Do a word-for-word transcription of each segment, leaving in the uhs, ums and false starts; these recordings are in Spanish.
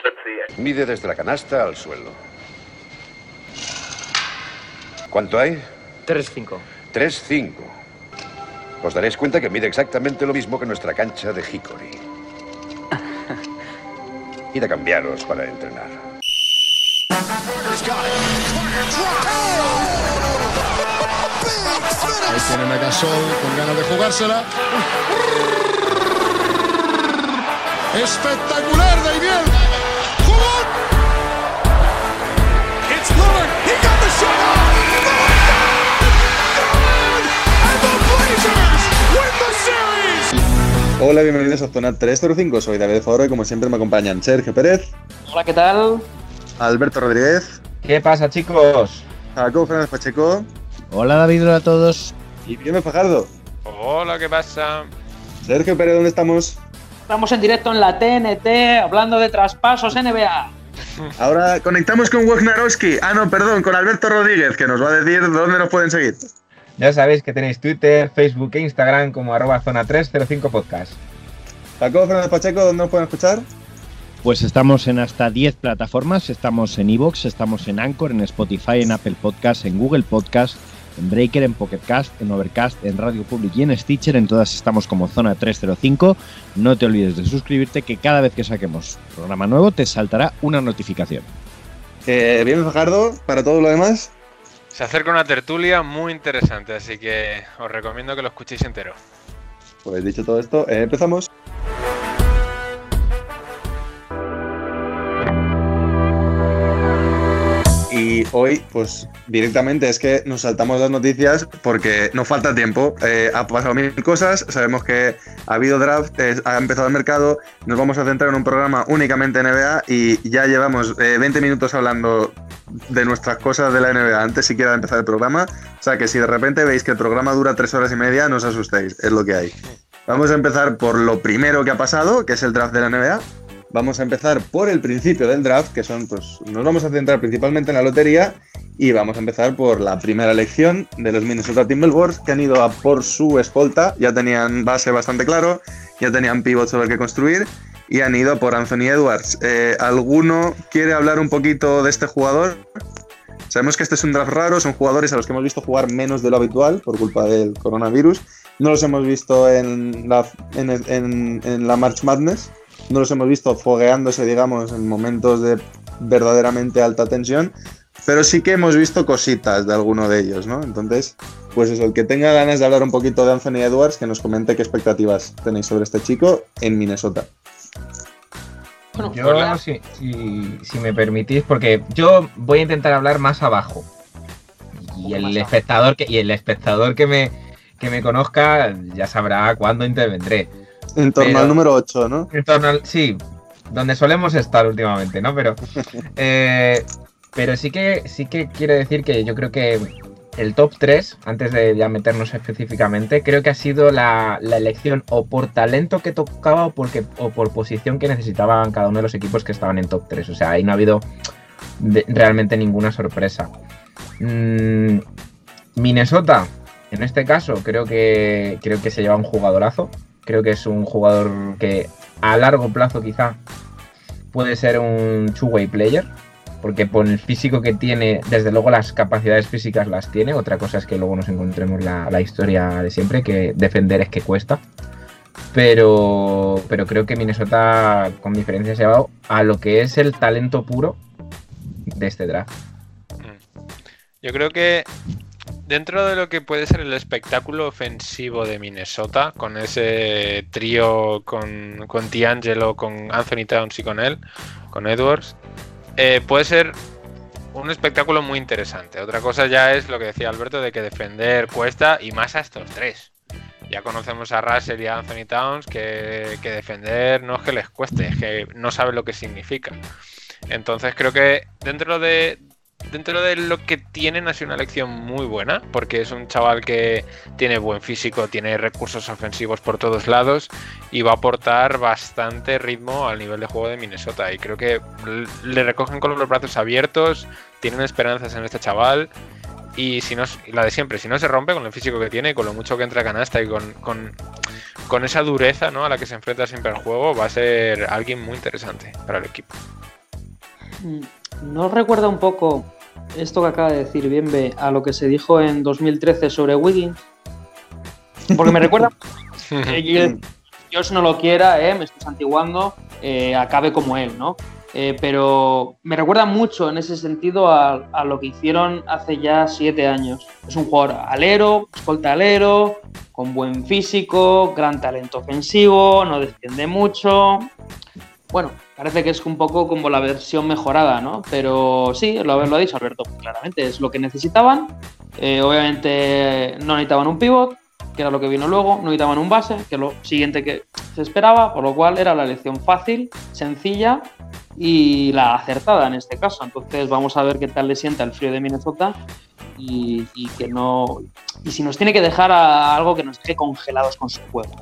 Mide desde la canasta al suelo. ¿Cuánto hay? tres cinco. tres cinco. Os daréis cuenta que mide exactamente lo mismo que nuestra cancha de Hickory. Id a cambiaros para entrenar. Ahí tienen a Gasol con ganas de jugársela. Espectacular, Daimiel. ¡Jugó! It's Lillard. He got the shot off. And the Blazers win the series. Hola, bienvenidos a Zona trescientos cinco. Soy David Foro y como siempre me acompañan Sergio Pérez. Hola, ¿qué tal? Alberto Rodríguez. ¿Qué pasa, chicos? Jacob Fernández Pacheco. Hola, David, hola a todos. Y Guillermo Fajardo. Hola, ¿qué pasa? Sergio Pérez, ¿dónde estamos? Estamos en directo en la T N T hablando de traspasos N B A. Ahora conectamos con Wojnarowski. Ah, no, perdón, con Alberto Rodríguez, que nos va a decir dónde nos pueden seguir. Ya sabéis que tenéis Twitter, Facebook e Instagram como arroba zona trescientos cinco podcast. Jacob Fernández Pacheco, ¿dónde nos pueden escuchar? Pues estamos en hasta diez plataformas. Estamos en iVoox, estamos en Anchor, en Spotify, en Apple Podcast, en Google Podcast, en Breaker, en Pocket Cast, en Overcast, en Radio Public y en Stitcher. En todas estamos como Zona trescientos cinco. No te olvides de suscribirte, que cada vez que saquemos programa nuevo te saltará una notificación. Eh, bien, Fajardo, para todo lo demás. Se acerca una tertulia muy interesante, así que os recomiendo que lo escuchéis entero. Pues dicho todo esto, eh, empezamos. Y hoy, pues directamente es que nos saltamos las noticias porque no falta tiempo. Eh, ha pasado mil cosas, sabemos que ha habido draft, eh, ha empezado el mercado, nos vamos a centrar en un programa únicamente N B A y ya llevamos eh, veinte minutos hablando de nuestras cosas de la N B A antes siquiera de empezar el programa. O sea que si de repente veis que el programa dura tres horas y media, no os asustéis, es lo que hay. Vamos a empezar por lo primero que ha pasado, que es el draft de la N B A. Vamos a empezar por el principio del draft, que son, pues, nos vamos a centrar principalmente en la lotería y vamos a empezar por la primera elección de los Minnesota Timberwolves, que han ido a por su escolta. Ya tenían base bastante claro, ya tenían pivot sobre el que construir y han ido por Anthony Edwards. Eh, ¿Alguno quiere hablar un poquito de este jugador? Sabemos que este es un draft raro, son jugadores a los que hemos visto jugar menos de lo habitual por culpa del coronavirus. No los hemos visto en la, en, en, en la March Madness. No los hemos visto fogueándose, digamos, en momentos de verdaderamente alta tensión, pero sí que hemos visto cositas de alguno de ellos, ¿no? Entonces, pues eso, el que tenga ganas de hablar un poquito de Anthony Edwards, que nos comente qué expectativas tenéis sobre este chico en Minnesota. Bueno, yo, si, si, si me permitís, porque yo voy a intentar hablar más abajo. Y el espectador que, y el espectador que me, que me conozca ya sabrá cuándo intervendré. En torno pero, al número ocho, ¿no? En torno al, sí, donde solemos estar últimamente, ¿no? Pero, eh, pero sí que sí que quiero decir que yo creo que el top tres, antes de ya meternos específicamente, creo que ha sido la, la elección o por talento que tocaba o, porque, o por posición que necesitaban cada uno de los equipos que estaban en top tres. O sea, ahí no ha habido de, realmente ninguna sorpresa. Mm, Minnesota, en este caso, creo que, creo que se lleva un jugadorazo. Creo que es un jugador que a largo plazo quizá puede ser un two-way player, porque por el físico que tiene, desde luego las capacidades físicas las tiene. Otra cosa es que luego nos encontremos la, la historia de siempre, que defender es que cuesta. Pero, pero creo que Minnesota con diferencia se ha llevado a lo que es el talento puro de este draft. Yo creo que dentro de lo que puede ser el espectáculo ofensivo de Minnesota, con ese trío con, con D'Angelo, con Anthony Towns y con él, con Edwards, eh, puede ser un espectáculo muy interesante. Otra cosa ya es lo que decía Alberto, de que defender cuesta, y más a estos tres. Ya conocemos a Russell y a Anthony Towns, que, que defender no es que les cueste, es que no saben lo que significa. Entonces creo que dentro de... Dentro de lo que tienen ha sido una elección muy buena, porque es un chaval que tiene buen físico, tiene recursos ofensivos por todos lados y va a aportar bastante ritmo al nivel de juego de Minnesota. Y creo que le recogen con los brazos abiertos, tienen esperanzas en este chaval y si no, la de siempre, si no se rompe con el físico que tiene, con lo mucho que entra a canasta y con, con, con esa dureza, ¿no?, a la que se enfrenta siempre al juego, va a ser alguien muy interesante para el equipo. ¿No os recuerda un poco esto que acaba de decir Bienve a lo que se dijo en dos mil trece sobre Wiggins? Porque me recuerda que yo, Dios no lo quiera, eh, me estoy santiguando, eh, acabe como él, ¿no? Eh, pero me recuerda mucho en ese sentido a, a lo que hicieron hace ya siete años. Es un jugador alero, escolta alero, con buen físico, gran talento ofensivo, no defiende mucho. Bueno, parece que es un poco como la versión mejorada, ¿no? Pero sí, lo, lo ha dicho Alberto claramente, es lo que necesitaban. Eh, obviamente no necesitaban un pivot, que era lo que vino luego, no necesitaban un base, que es lo siguiente que se esperaba, por lo cual era la elección fácil, sencilla y la acertada en este caso. Entonces vamos a ver qué tal le sienta el frío de Minnesota y, y que no y si nos tiene que dejar a algo que nos deje congelados con su juego.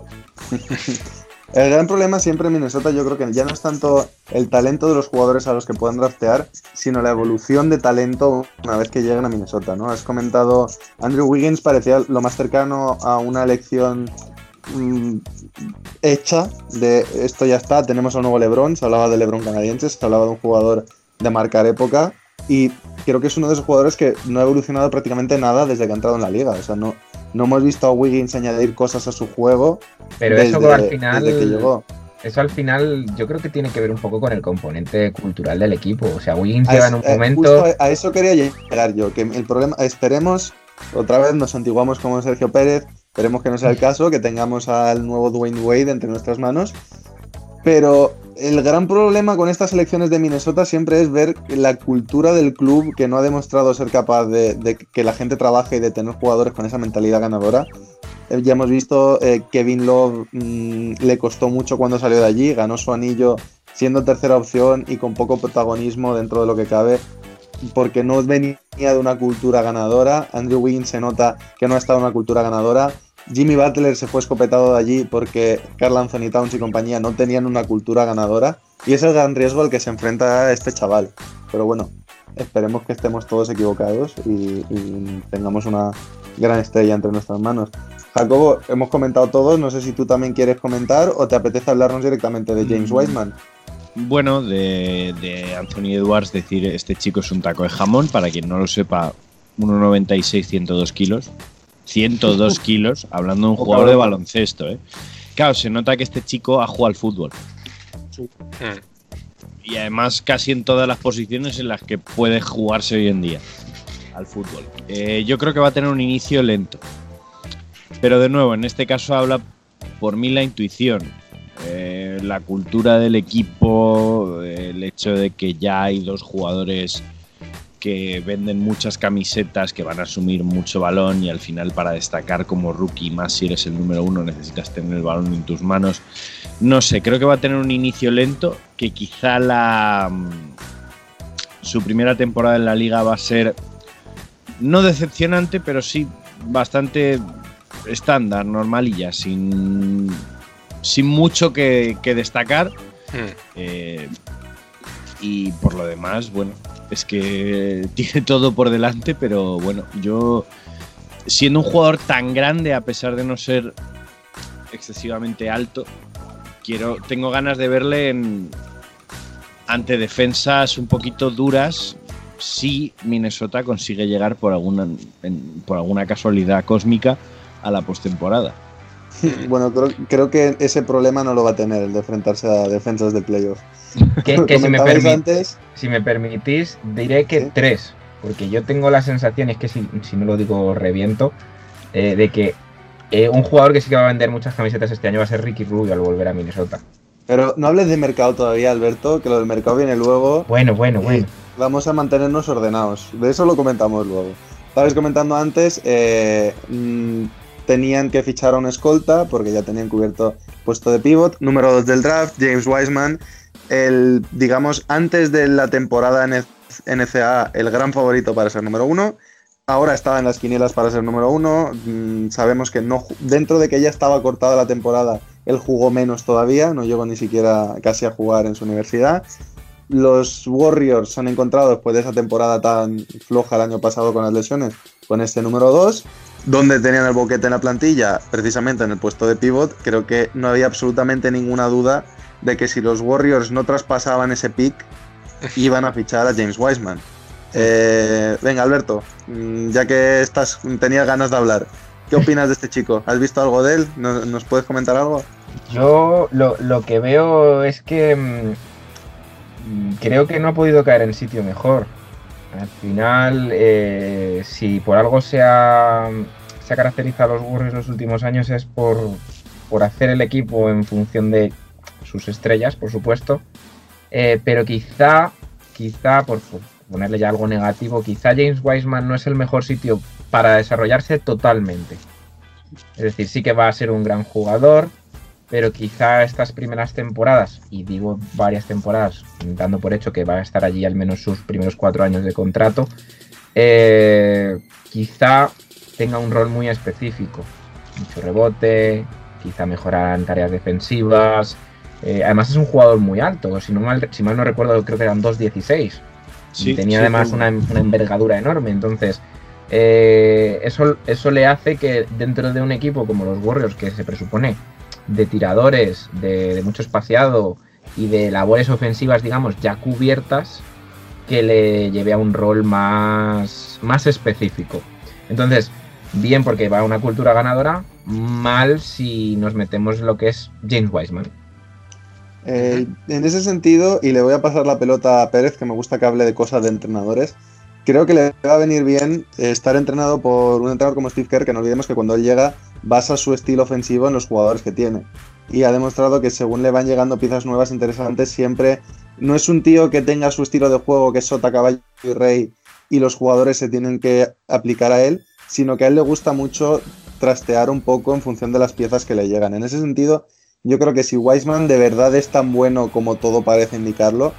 El gran problema siempre en Minnesota yo creo que ya no es tanto el talento de los jugadores a los que puedan draftear, sino la evolución de talento una vez que lleguen a Minnesota, ¿no? Has comentado, Andrew Wiggins parecía lo más cercano a una elección mmm, hecha de esto ya está, tenemos a un nuevo LeBron, se hablaba de LeBron canadiense, se hablaba de un jugador de marcar época y creo que es uno de esos jugadores que no ha evolucionado prácticamente nada desde que ha entrado en la liga, o sea, no... No hemos visto a Wiggins añadir cosas a su juego. Pero desde, eso al final, desde que llegó. Eso al final yo creo que tiene que ver un poco con el componente cultural del equipo. O sea, Wiggins a llega es, en un eh, momento... Justo a eso quería llegar yo, que el problema, esperemos, otra vez nos antiguamos como Sergio Pérez, esperemos que no sea el caso, que tengamos al nuevo Dwayne Wade entre nuestras manos, pero el gran problema con estas elecciones de Minnesota siempre es ver la cultura del club que no ha demostrado ser capaz de, de que la gente trabaje y de tener jugadores con esa mentalidad ganadora. Eh, ya hemos visto eh, Kevin Love mmm, le costó mucho cuando salió de allí, ganó su anillo siendo tercera opción y con poco protagonismo dentro de lo que cabe, porque no venía de una cultura ganadora. Andrew Wiggins se nota que no ha estado en una cultura ganadora. Jimmy Butler se fue escopetado de allí porque Karl Anthony Towns y compañía no tenían una cultura ganadora y es el gran riesgo al que se enfrenta este chaval. Pero bueno, esperemos que estemos todos equivocados y, y tengamos una gran estrella entre nuestras manos. Jacobo, hemos comentado todos, no sé si tú también quieres comentar o te apetece hablarnos directamente de James Wiseman. Bueno, de, de Anthony Edwards, decir, este chico es un taco de jamón, para quien no lo sepa, uno noventa y seis, ciento dos kilos. ciento dos kilos, hablando de un jugador de baloncesto, ¿eh? Claro, se nota que este chico ha jugado al fútbol. Sí. Y además casi en todas las posiciones en las que puede jugarse hoy en día al fútbol. Eh, yo creo que va a tener un inicio lento. Pero de nuevo, en este caso habla por mí la intuición. Eh, la cultura del equipo, el hecho de que ya hay dos jugadores que venden muchas camisetas, que van a asumir mucho balón y al final para destacar como rookie, más si eres el número uno, necesitas tener el balón en tus manos. No sé, creo que va a tener un inicio lento, que quizá la su primera temporada en la liga va a ser no decepcionante, pero sí bastante estándar, normalilla, sin, sin mucho que, que destacar. Hmm. Eh, y por lo demás, bueno, es que tiene todo por delante, pero bueno, yo siendo un jugador tan grande, a pesar de no ser excesivamente alto, quiero, tengo ganas de verle en, ante defensas un poquito duras si Minnesota consigue llegar por alguna, en, por alguna casualidad cósmica a la postemporada. Bueno, creo, creo que ese problema no lo va a tener, el de enfrentarse a defensas de playoff. Que, que si, me permi- antes... si me permitís, diré que ¿Sí? tres, porque yo tengo la sensación, y es que si, si no lo digo reviento, eh, de que eh, un jugador que sí que va a vender muchas camisetas este año va a ser Ricky Rubio al volver a Minnesota. Pero no hables de mercado todavía, Alberto, que lo del mercado viene luego. Bueno, bueno, bueno. Vamos a mantenernos ordenados. De eso lo comentamos luego. Estabais comentando antes, eh, mmm, tenían que fichar a un escolta porque ya tenían cubierto puesto de pivot. Número dos del draft, James Wiseman. El, digamos, antes de la temporada en N C A A, el gran favorito para ser número uno. Ahora estaba en las quinielas para ser número uno. Mm, sabemos que no, dentro de que ya estaba cortada la temporada, él jugó menos todavía. No llegó ni siquiera casi a jugar en su universidad. Los Warriors se han encontrado después de esa temporada tan floja el año pasado con las lesiones, con este número dos, donde tenían el boquete en la plantilla, precisamente en el puesto de pivot. Creo que no había absolutamente ninguna duda de que si los Warriors no traspasaban ese pick, iban a fichar a James Wiseman. Eh, venga, Alberto, ya que estás, tenías ganas de hablar, ¿qué opinas de este chico? ¿Has visto algo de él? ¿Nos, nos puedes comentar algo? Yo lo, lo que veo es que mmm, creo que no ha podido caer en sitio mejor. Al final, eh, si por algo se ha, se ha caracterizado a los Warriors los últimos años es por, por hacer el equipo en función de sus estrellas, por supuesto. Eh, pero quizá, quizá por, por ponerle ya algo negativo, quizá James Wiseman no es el mejor sitio para desarrollarse totalmente. Es decir, sí que va a ser un gran jugador, pero quizá estas primeras temporadas, y digo varias temporadas, dando por hecho que va a estar allí al menos sus primeros cuatro años de contrato, eh, quizá tenga un rol muy específico. Mucho rebote, quizá mejorar en tareas defensivas. Eh, además es un jugador muy alto, si, no mal, si mal no recuerdo creo que eran dos dieciséis. Sí, y tenía sí, además una, una envergadura enorme, entonces eh, eso, eso le hace que dentro de un equipo como los Warriors, que se presupone de tiradores, de, de mucho espaciado y de labores ofensivas, digamos, ya cubiertas, que le lleve a un rol más, más específico. Entonces, bien porque va a una cultura ganadora, mal si nos metemos en lo que es James Wiseman. Eh, en ese sentido, y le voy a pasar la pelota a Pérez, que me gusta que hable de cosas de entrenadores, creo que le va a venir bien estar entrenado por un entrenador como Steve Kerr, que no olvidemos que cuando él llega basa su estilo ofensivo en los jugadores que tiene. Y ha demostrado que según le van llegando piezas nuevas interesantes, siempre no es un tío que tenga su estilo de juego, que es sota, caballo y rey, y los jugadores se tienen que aplicar a él, sino que a él le gusta mucho trastear un poco en función de las piezas que le llegan. En ese sentido, yo creo que si Wiseman de verdad es tan bueno como todo parece indicarlo,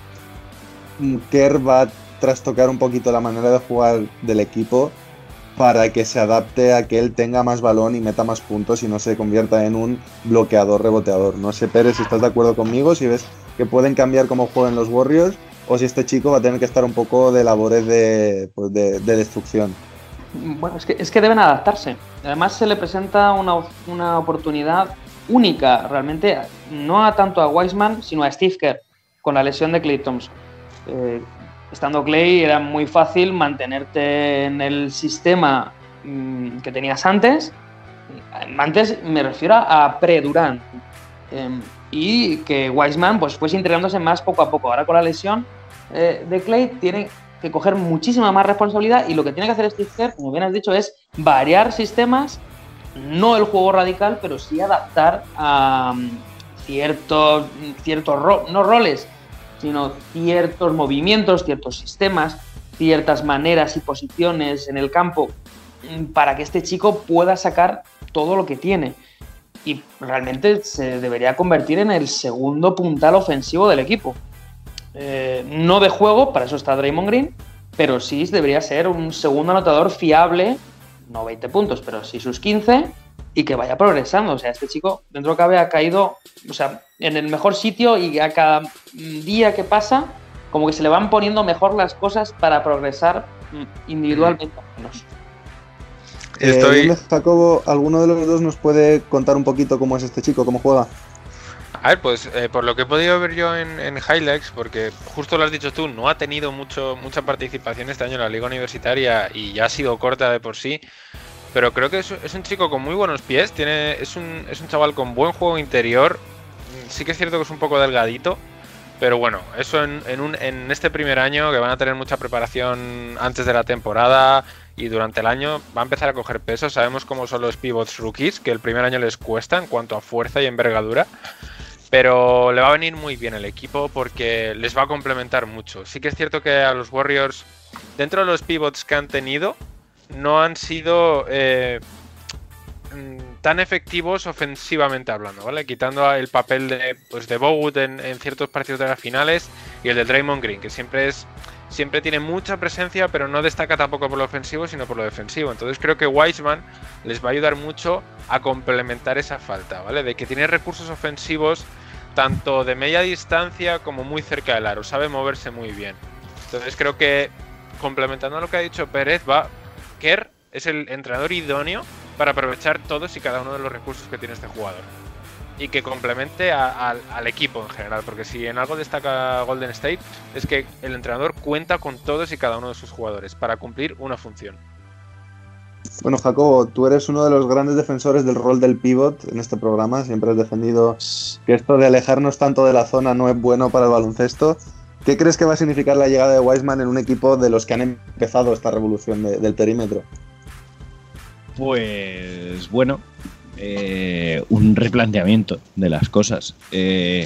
Kerr va a trastocar un poquito la manera de jugar del equipo para que se adapte a que él tenga más balón y meta más puntos y no se convierta en un bloqueador reboteador. No sé, Pérez, si estás de acuerdo conmigo, si ves que pueden cambiar cómo juegan los Warriors o si este chico va a tener que estar un poco de labores de, pues de, de destrucción. Bueno, es que, es que deben adaptarse. Además se le presenta una, una oportunidad única, realmente, no a tanto a Wiseman, sino a Steve Kerr, con la lesión de Klay Thompson. Eh, estando Klay era muy fácil mantenerte en el sistema mmm, que tenías antes. Antes me refiero a pre-Durant. Eh, y que Wiseman pues fuese integrándose más poco a poco. Ahora con la lesión eh, de Klay tiene que coger muchísima más responsabilidad y lo que tiene que hacer Steve Kerr, como bien has dicho, es variar sistemas. No el juego radical, pero sí adaptar a um, ciertos, ciertos ro no roles, sino ciertos movimientos, ciertos sistemas, ciertas maneras y posiciones en el campo para que este chico pueda sacar todo lo que tiene. Y realmente se debería convertir en el segundo puntal ofensivo del equipo. Eh, no de juego, para eso está Draymond Green, pero sí debería ser un segundo anotador fiable. No veinte puntos, pero sí sus quince, y que vaya progresando. O sea, este chico, dentro de cabe, ha caído, o sea, en el mejor sitio y a cada día que pasa, como que se le van poniendo mejor las cosas para progresar individualmente. Estoy... Eh, Jacobo, ¿alguno de los dos nos puede contar un poquito cómo es este chico, cómo juega? A ver, pues eh, por lo que he podido ver yo en, en highlights, porque justo lo has dicho tú, no ha tenido mucho, mucha participación este año en la liga universitaria y ya ha sido corta de por sí, pero creo que es, es un chico con muy buenos pies, tiene, es, un, es un chaval con buen juego interior, sí que es cierto que es un poco delgadito, pero bueno, eso en, en, un, en este primer año, que van a tener mucha preparación antes de la temporada y durante el año, va a empezar a coger peso. Sabemos cómo son los pivots rookies, que el primer año les cuesta en cuanto a fuerza y envergadura. Pero le va a venir muy bien el equipo porque les va a complementar mucho. Sí que es cierto que a los Warriors, dentro de los pivots que han tenido, no han sido eh, tan efectivos ofensivamente hablando, ¿vale? Quitando el papel de, pues, de Bogut en, en ciertos partidos de las finales y el de Draymond Green, que siempre es siempre tiene mucha presencia, pero no destaca tampoco por lo ofensivo, sino por lo defensivo. Entonces creo que Wiseman les va a ayudar mucho a complementar esa falta, ¿vale? De que tiene recursos ofensivos tanto de media distancia como muy cerca del aro, sabe moverse muy bien. Entonces creo que, complementando lo que ha dicho Pérez, va Kerr es el entrenador idóneo para aprovechar todos y cada uno de los recursos que tiene este jugador. y que complemente a, a, al equipo en general, porque si en algo destaca Golden State es que el entrenador cuenta con todos y cada uno de sus jugadores para cumplir una función. Bueno, Jacobo, tú eres uno de los grandes defensores del rol del pivot en este programa. Siempre has defendido que esto de alejarnos tanto de la zona no es bueno para el baloncesto. ¿Qué crees que va a significar la llegada de Wiseman en un equipo de los que han empezado esta revolución de, del perímetro? Pues bueno, eh, un replanteamiento de las cosas. Eh,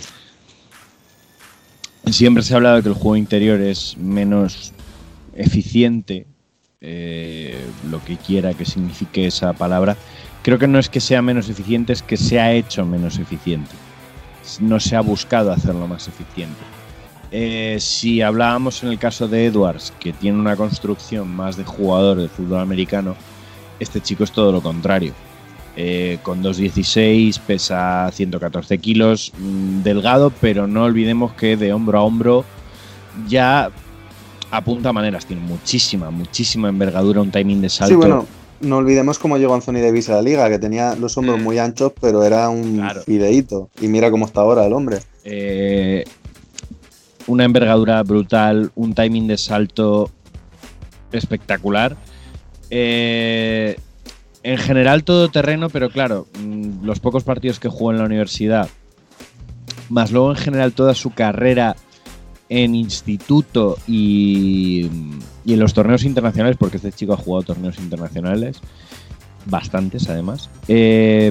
siempre se ha hablado de que el juego interior es menos eficiente, eh, lo que quiera que signifique esa palabra. Creo que no es que sea menos eficiente, es que se ha hecho menos eficiente. No se ha buscado hacerlo más eficiente. Eh, si hablábamos en el caso de Edwards, que tiene una construcción más de jugador de fútbol americano, este chico es todo lo contrario. Eh, con dos dieciséis, pesa ciento catorce kilos, mmm, delgado, pero no olvidemos que de hombro a hombro ya apunta maneras. Tiene muchísima, muchísima envergadura, un timing de salto. Sí, bueno, no olvidemos cómo llegó Anthony Davis a la liga, que tenía los hombros muy anchos, pero era un claro. fideíto. Y mira cómo está ahora el hombre. Eh, una envergadura brutal, un timing de salto espectacular. Eh, en general todo terreno, pero claro, los pocos partidos que jugó en la universidad, más luego en general toda su carrera en instituto y, y en los torneos internacionales, porque este chico ha jugado torneos internacionales, bastantes además. Eh,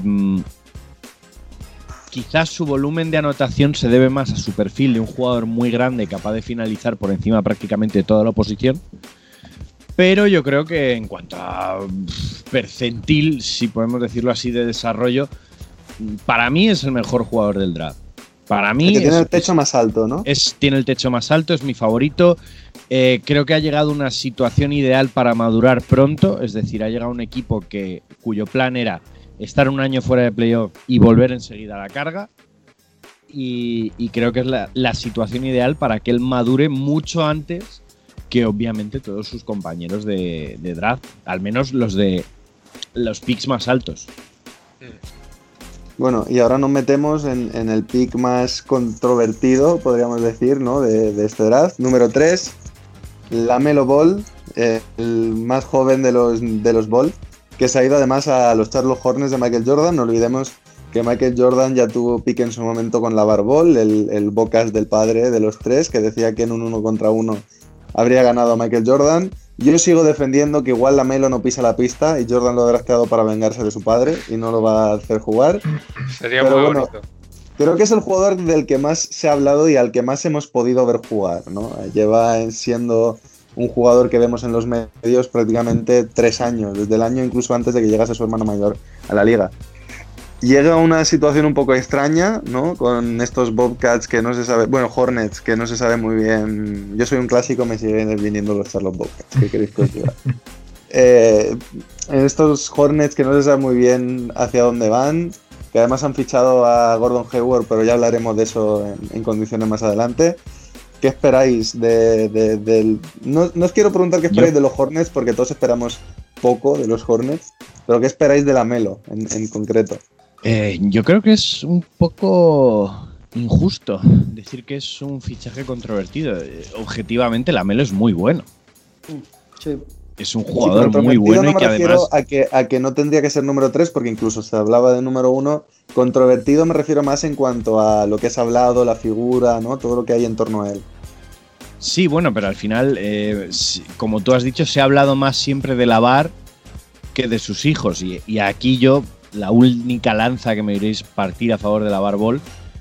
quizás su volumen de anotación se debe más a su perfil de un jugador muy grande, capaz de finalizar por encima prácticamente de toda la oposición. Pero yo creo que en cuanto a percentil, si podemos decirlo así, de desarrollo, para mí es el mejor jugador del draft. Para mí es que tiene es, el techo más alto, ¿no? Es, tiene el techo más alto, es mi favorito. Eh, creo que ha llegado una situación ideal para madurar pronto. Es decir, ha llegado un equipo que, cuyo plan era estar un año fuera de playoff y volver enseguida a la carga. Y, y creo que es la, la situación ideal para que él madure mucho antes que obviamente todos sus compañeros de, de draft, al menos los de los picks más altos. Bueno, y ahora nos metemos en, en el pick más controvertido, podríamos decir, ¿no? De, de este draft. Número tres, LaMelo Ball, eh, el más joven de los, de los Ball, que se ha ido además a los Charlotte Hornets de Michael Jordan. No olvidemos que Michael Jordan ya tuvo pick en su momento con LaVar Ball, el, el bocas del padre de los tres, que decía que en un uno contra uno habría ganado a Michael Jordan. Yo sigo defendiendo que igual LaMelo no pisa la pista y Jordan lo ha drafteado para vengarse de su padre y no lo va a hacer jugar. Sería Pero muy bueno, bonito. Creo que es el jugador del que más se ha hablado y al que más hemos podido ver jugar, ¿no? Lleva siendo un jugador que vemos en los medios prácticamente tres años, desde el año incluso antes de que llegase su hermano mayor a la liga. Llega a una situación un poco extraña, ¿no? Con estos Bobcats que no se sabe... Bueno, Hornets, que no se sabe muy bien... Yo soy un clásico, me siguen viniendo los Charlotte Bobcats. ¿Qué queréis que os diga? eh, en estos Hornets que no se sabe muy bien hacia dónde van, que además han fichado a Gordon Hayward, pero ya hablaremos de eso en, en condiciones más adelante. ¿Qué esperáis de, de, del...? No, no os quiero preguntar qué esperáis Yo. de los Hornets, porque todos esperamos poco de los Hornets, pero ¿qué esperáis de LaMelo en, en concreto? Eh, yo creo que es un poco injusto decir que es un fichaje controvertido. Objetivamente, LaMelo es muy bueno. Sí. Es un jugador sí, muy bueno no y que además... A que, a que no tendría que ser número tres, porque incluso se hablaba de número uno. Controvertido me refiero más en cuanto a lo que has hablado, la figura, ¿no? Todo lo que hay en torno a él. Sí, bueno, pero al final, eh, como tú has dicho, se ha hablado más siempre de LaVar que de sus hijos. Y, y aquí yo... La única lanza que me iréis partir a favor de LaVar Ball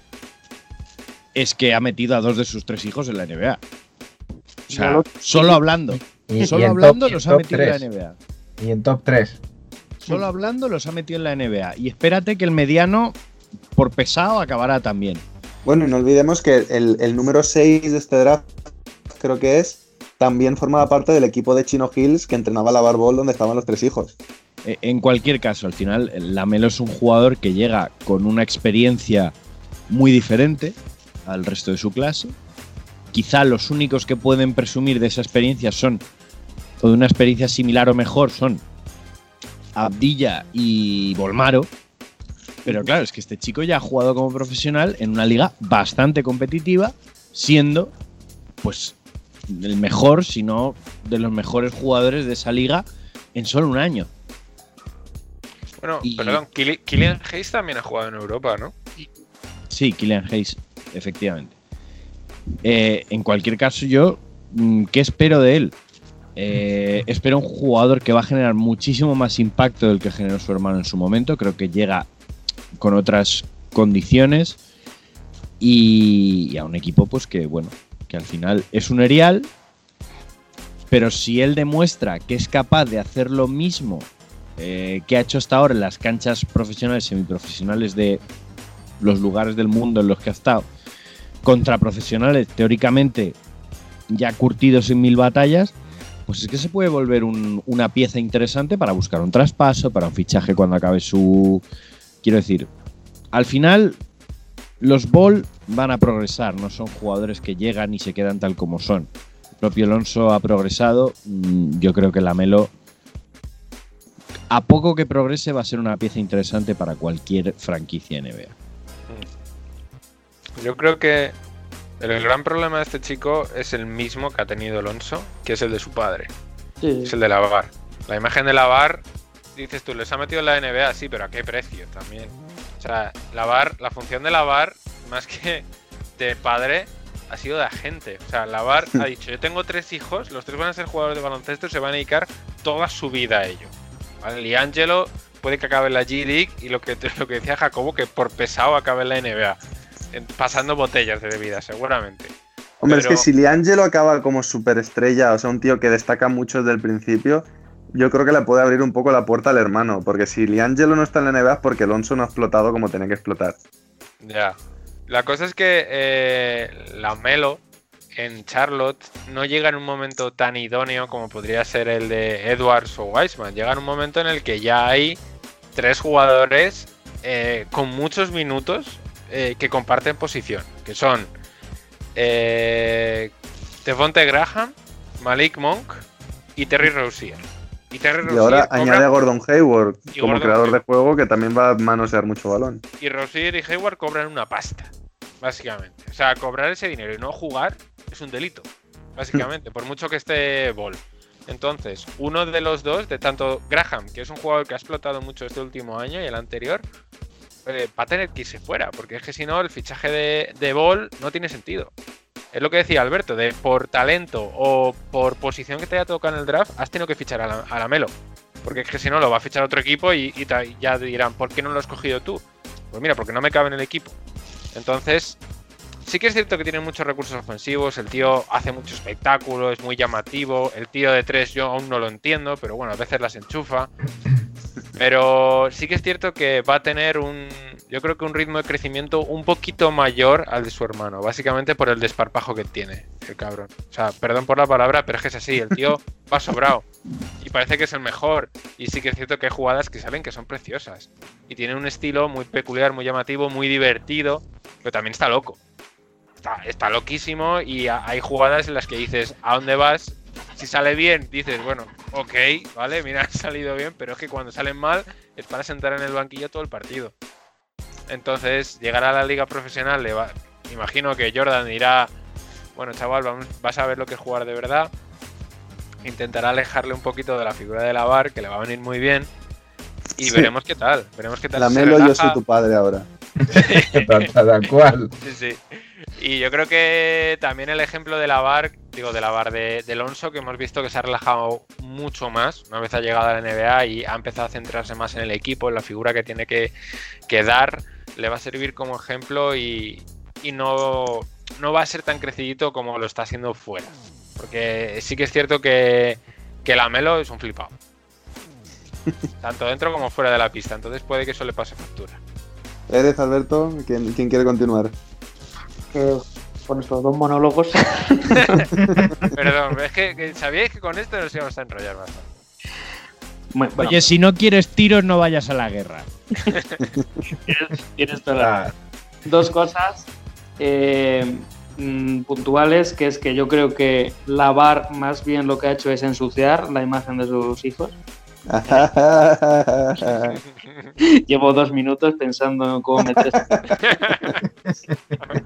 es que ha metido a dos de sus tres hijos en la N B A. O sea, solo hablando. Y, solo y hablando top, los ha metido tres. En la N B A. Y en top tres. Solo hablando los ha metido en la N B A. Y espérate que el mediano, por pesado, acabará también. Bueno, y no olvidemos que el, el número seis de este draft, creo que es, también formaba parte del equipo de Chino Hills que entrenaba a LaVar Ball donde estaban los tres hijos. En cualquier caso, al final, LaMelo es un jugador que llega con una experiencia muy diferente al resto de su clase. Quizá los únicos que pueden presumir de esa experiencia son, o de una experiencia similar o mejor, son Abdilla y Bolmaro. Pero claro, es que este chico ya ha jugado como profesional en una liga bastante competitiva, siendo pues el mejor, si no de los mejores jugadores de esa liga en solo un año. Bueno, Y- perdón, Kyli- Kylian Hayes también ha jugado en Europa, ¿no? Sí, Kylian Hayes, efectivamente. Eh, en cualquier caso, yo, mm, ¿qué espero de él? Eh, espero un jugador que va a generar muchísimo más impacto del que generó su hermano en su momento. Creo que llega con otras condiciones y, y a un equipo, pues que, bueno, que al final es un erial, pero si él demuestra que es capaz de hacer lo mismo eh, que ha hecho hasta ahora en las canchas profesionales, semiprofesionales de los lugares del mundo en los que ha estado, contra profesionales teóricamente ya curtidos en mil batallas, pues es que se puede volver un- una pieza interesante para buscar un traspaso, para un fichaje cuando acabe su... Quiero decir, al final los Ball van a progresar, no son jugadores que llegan y se quedan tal como son. El propio Alonso ha progresado, mm, yo creo que Lamelo, a poco que progrese, va a ser una pieza interesante para cualquier franquicia N B A. Yo creo que el gran problema de este chico es el mismo que ha tenido Alonso, que es el de su padre. Sí. Es el de Lavar. La imagen de Lavar, dices tú, les ha metido en la N B A, sí, pero ¿a qué precio también? O sea, Lavar, la función de Lavar, más que de padre, ha sido de agente. O sea, Lavar ha dicho, yo tengo tres hijos, los tres van a ser jugadores de baloncesto y se van a dedicar toda su vida a ello. ¿Vale? Liangelo puede que acabe en la G League y lo que, lo que decía Jacobo, que por pesado acabe en la N B A. En- pasando botellas de bebida, seguramente. Hombre, Pero- es que si Liangelo acaba como superestrella, o sea, un tío que destaca mucho desde el principio, yo creo que le puede abrir un poco la puerta al hermano, porque si Liangelo no está en la N B A es porque Alonso no ha explotado como tenía que explotar. Ya. La cosa es que eh, la Melo en Charlotte no llega en un momento tan idóneo como podría ser el de Edwards o Wiseman. Llega en un momento en el que ya hay tres jugadores eh, con muchos minutos eh, que comparten posición, que son eh, Devonte Graham, Malik Monk y Terry Rozier. Y Terry Y ahora Rozier cobra- añade a Gordon Hayward Y como Gordon creador de Hayward. juego, que también va a manosear mucho balón. y Rozier y Hayward cobran una pasta, básicamente. O sea, cobrar ese dinero y no jugar es un delito, básicamente, por mucho que esté Ball. Entonces, uno de los dos, de tanto Graham, que es un jugador que ha explotado mucho este último año y el anterior, eh, va a tener que irse fuera, porque es que si no, el fichaje de, de Ball no tiene sentido. Es lo que decía Alberto, de por talento o por posición que te haya tocado en el draft, has tenido que fichar a la, a la Melo. Porque es que si no, lo va a fichar otro equipo y, y ta- ya dirán, ¿por qué no lo has cogido tú? Pues mira, porque no me cabe en el equipo. Entonces, sí que es cierto que tiene muchos recursos ofensivos, el tío hace mucho espectáculo, es muy llamativo, el tío de tres yo aún no lo entiendo, pero bueno, a veces las enchufa. Pero sí que es cierto que va a tener un, yo creo que un ritmo de crecimiento un poquito mayor al de su hermano, básicamente por el desparpajo que tiene el cabrón. O sea, perdón por la palabra, pero es que es así, el tío va sobrado y parece que es el mejor. Y sí que es cierto que hay jugadas que salen que son preciosas y tiene un estilo muy peculiar, muy llamativo, muy divertido, pero también está loco. Está, está loquísimo y a- hay jugadas en las que dices, ¿a dónde vas? Si sale bien, dices, bueno, ok, vale, mira, ha salido bien, pero es que cuando salen mal es para sentar en el banquillo todo el partido. Entonces, llegar a la liga profesional, le va, imagino que Jordan dirá, bueno, chaval, vamos, vas a ver lo que es jugar de verdad. Intentará alejarle un poquito de la figura de Lavar, que le va a venir muy bien. Y Sí. veremos qué tal, veremos qué tal. La se Melo, yo relaja. soy tu padre ahora. tal, tal cual. Sí, sí. Y yo creo que también el ejemplo de Lavar, digo, de Lavar de, de Alonso, que hemos visto que se ha relajado mucho más una vez ha llegado a la N B A y ha empezado a centrarse más en el equipo, en la figura que tiene que, que dar, le va a servir como ejemplo y, y no, no va a ser tan crecidito como lo está haciendo fuera. Porque sí que es cierto que, que Lamelo es un flipado. Tanto dentro como fuera de la pista. Entonces puede que eso le pase factura. ¿Eres Alberto? ¿Quién, quién quiere continuar? Que con estos dos monólogos. Perdón, es que, que sabíais que con esto nos íbamos a enrollar bastante. Bueno, Oye, si no quieres tiros, no vayas a la guerra. tienes, tienes toda la razón. Dos cosas eh, mm, puntuales, que es que yo creo que Lavar más bien lo que ha hecho es ensuciar la imagen de sus hijos. Llevo dos minutos pensando en cómo meter esto.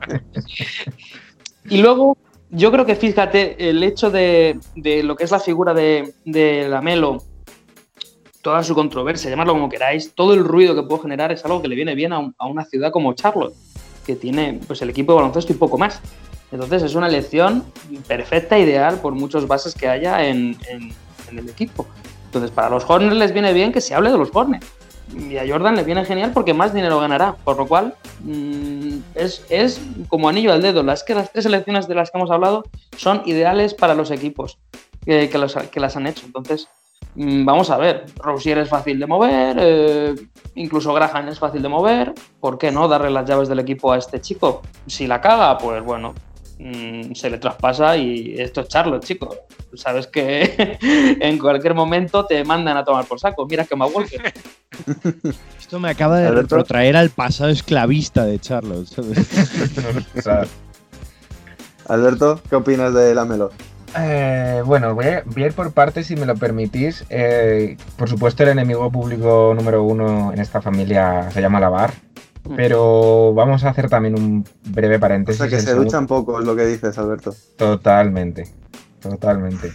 Y luego, yo creo que fíjate, el hecho de, de lo que es la figura de, de Lamelo, toda su controversia, llamarlo como queráis, todo el ruido que puede generar es algo que le viene bien a, un, a una ciudad como Charlotte, que tiene pues el equipo de baloncesto y poco más. Entonces es una elección perfecta, ideal, por muchos bases que haya en, en, en el equipo. Entonces para los Hornets les viene bien que se hable de los Hornets. Y a Jordan le viene genial porque más dinero ganará. Por lo cual mmm, es, es como anillo al dedo. Las que las tres elecciones de las que hemos hablado son ideales para los equipos que, que, los, que las han hecho. Entonces mmm, vamos a ver. Rozier es fácil de mover. Eh, incluso Graham es fácil de mover. ¿Por qué no darle las llaves del equipo a este chico? Si la caga, pues bueno, se le traspasa y esto es Charlotte, chico. Tú sabes que en cualquier momento te mandan a tomar por saco. Mira que más Walker. Esto me acaba de Alberto. retrotraer al pasado esclavista de Charlotte, ¿sabes? O sea, Alberto, ¿qué opinas de Lamelo? Eh, bueno, voy a, voy a ir por partes si me lo permitís. Eh, por supuesto, el enemigo público número uno en esta familia se llama Lavar, pero vamos a hacer también un breve O paréntesis. sea, que El se segundo- duchan poco, es lo que dices, Alberto. Totalmente, totalmente.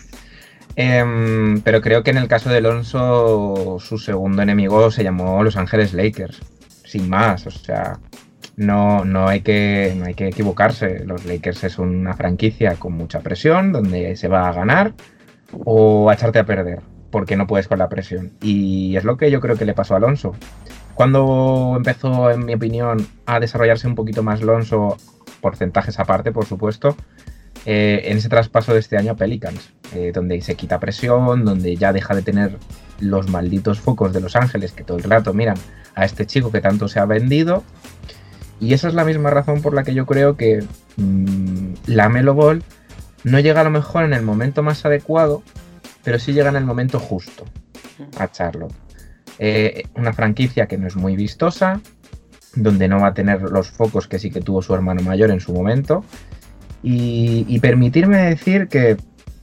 Em, pero creo que en el caso de Alonso, su segundo enemigo se llamó Los Ángeles Lakers, sin más. O sea, no, no hay que, no hay que equivocarse. Los Lakers es una franquicia con mucha presión, donde se va a ganar o a echarte a perder, porque no puedes con la presión. Y es lo que yo creo que le pasó a Alonso. Cuando empezó, en mi opinión, a desarrollarse un poquito más Alonso, porcentajes aparte, por supuesto, eh, en ese traspaso de este año a Pelicans, eh, donde se quita presión, donde ya deja de tener los malditos focos de Los Ángeles que todo el rato miran a este chico que tanto se ha vendido. Y esa es la misma razón por la que yo creo que mmm, la Melo Ball no llega a lo mejor en el momento más adecuado, pero sí llega en el momento justo a Charlotte. Eh, una franquicia que no es muy vistosa, donde no va a tener los focos que sí que tuvo su hermano mayor en su momento. Y, y permitirme decir que,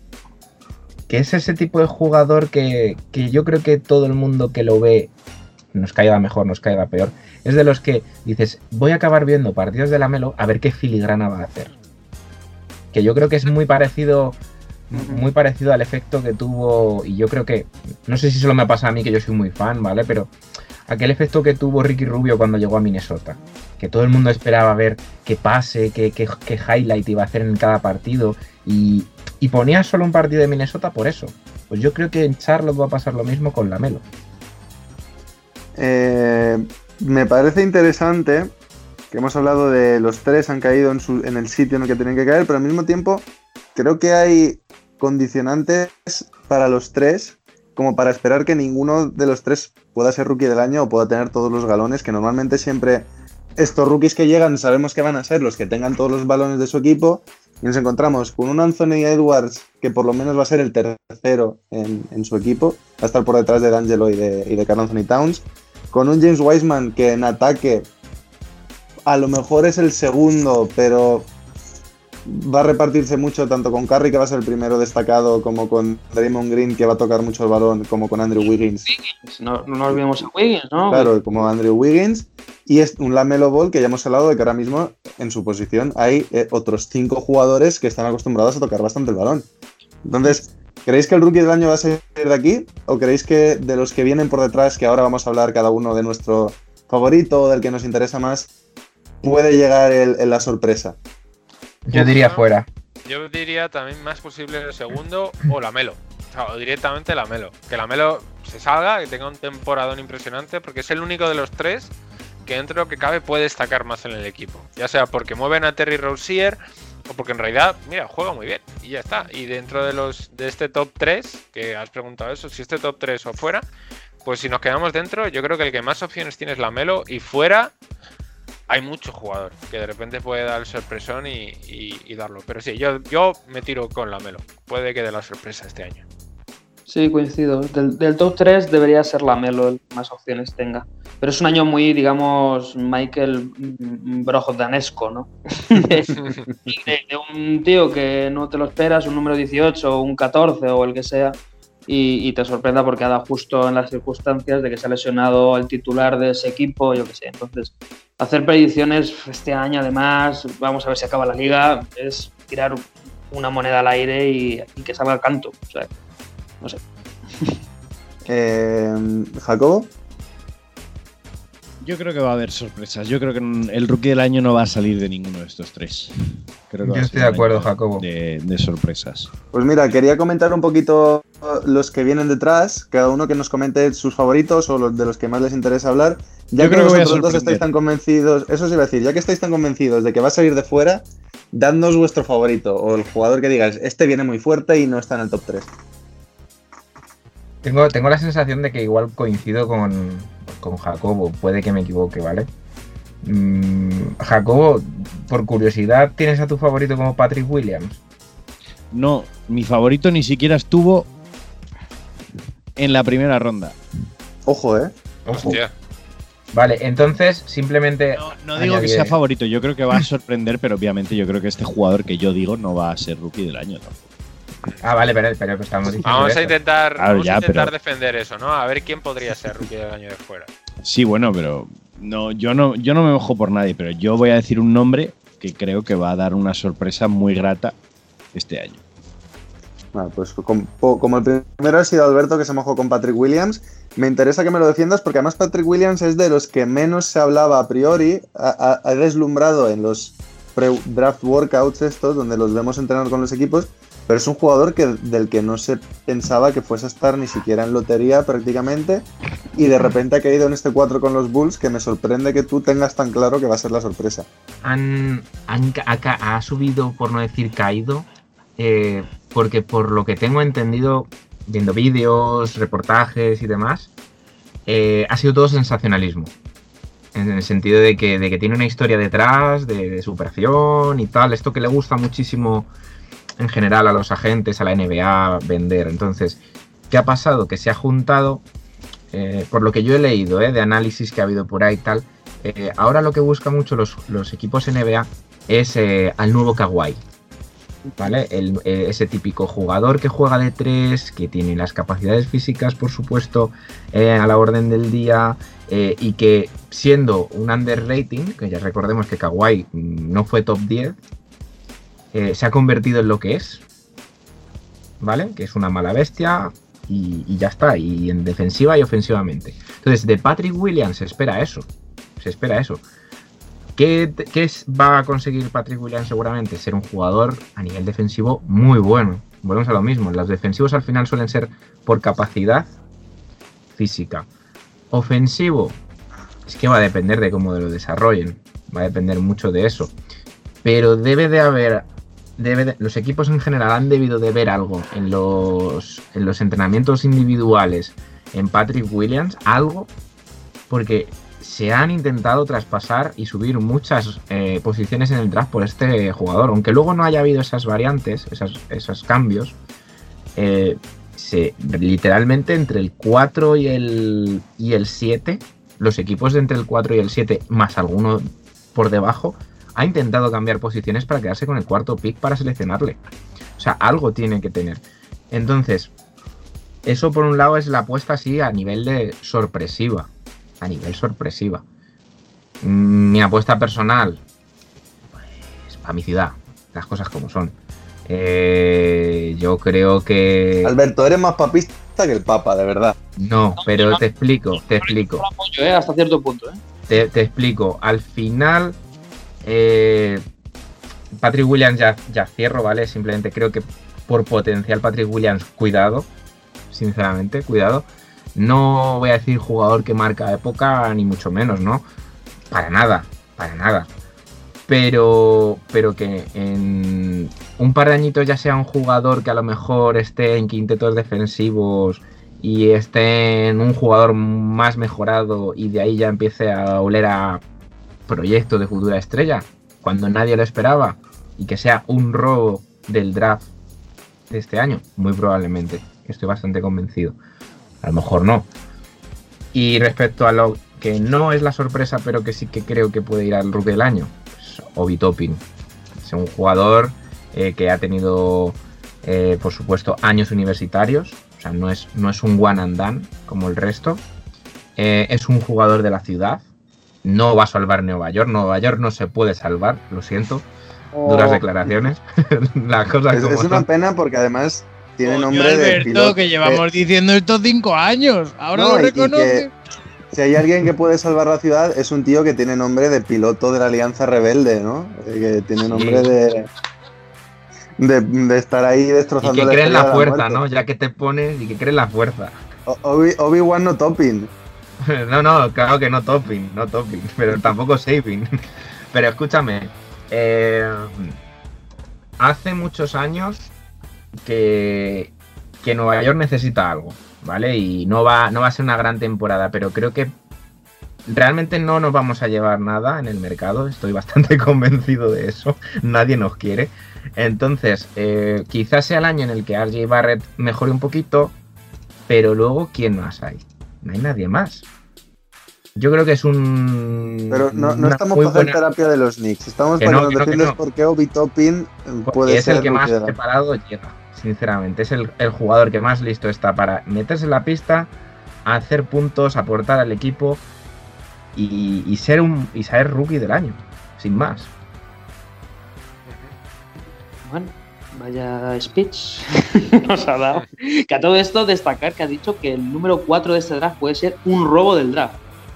que es ese tipo de jugador que, que yo creo que todo el mundo que lo ve, nos caiga mejor, nos caiga peor, es de los que dices, voy a acabar viendo partidos de Lamelo a ver qué filigrana va a hacer. Que yo creo que es muy parecido, muy parecido al efecto que tuvo, y yo creo que, no sé si solo me pasa a mí, que yo soy muy fan, ¿vale? Pero aquel efecto que tuvo Ricky Rubio cuando llegó a Minnesota, que todo el mundo esperaba ver qué pase, qué, qué, qué highlight iba a hacer en cada partido, y, y ponía solo un partido de Minnesota por eso. Pues yo creo que en Charlotte va a pasar lo mismo con Lamelo. Eh, me parece interesante que hemos hablado de los tres han caído en, su, en el sitio en el que tienen que caer, pero al mismo tiempo creo que hay condicionantes para los tres como para esperar que ninguno de los tres pueda ser rookie del año o pueda tener todos los galones, que normalmente siempre estos rookies que llegan sabemos que van a ser los que tengan todos los balones de su equipo, y nos encontramos con un Anthony Edwards que por lo menos va a ser el tercero en, en su equipo, va a estar por detrás de D'Angelo y de, y de Karl Anthony Towns, con un James Wiseman que en ataque a lo mejor es el segundo, pero va a repartirse mucho tanto con Curry, que va a ser el primero destacado, como con Draymond Green, que va a tocar mucho el balón, como con Andrew Wiggins. No, no nos olvidemos a Wiggins, ¿no? Claro, como Andrew Wiggins. Y es un Lamelo Ball que ya hemos hablado de que ahora mismo en su posición hay eh, otros cinco jugadores que están acostumbrados a tocar bastante el balón. Entonces, ¿creéis que el rookie del año va a salir de aquí? ¿O creéis que de los que vienen por detrás, que ahora vamos a hablar cada uno de nuestro favorito o del que nos interesa más, puede llegar el, el la sorpresa? Yo diría fuera. Yo diría también más posible el segundo o Lamelo. O sea, o directamente Lamelo. Que Lamelo se salga, que tenga un temporadón impresionante, porque es el único de los tres que dentro de lo que cabe puede destacar más en el equipo. Ya sea porque mueven a Terry Rozier o porque en realidad, mira, juega muy bien y ya está. Y dentro de los de este top tres, que has preguntado eso, si este top tres o fuera, pues si nos quedamos dentro, yo creo que el que más opciones tiene es Lamelo, y fuera hay mucho jugador que de repente puede dar el sorpresón y, y, y darlo. Pero sí, yo, yo me tiro con Lamelo. Puede que dé la sorpresa este año. Sí, coincido. Del, del top tres debería ser Lamelo el que más opciones tenga. Pero es un año muy, digamos, Michael Brogdanesco, ¿no? de, de, de un tío que no te lo esperas, un número dieciocho, un catorce o el que sea, y, y te sorprenda porque ha dado justo en las circunstancias de que se ha lesionado el titular de ese equipo, yo qué sé. Entonces, hacer predicciones este año, además, vamos a ver si acaba la liga, es tirar una moneda al aire y, y que salga el canto. O sea, no sé. Eh, ¿Jacobo? Yo creo que va a haber sorpresas. Yo creo que el rookie del año no va a salir de ninguno de estos tres. Creo que Yo va a estoy ser de un acuerdo, año Jacobo. De, de sorpresas. Pues mira, quería comentar un poquito los que vienen detrás, cada uno que nos comente sus favoritos o los de los que más les interesa hablar. Ya Yo que creo que voy a vosotros dos sorprender. estáis tan convencidos, eso os iba a decir, ya que estáis tan convencidos de que va a salir de fuera, dadnos vuestro favorito o el jugador que digáis, este viene muy fuerte y no está en el top tres. Tengo, tengo la sensación de que igual coincido con, con Jacobo, puede que me equivoque, ¿vale? Mm, Jacobo, por curiosidad, ¿tienes a tu favorito como Patrick Williams? No, mi favorito ni siquiera estuvo en la primera ronda. Ojo, ¿eh? Hostia. Vale, entonces simplemente... No, no digo que añadiré- sea favorito, yo creo que va a sorprender, pero obviamente yo creo que este jugador que yo digo no va a ser rookie del año tampoco. Ah, vale, pero, pero que estamos diciendo Vamos a eso. intentar, Claro, vamos ya, a intentar pero- defender eso, ¿no? A ver quién podría ser rookie del año de fuera. Sí, bueno, pero no, yo no, yo no me mojo por nadie, pero yo voy a decir un nombre que creo que va a dar una sorpresa muy grata este año. Bueno, pues como, como el primero ha sido Alberto, que se mojó con Patrick Williams, me interesa que me lo defiendas porque además Patrick Williams es de los que menos se hablaba a priori, ha, ha- ha deslumbrado en los pre-draft workouts estos, donde los vemos entrenar con los equipos, pero es un jugador que, del que no se pensaba que fuese a estar ni siquiera en lotería prácticamente, y de repente ha caído en este cuatro con los Bulls, que me sorprende que tú tengas tan claro que va a ser la sorpresa. Han, han ca- ha, ca- ha subido, por no decir caído, eh, porque por lo que tengo entendido, viendo vídeos, reportajes y demás, eh, ha sido todo sensacionalismo. En el sentido de que, de que tiene una historia detrás, de, de superación y tal, esto que le gusta muchísimo en general a los agentes, a la N B A, vender. Entonces, ¿qué ha pasado? Que se ha juntado, eh, por lo que yo he leído, eh, de análisis que ha habido por ahí y tal, eh, ahora lo que buscan mucho los, los equipos N B A es eh, al nuevo Kawhi, ¿vale? El, eh, ese típico jugador que juega de tres, que tiene las capacidades físicas, por supuesto, eh, a la orden del día, eh, y que siendo un underrating, que ya recordemos que Kawhi mm, no fue top diez, eh, se ha convertido en lo que es, ¿vale? Que es una mala bestia y, y ya está, y en defensiva y ofensivamente. Entonces, de Patrick Williams se espera eso, se espera eso. ¿Qué, qué es- va a conseguir Patrick Williams seguramente? Ser un jugador a nivel defensivo muy bueno. Volvemos a lo mismo, los defensivos al final suelen ser por capacidad física. Ofensivo, es que va a depender de cómo lo desarrollen, va a depender mucho de eso. Pero debe de haber, debe de- los equipos en general han debido de ver algo en los, en los entrenamientos individuales en Patrick Williams, algo, porque se han intentado traspasar y subir muchas eh, posiciones en el draft por este jugador. Aunque luego no haya habido esas variantes, esas, esos cambios, eh, se, literalmente entre el cuatro y el, y el siete, los equipos de entre el cuatro y el siete, más alguno por debajo, ha intentado cambiar posiciones para quedarse con el cuarto pick para seleccionarle. O sea, algo tiene que tener. Entonces, eso por un lado es la apuesta así a nivel de sorpresiva. A nivel sorpresiva. Mm, Mi apuesta personal, pues para mi ciudad, las cosas como son. Eh, yo creo que... Alberto, eres más papista que el Papa, de verdad. No, pero te explico, te explico. Yo lo apoyo, ¿eh? Hasta cierto punto, ¿eh? Te, te explico. Al final, eh, Patrick Williams ya, ya cierro, ¿vale? Simplemente creo que por potencial Patrick Williams, cuidado. Sinceramente, cuidado. No voy a decir jugador que marca época, ni mucho menos, ¿no? Para nada, para nada. Pero, pero que en un par de añitos ya sea un jugador que a lo mejor esté en quintetos defensivos y esté en un jugador más mejorado y de ahí ya empiece a oler a proyecto de futura estrella, cuando nadie lo esperaba, y que sea un robo del draft de este año, muy probablemente. Estoy bastante convencido. A lo mejor no. Y respecto a lo que no es la sorpresa, pero que sí que creo que puede ir al rookie del año, pues Obi Toppin. Es un jugador eh, que ha tenido eh, por supuesto, años universitarios, o sea, no es, no es un one and done como el resto. Eh, es un jugador de la ciudad, no va a salvar Nueva York, Nueva York no se puede salvar, lo siento, Oh. duras declaraciones, las cosas Es, como es una son. pena porque además tiene Coño, nombre de Alberto, piloto. que llevamos diciendo estos cinco años. Ahora No, lo y- y reconoce. Si hay alguien que puede salvar la ciudad, es un tío que tiene nombre de piloto de la Alianza Rebelde, ¿no? Eh, Que tiene Sí. nombre de, de. de estar ahí Y destrozando que la cree en estrella la de fuerza, muerte. ¿no? Ya que te pones y que cree en la fuerza. O- Obi- Obi-Wan no topping. No, no, claro que no topping, no topping, pero tampoco saving. Pero escúchame, eh, hace muchos años que, que Nueva York necesita algo, ¿vale? Y no va, no va a ser una gran temporada, pero creo que realmente no nos vamos a llevar nada en el mercado, estoy bastante convencido de eso, nadie nos quiere. Entonces, eh, quizás sea el año en el que R J Barrett mejore un poquito, pero luego, ¿quién más hay? No hay nadie más. Yo creo que es un... Pero no, no una estamos muy para hacer buena- terapia de los Knicks. Estamos Que para no, que no, que decirles no. por qué Obi Toppin porque puede es ser el que rookie más del año. preparado llega, sinceramente. Es el, el jugador que más listo está para meterse en la pista, hacer puntos, aportar al equipo y, y ser un y ser rookie del año, sin más. Bueno, vaya speech nos ha dado. Que a todo esto destacar que ha dicho que el número cuatro de este draft puede ser un robo del draft.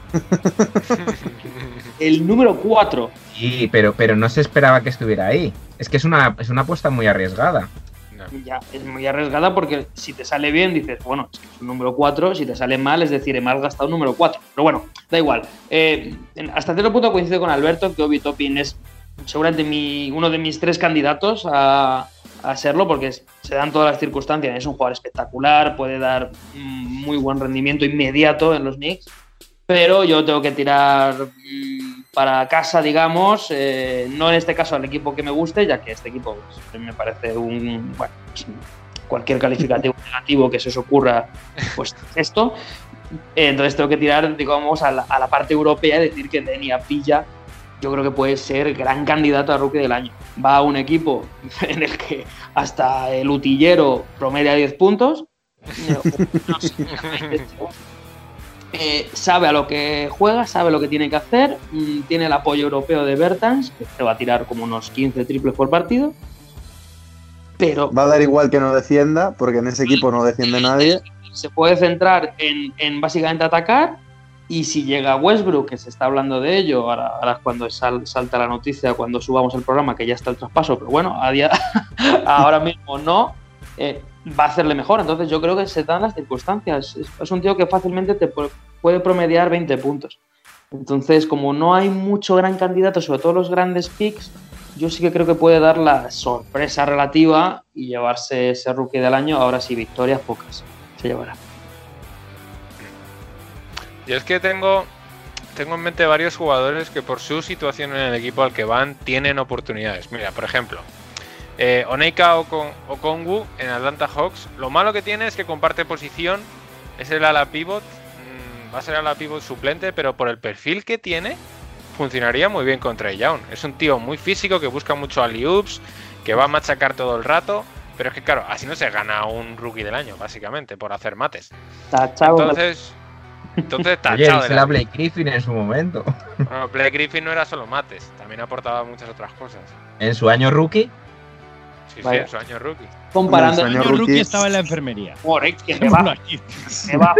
El número cuatro. Sí, pero, pero no se esperaba que estuviera ahí. Es que es una, es una apuesta muy arriesgada. No. Ya, es muy arriesgada porque si te sale bien dices, bueno, es que es un número cuatro, si te sale mal es decir, me has gastado un número cuatro. Pero bueno, da igual. Eh, en- hasta cierto punto coincido con Alberto que Obi Toppin es seguramente mi, uno de mis tres candidatos a, a serlo porque es- se dan todas las circunstancias. Es un jugador espectacular, puede dar mm, muy buen rendimiento inmediato en los Knicks, pero yo tengo que tirar mm, para casa, digamos, eh, no en este caso al equipo que me guste, ya que este equipo pues, me parece un, bueno, pues, cualquier calificativo negativo que se os ocurra, pues esto. Eh, entonces tengo que tirar, digamos, a la, a la parte europea y decir que Deni Avdija yo creo que puede ser gran candidato a rookie del año. Va a un equipo en el que hasta el utillero promedia diez puntos. No sé, eh, sabe a lo que juega, sabe lo que tiene que hacer, mm, tiene el apoyo europeo de Bertans, que te va a tirar como unos quince triples por partido, pero Va a dar igual que no defienda, porque en ese equipo no defiende nadie. se puede centrar en, en básicamente atacar, y si llega Westbrook, que se está hablando de ello, ahora, ahora es cuando sal- salta la noticia, cuando subamos el programa, que ya está el traspaso, pero bueno, a día, ahora mismo no, eh, va a hacerle mejor. Entonces yo creo que se dan las circunstancias. Es, es un tío que fácilmente te pu- puede promediar veinte puntos. Entonces, como no hay mucho gran candidato, sobre todo los grandes picks, yo sí que creo que puede dar la sorpresa relativa y llevarse ese rookie del año. Ahora sí, victorias pocas se llevará. Yo es que tengo, tengo en mente varios jugadores que por su situación en el equipo al que van tienen oportunidades. Mira, por ejemplo, eh, Onyeka Okon- Okongwu en Atlanta Hawks. Lo malo que tiene es que comparte posición, es el ala pivot, mmm, va a ser ala pivot suplente, pero por el perfil que tiene funcionaría muy bien contra Trae Young. Es un tío muy físico que busca mucho alley-oops, que va a machacar todo el rato, pero es que claro, así no se gana un rookie del año, básicamente, por hacer mates. Tachado. Entonces... Entonces, Oye, tachado de se la la Blake Griffin en su momento. Bueno, Blake Griffin no era solo mates, también aportaba muchas otras cosas. En su año rookie, Sí, sí, Vaya. en su año rookie. Comparando. Hombre, El Año año rookie rookie. estaba en la enfermería. Joder, que me Dejémoslo va, aquí. me va.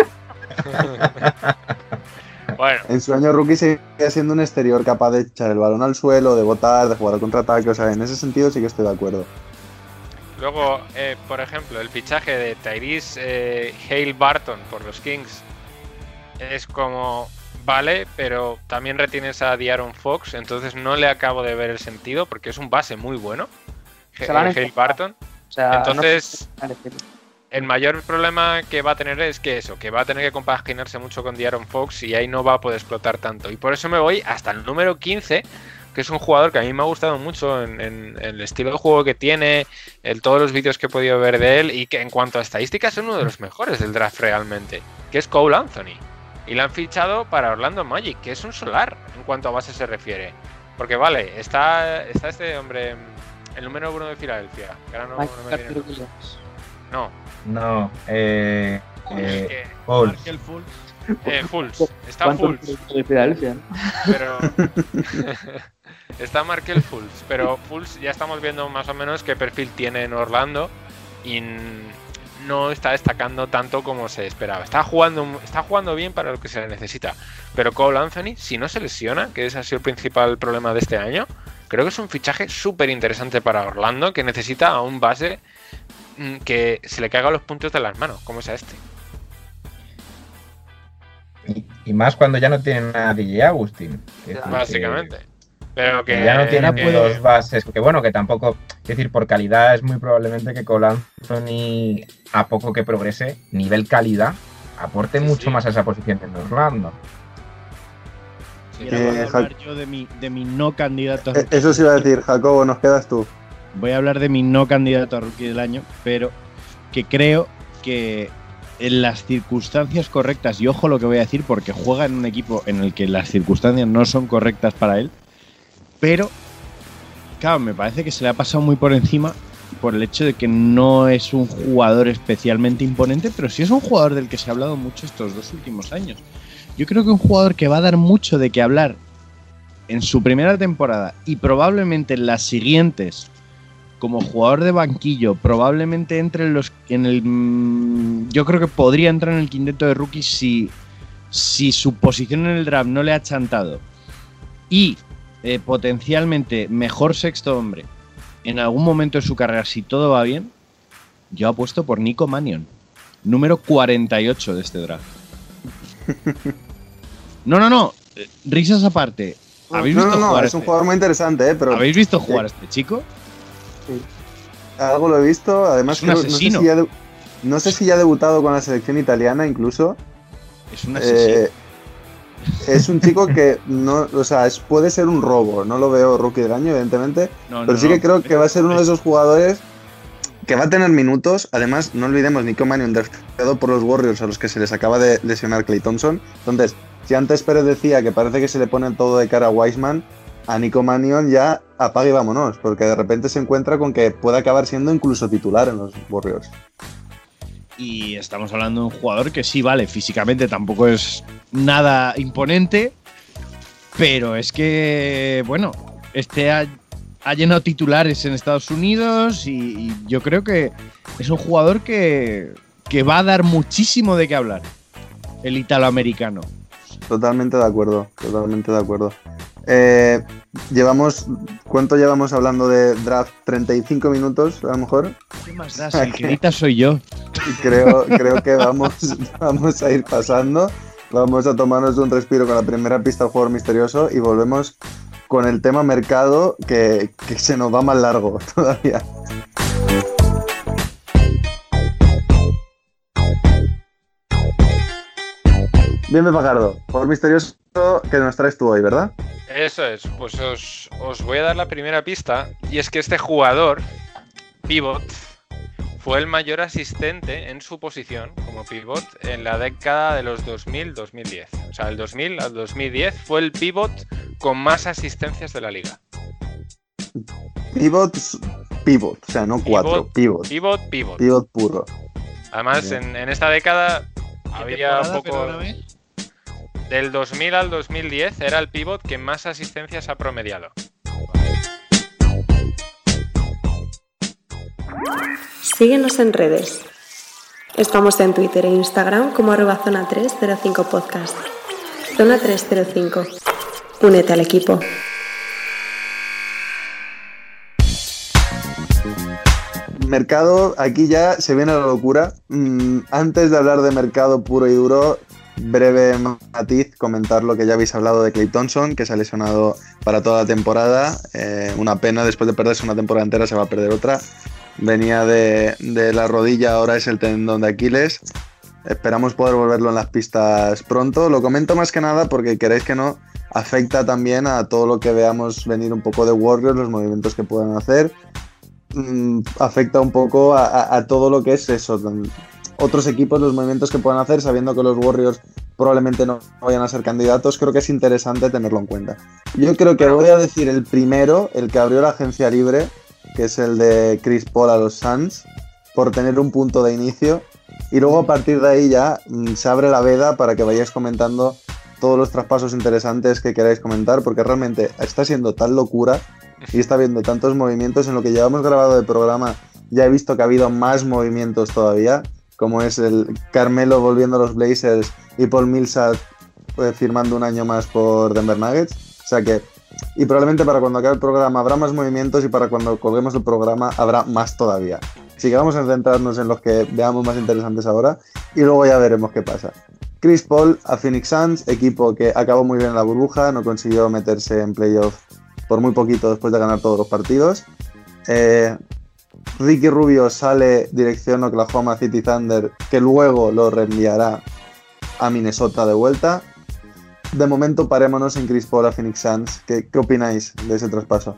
Bueno, En su año rookie seguía siendo un exterior capaz de echar el balón al suelo, de botar, de jugar al contraataque. O sea, en ese sentido sí que estoy de acuerdo. luego, eh, por ejemplo, el fichaje de Tyrese eh, Hale Barton por los Kings es como, vale, pero también retienes a De'Aaron Fox, entonces no le acabo de ver el sentido porque es un base muy bueno, Se la han eh, Hale escapado. Barton. O sea, Entonces, no sé qué decirlo. el mayor problema que va a tener es que eso, que va a tener que compaginarse mucho con De'Aaron Fox y ahí no va a poder explotar tanto. Y por eso me voy hasta el número quince, que es un jugador que a mí me ha gustado mucho en, en- en el estilo de juego que tiene, en todos los vídeos que he podido ver de él, y que en cuanto a estadísticas es uno de los mejores del draft realmente, que es Cole Anthony. Y lo han fichado para Orlando Magic, que es un solar en cuanto a base se refiere. Porque vale, está, está este hombre el número uno de Filadelfia. Que ahora no, Mike no me viene el nombre. Williams. No, No, eh. el eh que- Foles. Markel Fultz. eh, Fultz. Está ¿Cuántos Fultz, minutos de Filadelfia? pero. Está Markel Fultz, pero Fultz ya estamos viendo más o menos qué perfil tiene en Orlando y n- no está destacando tanto como se esperaba. Está jugando, está jugando bien para lo que se le necesita, pero Cole Anthony, si no se lesiona, que ese ha sido el principal problema de este año, creo que es un fichaje súper interesante para Orlando, que necesita a un base mm, que se le caigan los puntos de las manos, como es a este. Y, y más cuando ya no tienen a D J Agustín. que- que- Básicamente. Pero que Que ya no tienen que- dos bases, que bueno, que tampoco, es decir, por calidad es muy probablemente que Cole Anthony, a poco que progrese, nivel calidad, aporte Sí, mucho sí. más a esa posición en Orlando. Y Eh, ahora voy a Ja- hablar yo de mi, de mi no candidato a Eh, rookie. Eso sí iba a decir, Jacobo, nos quedas tú. Voy a hablar de mi no candidato a rookie del año, pero que creo que en las circunstancias correctas, y ojo lo que voy a decir porque juega en un equipo en el que las circunstancias no son correctas para él, pero claro, me parece que se le ha pasado muy por encima por el hecho de que no es un jugador especialmente imponente, pero sí es un jugador del que se ha hablado mucho estos dos últimos años. Yo creo que un jugador que va a dar mucho de qué hablar en su primera temporada y probablemente en las siguientes como jugador de banquillo, probablemente entre en los en el mm, yo creo que podría entrar en el quinteto de rookies si si su posición en el draft no le ha chantado y eh, potencialmente mejor sexto hombre en algún momento de su carrera si todo va bien. Yo apuesto por Nico Mannion, número cuarenta y ocho de este draft. No, no, no, eh, risas aparte. ¿Habéis no, visto no, no, jugar es un este? jugador muy interesante, ¿eh? Pero ¿Habéis visto jugar a este chico? algo lo he visto. Además, Es un creo- no, sé asesino. si ya de- no sé si ya ha debutado con la selección italiana incluso. Es un asesino. Eh, es un chico que no, o sea, es- puede ser un robo. No lo veo rookie del año, evidentemente. No, Pero no, sí que no. creo que va a ser uno de esos jugadores que va a tener minutos. Además, no olvidemos Nico Mannion drafteado por los Warriors a los que se les acaba de lesionar Klay Thompson. Entonces, si antes Pérez decía que parece que se le pone todo de cara a Wiseman, a Nico Mannion ya apague y vámonos, porque de repente se encuentra con que puede acabar siendo incluso titular en los Warriors. Y estamos hablando de un jugador que sí, vale, físicamente tampoco es nada imponente, pero es que, bueno, este ha, ha llenado titulares en Estados Unidos y, y yo creo que es un jugador que, que va a dar muchísimo de qué hablar, el italoamericano. Totalmente de acuerdo, totalmente de acuerdo. Eh, llevamos, ¿cuánto llevamos hablando de draft? ¿treinta y cinco minutos a lo mejor? ¿Qué más da? Si el que grita soy yo. Creo, creo que vamos, vamos a ir pasando. Vamos a tomarnos un respiro con la primera pista del jugador misterioso y volvemos con el tema mercado que, que se nos va más largo todavía. Bien, Fajardo, jugador misterioso que nos traes tú hoy, ¿verdad? Eso es, pues os, os voy a dar la primera pista, y es que este jugador, pivot, fue el mayor asistente en su posición como pivot en la década de los dos mil dos mil diez. O sea, el dos mil al dos mil diez fue el pivot con más asistencias de la liga. Pivot, pivot, o sea, no cuatro, pivot. Pivot, pivot. Pivot puro. Además, Bien. en, en esta década había temporada, poco... perdóname? Del dos mil al dos mil diez era el pivot que más asistencias ha promediado. Síguenos en redes. Estamos en Twitter e Instagram como arroba zona trescientos cinco podcast. Zona trescientos cinco. Únete al equipo. Mercado, aquí ya se viene la locura. Mm, antes de hablar de mercado puro y duro, breve matiz, comentar lo que ya habéis hablado de Klay Thompson, que se ha lesionado para toda la temporada. Eh, una pena, después de perderse una temporada entera se va a perder otra. Venía de, de la rodilla, ahora es el tendón de Aquiles. Esperamos poder volverlo en las pistas pronto. Lo comento más que nada porque, queréis que no, afecta también a todo lo que veamos venir un poco de Warriors, los movimientos que puedan hacer. Mm, afecta un poco a, a, a todo lo que es eso. Otros equipos, los movimientos que puedan hacer, sabiendo que los Warriors probablemente no vayan a ser candidatos, creo que es interesante tenerlo en cuenta. Yo creo que voy a decir el primero, el que abrió la agencia libre, que es el de Chris Paul a los Suns, por tener un punto de inicio. Y luego a partir de ahí ya mmm, se abre la veda para que vayáis comentando todos los traspasos interesantes que queráis comentar, porque realmente está siendo tan locura y está habiendo tantos movimientos. En lo que llevamos grabado de programa ya he visto que ha habido más movimientos todavía, como es el Carmelo volviendo a los Blazers y Paul Millsap eh, firmando un año más por Denver Nuggets. O sea que, y probablemente para cuando acabe el programa habrá más movimientos y para cuando colguemos el programa habrá más todavía. Así que vamos a centrarnos en los que veamos más interesantes ahora y luego ya veremos qué pasa. Chris Paul a Phoenix Suns, equipo que acabó muy bien en la burbuja, no consiguió meterse en playoff por muy poquito después de ganar todos los partidos. Eh, Ricky Rubio sale dirección Oklahoma City Thunder, que luego lo reenviará a Minnesota de vuelta. De momento parémonos en Chris Paul a Phoenix Suns. ¿Qué, qué opináis de ese traspaso?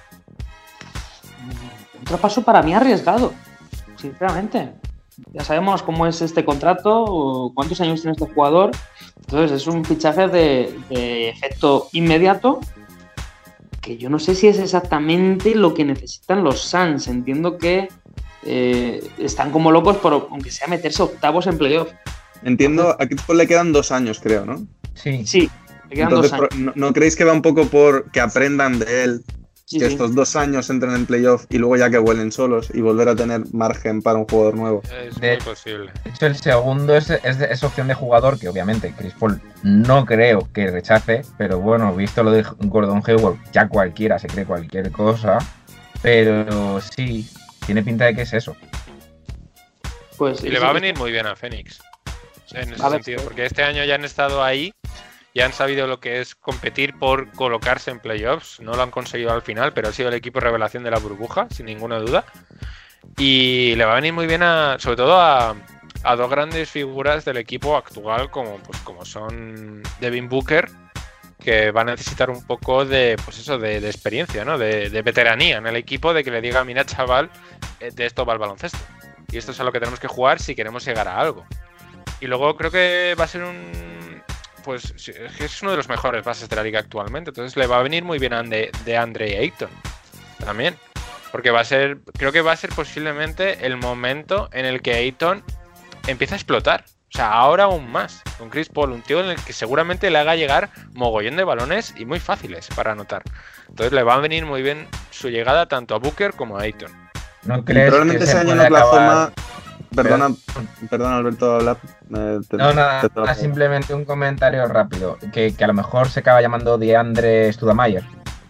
Un traspaso para mí arriesgado, sinceramente. Ya sabemos cómo es este contrato, cuántos años tiene este jugador. Entonces es un fichaje de, de efecto inmediato, que yo no sé si es exactamente lo que necesitan los Suns. Entiendo que eh, están como locos por, aunque sea, meterse octavos en playoff. Entiendo, a Chris Paul le quedan dos años, creo, ¿no? Sí. Sí, le quedan Entonces, dos años. ¿no, ¿no creéis que va un poco por que aprendan de él? Sí, que sí. estos dos años entren en playoff y luego ya que vuelen solos y volver a tener margen para un jugador nuevo. Es De- muy posible. De hecho, el segundo es, es, es opción de jugador que obviamente Chris Paul no creo que rechace, pero bueno, visto lo de Gordon Hayward, ya cualquiera se cree cualquier cosa, pero sí, tiene pinta de que es eso. Pues, Y le va a venir muy bien a Phoenix. O sea, en ese A ver, sentido, sí. porque este año ya han estado ahí, ya han sabido lo que es competir por colocarse en playoffs. No lo han conseguido al final, pero ha sido el equipo revelación de la burbuja, sin ninguna duda. Y le va a venir muy bien a, sobre todo a, a dos grandes figuras del equipo actual, como, pues, como son Devin Booker, que va a necesitar un poco de, pues eso, de, de experiencia, ¿no? De, de veteranía en el equipo, de que le diga, mira, chaval, eh, de esto va el baloncesto. Y esto es a lo que tenemos que jugar si queremos llegar a algo. Y luego creo que va a ser un... Pues sí, es uno de los mejores bases de la liga actualmente. Entonces le va a venir muy bien a de, de Andre Ayton también. Porque va a ser... Creo que va a ser posiblemente el momento en el que Ayton empieza a explotar. O sea, ahora aún más. Con Chris Paul, un tío en el que seguramente le haga llegar mogollón de balones y muy fáciles para anotar. Entonces le va a venir muy bien su llegada tanto a Booker como a Ayton. ¿No crees Probablemente que ese se año en puede Oklahoma... acabar? Perdona, perdona Alberto, habla. Eh, te- No, nada, te- te- nada, simplemente un comentario rápido, que, que a lo mejor se acaba llamando DeAndre Studamayer.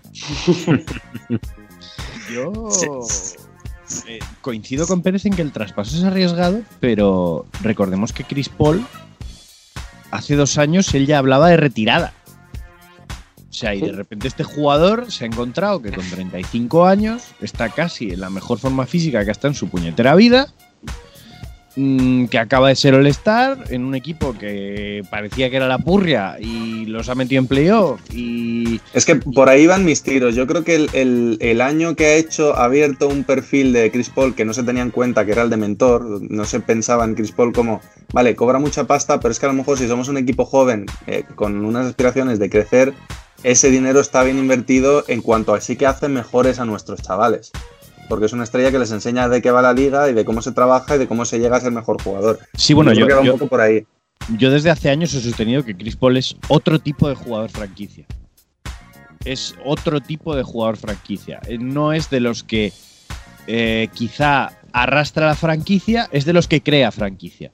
Yo eh, coincido con Pérez en que el traspaso es arriesgado, pero recordemos que Chris Paul hace dos años él ya hablaba de retirada. O sea, y de repente este jugador se ha encontrado que con treinta y cinco años está casi en la mejor forma física que está en su puñetera vida, mmm, que acaba de ser All-Star en un equipo que parecía que era la purria y los ha metido en playoff y... Es que por ahí van mis tiros. Yo creo que el, el, el año que ha hecho ha abierto un perfil de Chris Paul que no se tenía en cuenta, que era el de mentor. No se pensaba en Chris Paul como, vale, cobra mucha pasta, pero es que a lo mejor si somos un equipo joven eh, con unas aspiraciones de crecer, ese dinero está bien invertido en cuanto a sí que hace mejores a nuestros chavales. Porque es una estrella que les enseña de qué va la liga y de cómo se trabaja y de cómo se llega a ser mejor jugador. Sí, bueno, yo, yo, creo que va yo- un poco por ahí. Yo desde hace años he sostenido que Chris Paul es otro tipo de jugador franquicia. Es otro tipo de jugador franquicia. Eh, No es de los que eh, quizá arrastra la franquicia, es de los que crea franquicia.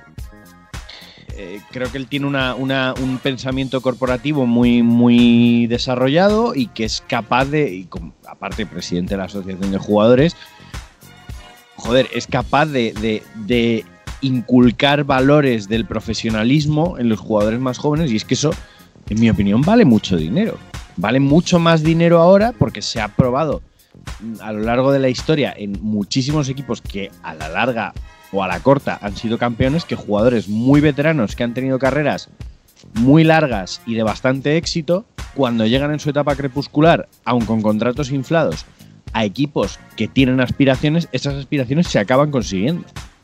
Eh, creo que él tiene una, una- un pensamiento corporativo muy, muy desarrollado y que es capaz de, y como, aparte presidente de la Asociación de Jugadores, joder, es capaz de, de- de inculcar valores del profesionalismo en los jugadores más jóvenes, y es que eso, en mi opinión, vale mucho dinero. Vale mucho más dinero ahora porque se ha probado a lo largo de la historia en muchísimos equipos que a la larga o a la corta han sido campeones, que jugadores muy veteranos que han tenido carreras muy largas y de bastante éxito, cuando llegan en su etapa crepuscular, aun con contratos inflados, a equipos que tienen aspiraciones, esas aspiraciones se acaban consiguiendo.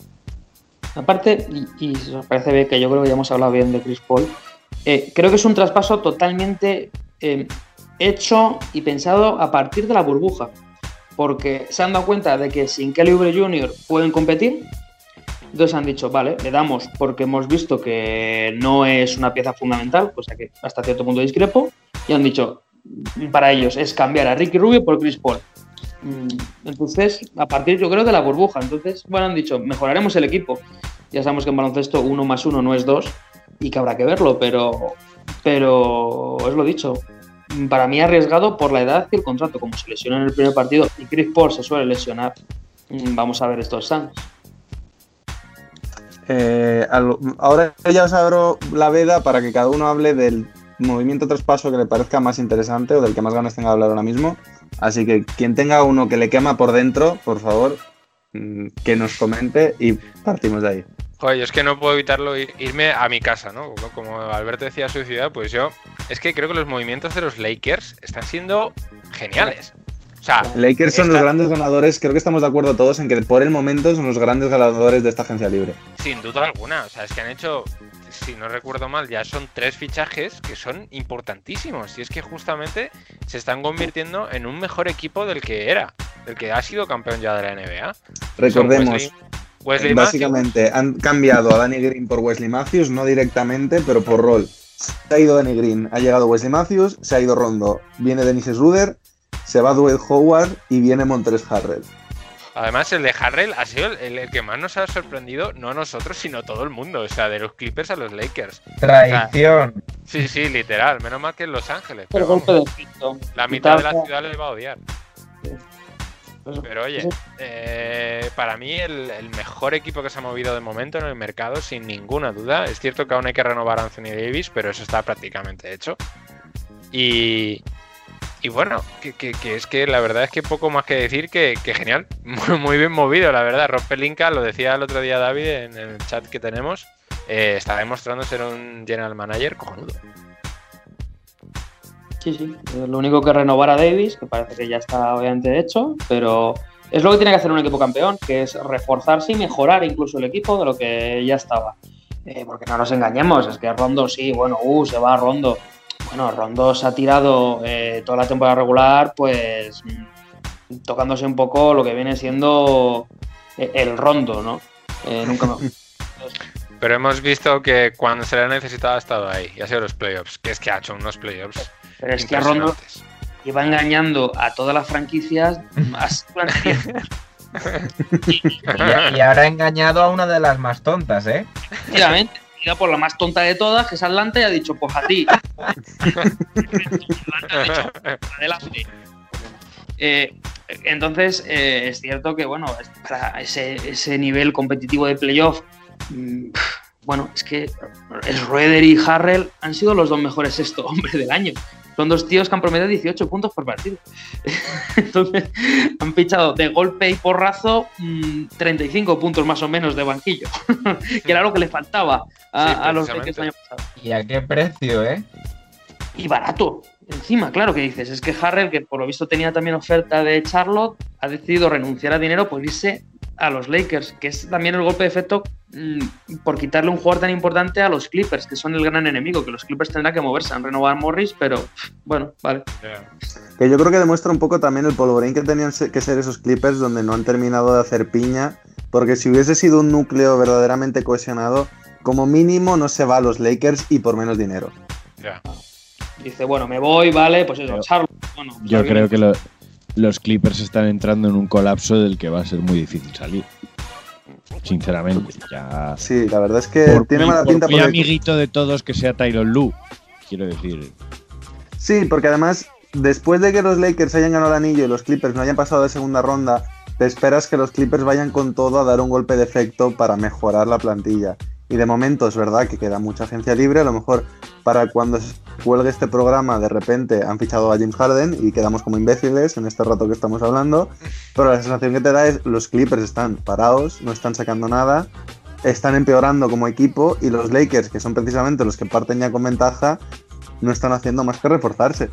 Aparte, y, y si os parece bien, que yo creo que ya hemos hablado bien de Chris Paul, eh, creo que es un traspaso totalmente eh, hecho y pensado a partir de la burbuja. porque se han dado cuenta de que sin Kelly Oubre junior pueden competir. Entonces han dicho, vale, le damos porque hemos visto que no es una pieza fundamental, cosa que hasta cierto punto discrepo, y han dicho, para ellos es cambiar a Ricky Rubio por Chris Paul. Entonces, a partir yo creo de la burbuja, entonces, bueno, han dicho, mejoraremos el equipo. Ya sabemos que en baloncesto uno más uno no es dos y que habrá que verlo, pero, pero os lo dicho, para mí arriesgado por la edad y el contrato, como se lesionó en el primer partido y Chris Paul se suele lesionar, vamos a ver estos Suns. Eh, al, ahora ya os abro la veda para que cada uno hable del movimiento traspaso que le parezca más interesante o del que más ganas tenga de hablar ahora mismo. Así que quien tenga uno que le quema por dentro, por favor, que nos comente y partimos de ahí. Joder, yo es que no puedo evitarlo ir, irme a mi casa, ¿no? Como, como Alberto decía su ciudad, pues yo es que creo que los movimientos de los Lakers están siendo geniales. O sea, Lakers son esta... los grandes ganadores, creo que estamos de acuerdo todos en que por el momento son los grandes ganadores de esta agencia libre. Sin duda alguna, o sea, es que han hecho, si no recuerdo mal, ya son tres fichajes que son importantísimos y es que justamente se están convirtiendo en un mejor equipo del que era, del que ha sido campeón ya de la N B A. Recordemos, Wesley, Wesley básicamente Matthews. Han cambiado a Danny Green por Wesley Matthews, no directamente, pero por rol. Se ha ido Danny Green, ha llegado Wesley Matthews, se ha ido Rondo, viene Dennis Schroeder, se va Dwight Howard y viene Montrezl Harrell. Además, el de Harrell ha sido el, el que más nos ha sorprendido, no a nosotros, sino a todo el mundo. O sea, de los Clippers a los Lakers. Traición. O sea, sí, sí, literal. Menos mal que en Los Ángeles. Pero golpe de pito. La mitad de la ciudad le va a odiar. Pero oye, eh, para mí el, el mejor equipo que se ha movido de momento en el mercado, sin ninguna duda. Es cierto que aún hay que renovar a Anthony Davis, pero eso está prácticamente hecho. Y... Y bueno, que, que, que es que la verdad es que poco más que decir que, que genial, muy, muy bien movido, la verdad. Rob Pelinka, lo decía el otro día David en el chat que tenemos, eh, está demostrando ser un general manager cojonudo. Sí, sí, lo único que renovar a Davis, que parece que ya está obviamente hecho, pero es lo que tiene que hacer un equipo campeón, que es reforzarse y mejorar incluso el equipo de lo que ya estaba. Eh, porque no nos engañemos, es que Rondo sí, bueno, uh, se va a Rondo. Bueno, Rondo se ha tirado eh, toda la temporada regular, pues tocándose un poco lo que viene siendo el Rondo, ¿no? Eh, nunca me... Pero hemos visto que cuando se le ha necesitado ha estado ahí, y ha sido los playoffs, que es que ha hecho unos playoffs. Pero es que Rondo iba engañando a todas las franquicias más y, y, y ahora ha engañado a una de las más tontas, ¿eh? Efectivamente. Por la más tonta de todas, que es Atlanta, y ha dicho, pues a ti. Adelante. Eh, entonces, eh, es cierto que, bueno, para ese, ese nivel competitivo de playoff, mmm, bueno, es que Schroeder y Harrell han sido los dos mejores sexto hombres del año. Son dos tíos que han promediado dieciocho puntos por partido. Entonces, han fichado de golpe y porrazo mmm, treinta y cinco puntos más o menos de banquillo, que era lo que le faltaba a, sí, a los Lakers el año pasado. ¿Y a qué precio, eh? Y barato, encima, claro que dices. Es que Harrell, que por lo visto tenía también oferta de Charlotte, ha decidido renunciar a dinero por irse a los Lakers, que es también el golpe de efecto mmm, por quitarle un jugador tan importante a los Clippers, que son el gran enemigo, que los Clippers tendrán que moverse, han renovado a Morris, pero bueno, vale. Yeah. Que yo creo que demuestra un poco también el polvorín que tenían que ser esos Clippers, donde no han terminado de hacer piña, porque si hubiese sido un núcleo verdaderamente cohesionado, como mínimo no se va a los Lakers y por menos dinero. Yeah. Dice, bueno, me voy, vale, pues eso, Charlotte. Bueno, yo creo que lo... Los Clippers están entrando en un colapso del que va a ser muy difícil salir. Sinceramente, ya. Sí, la verdad es que por tiene muy, mala pinta. Por muy amiguito de todos que sea Tyronn Lue, quiero decir. Sí, porque además, después de que los Lakers hayan ganado el anillo y los Clippers no hayan pasado de segunda ronda, te esperas que los Clippers vayan con todo a dar un golpe de efecto para mejorar la plantilla. Y de momento es verdad que queda mucha agencia libre, a lo mejor para cuando se cuelgue este programa de repente han fichado a James Harden y quedamos como imbéciles en este rato que estamos hablando, pero la sensación que te da es los Clippers están parados, no están sacando nada, están empeorando como equipo y los Lakers, que son precisamente los que parten ya con ventaja, no están haciendo más que reforzarse.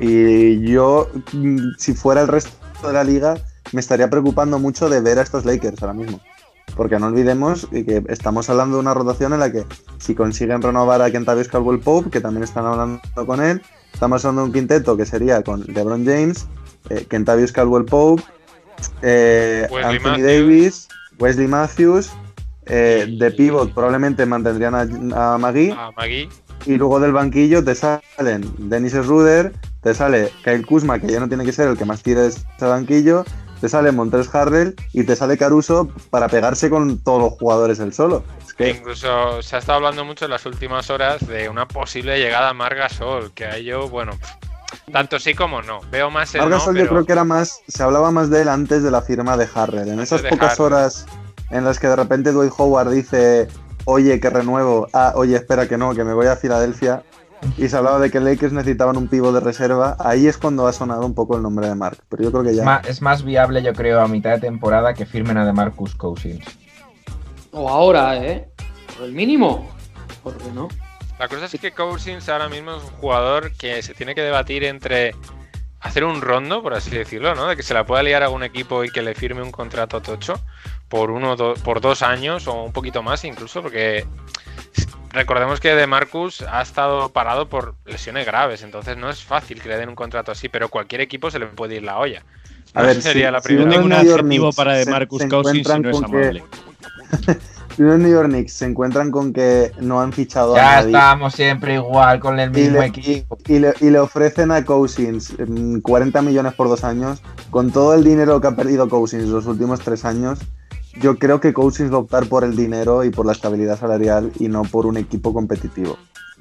Y yo, si fuera el resto de la liga, me estaría preocupando mucho de ver a estos Lakers ahora mismo. Porque no olvidemos que estamos hablando de una rotación en la que si consiguen renovar a Kentavious Caldwell-Pope, que también están hablando con él, estamos hablando de un quinteto que sería con LeBron James, eh, Kentavious Caldwell-Pope, eh, Wesley Anthony Matthews. Davis, Wesley Matthews, eh, de pivot probablemente mantendrían a, a Magui, A Magui. y luego del banquillo te salen Dennis Schroeder, te sale Kyle Kuzma, que ya no tiene que ser el que más tire de ese banquillo, te sale Montrezl Harrell y te sale Caruso para pegarse con todos los jugadores él solo. Es Que que incluso se ha estado hablando mucho en las últimas horas de una posible llegada a Marc Gasol, que a ello, bueno, tanto sí como no. Veo más el Marc no, Gasol pero yo creo que era más, se hablaba más de él antes de la firma de Harrell. En Antes esas de pocas Harrell. horas en las que de repente Dwight Howard dice, oye, que renuevo, ah, oye, espera que no, que me voy a Filadelfia, y se hablaba de que Lakers necesitaban un pívot de reserva, ahí es cuando ha sonado un poco el nombre de Marc, pero yo creo que Es ya... más, es más viable, yo creo, a mitad de temporada que firmen a DeMarcus Cousins. O ahora, ¿eh? Por el mínimo. ¿Por qué no? la cosa es que Cousins ahora mismo es un jugador que se tiene que debatir entre hacer un rondo, por así decirlo, ¿no? De que se la pueda liar a algún equipo y que le firme un contrato tocho por uno, do, por dos años o un poquito más incluso, porque recordemos que DeMarcus ha estado parado por lesiones graves, entonces no es fácil que le den un contrato así, pero cualquier equipo se le puede ir la olla. A No ver, sería si- la si primera. uno Tengo un New York adjetivo Knicks para se- DeMarcus se Cousins y encuentran no es con que- amable. Si los New York Knicks se encuentran con que no han fichado a Ya nadie estábamos siempre igual con el y mismo le, y, equipo. y le, y le ofrecen a Cousins mm, cuarenta millones por dos años, con todo el dinero que ha perdido Cousins los últimos tres años, yo creo que Cousins va a optar por el dinero y por la estabilidad salarial y no por un equipo competitivo.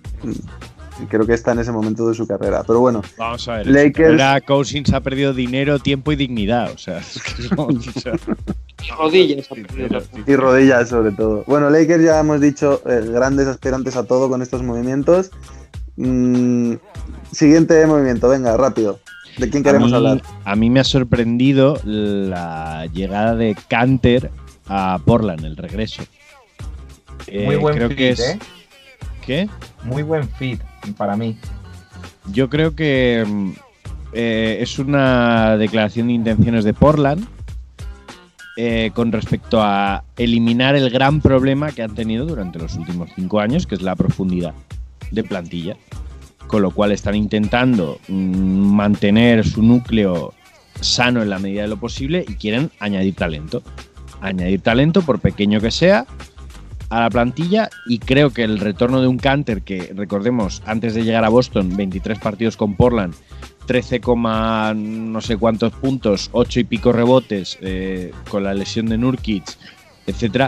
Mm, Creo que está en ese momento de su carrera. Pero bueno, Vamos a ver. Lakers- Ahora Cousins ha perdido dinero, tiempo y dignidad. O sea, es que no, o sea, Y rodillas. ha perdido. y rodillas sobre todo. Bueno, Lakers ya hemos dicho, eh, grandes aspirantes a todo con estos movimientos. Mm, siguiente movimiento, venga, rápido. ¿De quién queremos a mí, hablar? A mí me ha sorprendido la llegada de Canter a Portland, el regreso. Eh, Muy buen creo fit, que es, ¿eh? ¿Qué? Muy buen fit para mí. Yo creo que mm, eh, es una declaración de intenciones de Portland eh, con respecto a eliminar el gran problema que han tenido durante los últimos cinco años, que es la profundidad de plantilla. Con lo cual están intentando mm, mantener su núcleo sano en la medida de lo posible y quieren añadir talento. Añadir talento, por pequeño que sea, a la plantilla, y creo que el retorno de un Canter que, recordemos, antes de llegar a Boston, veintitrés partidos con Portland, trece, no sé cuántos puntos, ocho y pico rebotes, eh, con la lesión de Nurkic, etcétera.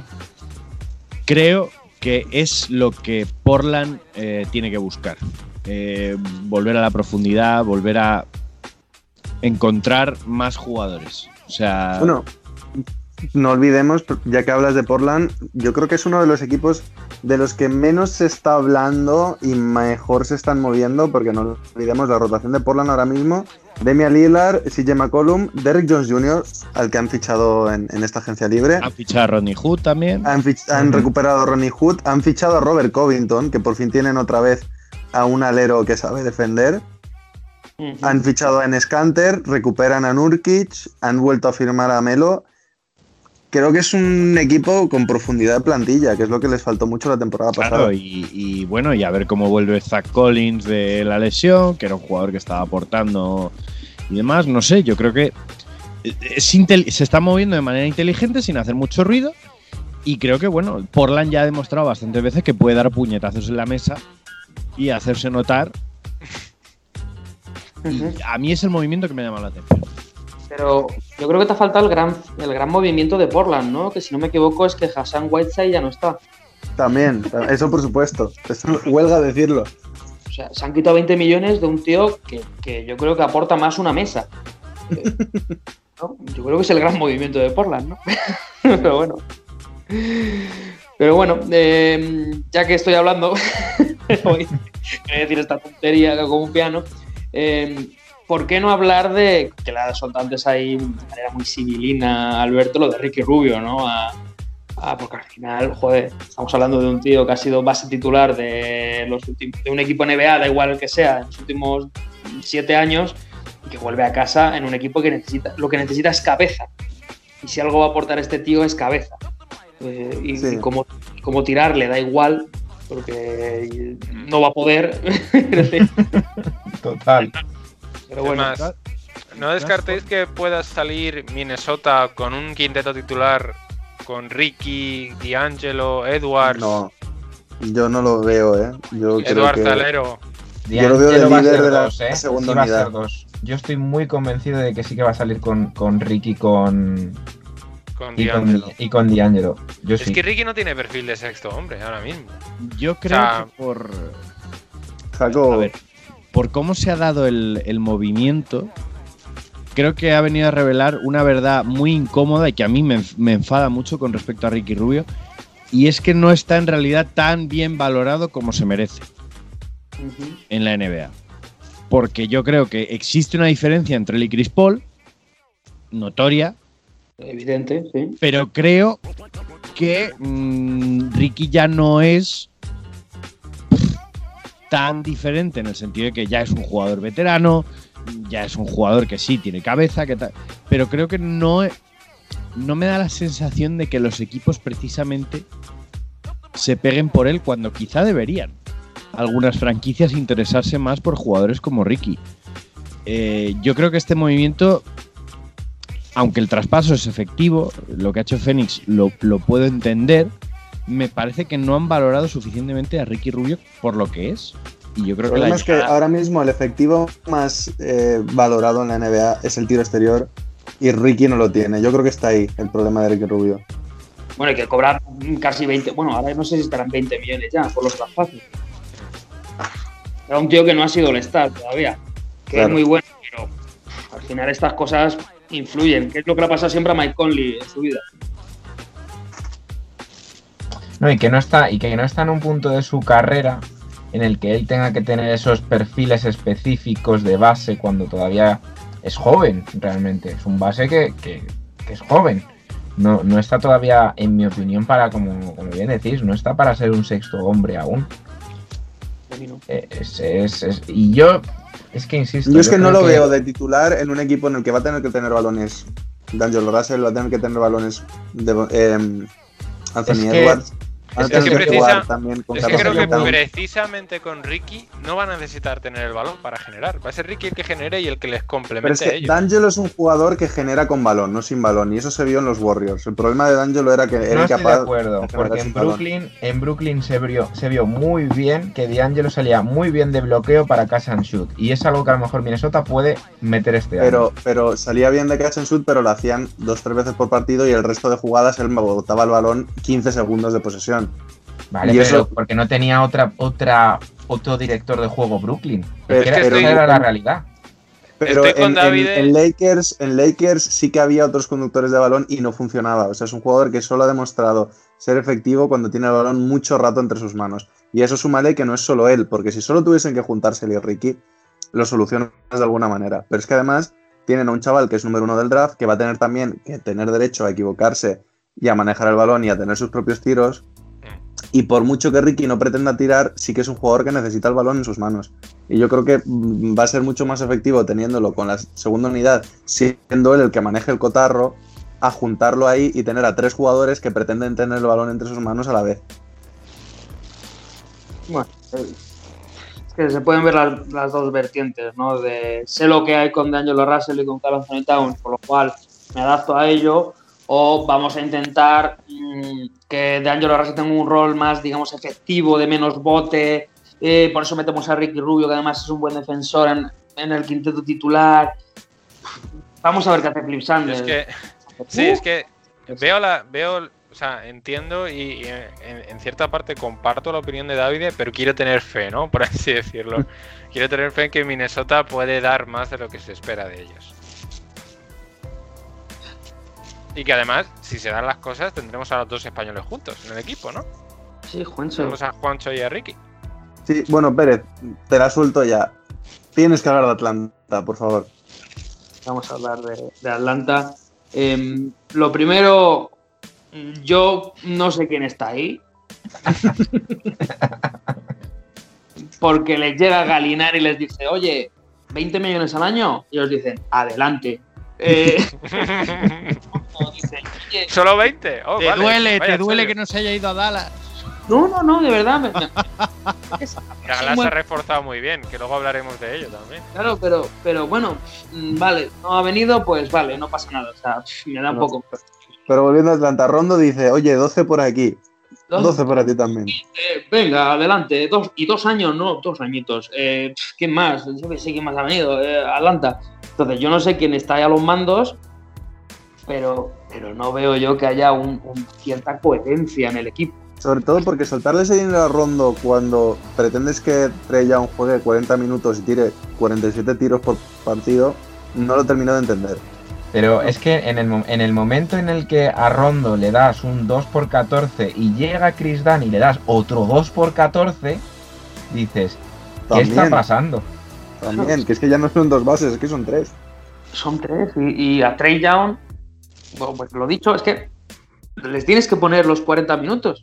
Creo que es lo que Portland eh, tiene que buscar. Eh, volver a la profundidad, volver a encontrar más jugadores. O sea, Bueno, no olvidemos, ya que hablas de Portland, yo creo que es uno de los equipos de los que menos se está hablando y mejor se están moviendo, porque no olvidemos la rotación de Portland ahora mismo. Damian Lillard, C J McCollum, Derrick Jones junior, al que han fichado en, en esta agencia libre. han fichado a Rodney Hood también. Han, fich- han Ujú. recuperado a Ronnie Hood, han fichado a Robert Covington, que por fin tienen otra vez a un alero que sabe defender. Ujú. Han fichado a Enes Kanter, recuperan a Nurkic, han vuelto a firmar a Melo. Creo que es un equipo con profundidad de plantilla, que es lo que les faltó mucho la temporada Claro, pasada. y, y bueno, y a ver cómo vuelve Zach Collins de la lesión, que era un jugador que estaba aportando y demás. No sé, yo creo que es intel- se está moviendo de manera inteligente, sin hacer mucho ruido. Y creo que, bueno, Portland ya ha demostrado bastantes veces que puede dar puñetazos en la mesa y hacerse notar. Y Ujú. a mí es el movimiento que me ha llamado la atención. Pero yo creo que te ha faltado el gran, el gran movimiento de Portland, ¿no? Que si no me equivoco es que Hassan Whiteside ya no está. También, eso por supuesto. Eso huelga decirlo. O sea, se han quitado veinte millones de un tío que, que yo creo que aporta más una mesa. Eh, ¿no? Yo creo que es el gran movimiento de Portland, ¿no? Pero bueno. Pero bueno, eh, ya que estoy hablando, voy a decir esta tontería como un piano. Eh, ¿Por qué no hablar de, que la has soltado antes ahí de manera muy civilina, Alberto, lo de Ricky Rubio, ¿no? A, a- porque al final, joder, estamos hablando de un tío que ha sido base titular de, los últimos, de un equipo N B A, da igual el que sea, en los últimos siete años, y que vuelve a casa en un equipo que necesita, lo que necesita es cabeza. Y si algo va a aportar este tío es cabeza. Eh, y, Sí. y como, como tirarle da igual, porque no va a poder. Es decir, Total. pero bueno. Es más, no descartéis que pueda salir Minnesota con un quinteto titular con Ricky, D'Angelo, Edwards. No, yo no lo veo, ¿eh? Yo Edwards creo que... Alero. Yo lo veo de D'Angelo va a líder ser de la dos, ¿eh? segunda Sí va a unidad. ser dos. Yo estoy muy convencido de que sí que va a salir con, con Ricky con, Con y, con, D'Angelo. y con D'Angelo. Yo Es sí. que Ricky no tiene perfil de sexto hombre ahora mismo. Yo creo O sea, que por, Jaco, a ver, por cómo se ha dado el, el movimiento, creo que ha venido a revelar una verdad muy incómoda y que a mí me, me enfada mucho con respecto a Ricky Rubio. Y es que no está en realidad tan bien valorado como se merece Ujú. en la N B A. Porque yo creo que existe una diferencia entre él y Chris Paul, notoria, Evidente, sí. pero creo que mmm, Ricky ya no es tan diferente en el sentido de que ya es un jugador veterano, ya es un jugador que sí tiene cabeza, que tal, pero creo que no, no me da la sensación de que los equipos precisamente se peguen por él cuando quizá deberían algunas franquicias interesarse más por jugadores como Ricky. Eh, yo creo que este movimiento, aunque el traspaso es efectivo, lo que ha hecho Phoenix lo, lo puedo entender, me parece que no han valorado suficientemente a Ricky Rubio por lo que es. Y yo creo el que la problema es que llegada- ahora mismo el efectivo más eh, valorado en la N B A es el tiro exterior y Ricky no lo tiene. Yo creo que está ahí el problema de Ricky Rubio. Bueno, hay que cobrar casi veinte. Bueno, ahora no sé si estarán veinte millones ya por los traspasos. Era un tío que no ha sido All-Star todavía. Que Claro. es muy bueno, pero al final estas cosas influyen. ¿Qué es lo que le ha pasado siempre a Mike Conley en su vida? No, y que no está, y que no está en un punto de su carrera en el que él tenga que tener esos perfiles específicos de base cuando todavía es joven, realmente. Es un base que, que, que es joven. No, no está todavía, en mi opinión, para, como, como bien decís, no está para ser un sexto hombre aún. Eh, Es, es, es- y yo, es que insisto. Yo es que no creo lo veo de titular en un equipo en el que va a tener que tener balones D'Angelo Russell, va a tener que tener balones de eh, Anthony Es que- Edwards. Va a es tener que que precisa- jugar también con Es que Carlos creo que Towns. precisamente con Ricky no va a necesitar tener el balón para generar. Va a ser Ricky el que genere y el que les Pero complemente es a que ellos. D'Angelo es un jugador que genera con balón, no sin balón, y eso se vio en los Warriors. El problema de D'Angelo era que era No estoy incapaz de acuerdo, de generar porque sin en balón. Brooklyn, en Brooklyn se vio, se vio muy bien que D'Angelo salía muy bien de bloqueo para catch and shoot. Y es algo que a lo mejor Minnesota puede meter este Pero, año. pero salía bien de catch and shoot, pero lo hacían dos tres veces por partido y el resto de jugadas él me botaba el balón quince segundos de posesión. Vale, y pero eso- porque no tenía otra, otra, otro director de juego Brooklyn. Pero- Es que era- pero- esa era la realidad. Pero Estoy con en, en- David. en Lakers, en Lakers sí que había otros conductores de balón y no funcionaba. O sea, es un jugador que solo ha demostrado ser efectivo cuando tiene el balón mucho rato entre sus manos. Y eso súmale que no es solo él, porque si solo tuviesen que juntarse él y Ricky, lo solucionas de alguna manera. Pero es que además tienen a un chaval que es número uno del draft, que va a tener también que tener derecho a equivocarse y a manejar el balón y a tener sus propios tiros. Y por mucho que Ricky no pretenda tirar, sí que es un jugador que necesita el balón en sus manos. Y yo creo que mm, va a ser mucho más efectivo teniéndolo con la segunda unidad, siendo él el que maneje el cotarro, a juntarlo ahí y tener a tres jugadores que pretenden tener el balón entre sus manos a la vez. Bueno, eh, es que se pueden ver las, las dos vertientes, ¿no? De sé lo que hay con D'Angelo Russell y con Karl Anthony Towns, por lo cual me adapto a ello, o vamos a intentar mmm, que D'Angelo Russell tenga un rol más, digamos, efectivo, de menos bote, eh, por eso metemos a Ricky Rubio, que además es un buen defensor en, en el quinteto titular. Vamos a ver qué hace Flip Sanders. Es que, sí, es que veo la, veo, o sea, entiendo y, y en, en cierta parte comparto la opinión de David, pero quiero tener fe, ¿no? Por así decirlo. Quiero tener fe en que Minnesota puede dar más de lo que se espera de ellos. Y que además, si se dan las cosas, tendremos a los dos españoles juntos en el equipo, ¿no? Sí, Juancho. Tenemos a Juancho y a Ricky. Sí, bueno, Pérez, te la suelto ya. Tienes que hablar de Atlanta, por favor. Vamos a hablar de, de Atlanta. Eh, lo primero, yo no sé quién está ahí. Porque les llega Galinari y les dice, oye, veinte millones al año. Y ellos dicen, adelante. Eh, dicen, oye, ¿Solo veinte? Oh, Te vale. duele, Vaya, te en duele serio. que no se haya ido a Dallas. No, no, no, de verdad. Me, me, es, Galás se ha reforzado muy bien, que luego hablaremos de ello también. Claro, pero, pero bueno, vale, no ha venido, pues vale, no pasa nada. O sea, me da un No. poco. Pero volviendo a Atlanta, Rondo dice, oye, doce por aquí. doce para ti también. Eh, venga, adelante. Dos, y dos años, no, dos añitos. Eh, ¿Quién más? Yo que sé quién más ha venido. Eh, Atlanta. Entonces, yo no sé quién está ahí a los mandos, pero, pero no veo yo que haya un, un cierta coherencia en el equipo. Sobre todo porque soltarle ese dinero a Rondo cuando pretendes que Trae Young juegue cuarenta minutos y tire cuarenta y siete tiros por partido, no lo termino de entender. Pero es que en el, en el momento en el que a Rondo le das un dos por catorce y llega Chris Dunn y le das otro dos por catorce, dices, ¿qué También, está pasando? También, que es que ya no son dos bases, es que son tres. Son tres. Y, y a Trae Young, bueno, pues lo dicho, es que les tienes que poner los cuarenta minutos.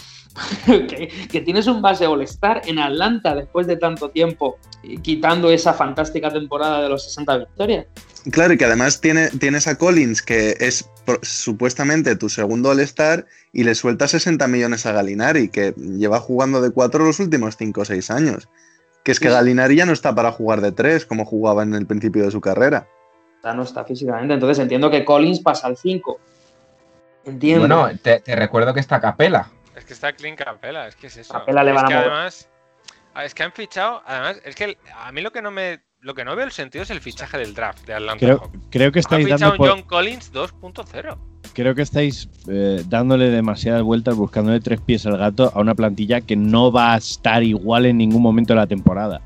que, que tienes un base All-Star en Atlanta después de tanto tiempo, quitando esa fantástica temporada de los sesenta victorias. Claro, y que además tiene, tienes a Collins, que es pro- supuestamente tu segundo All-Star, y le suelta sesenta millones a Gallinari, que lleva jugando de cuatro los últimos cinco o seis años. Que es que Sí. Gallinari ya no está para jugar de tres, como jugaba en el principio de su carrera. O sea, no está físicamente. Entonces entiendo que Collins pasa al cinco. Entiendo. Bueno, te, te recuerdo que está Capela. Es que está Clint Capela, es que es eso. Capela le es van a que mover. además, es que han fichado, además, es que el- a mí lo que no me lo que no veo el sentido es el fichaje del draft de Atlanta Creo, Hawks. creo que Han estáis fichado dando un por- John Collins dos punto cero. creo que estáis eh, dándole demasiadas vueltas, buscándole tres pies al gato a una plantilla que no va a estar igual en ningún momento de la temporada.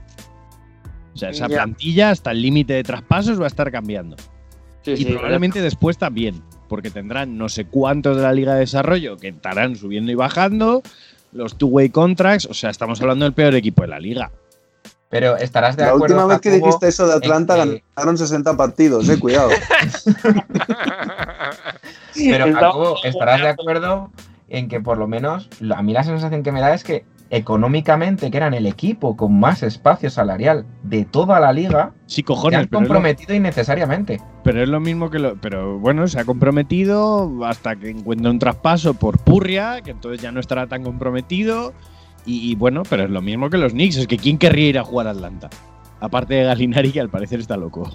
O sea, esa Ya. plantilla hasta el límite de traspasos va a estar cambiando. Sí, Y sí, probablemente después también, porque tendrán no sé cuántos de la Liga de Desarrollo que estarán subiendo y bajando, los two-way contracts, o sea, estamos hablando del peor equipo de la liga. Pero estarás de La acuerdo, última vez que Jacobo, dijiste eso de Atlanta, en que- ganaron sesenta partidos, eh, cuidado. Pero Estamos- Jacobo, estarás de acuerdo en que por lo menos lo- a mí la sensación que me da es que económicamente, que eran el equipo con más espacio salarial de toda la liga, Sí, se cojones, han pero es, lo, comprometido innecesariamente. pero es lo mismo que lo. Pero bueno, se ha comprometido hasta que encuentre un traspaso por Purria, que entonces ya no estará tan comprometido. Y, y bueno, pero es lo mismo que los Knicks. Es que ¿quién querría ir a jugar a Atlanta? Aparte de Gallinari, que al parecer está loco.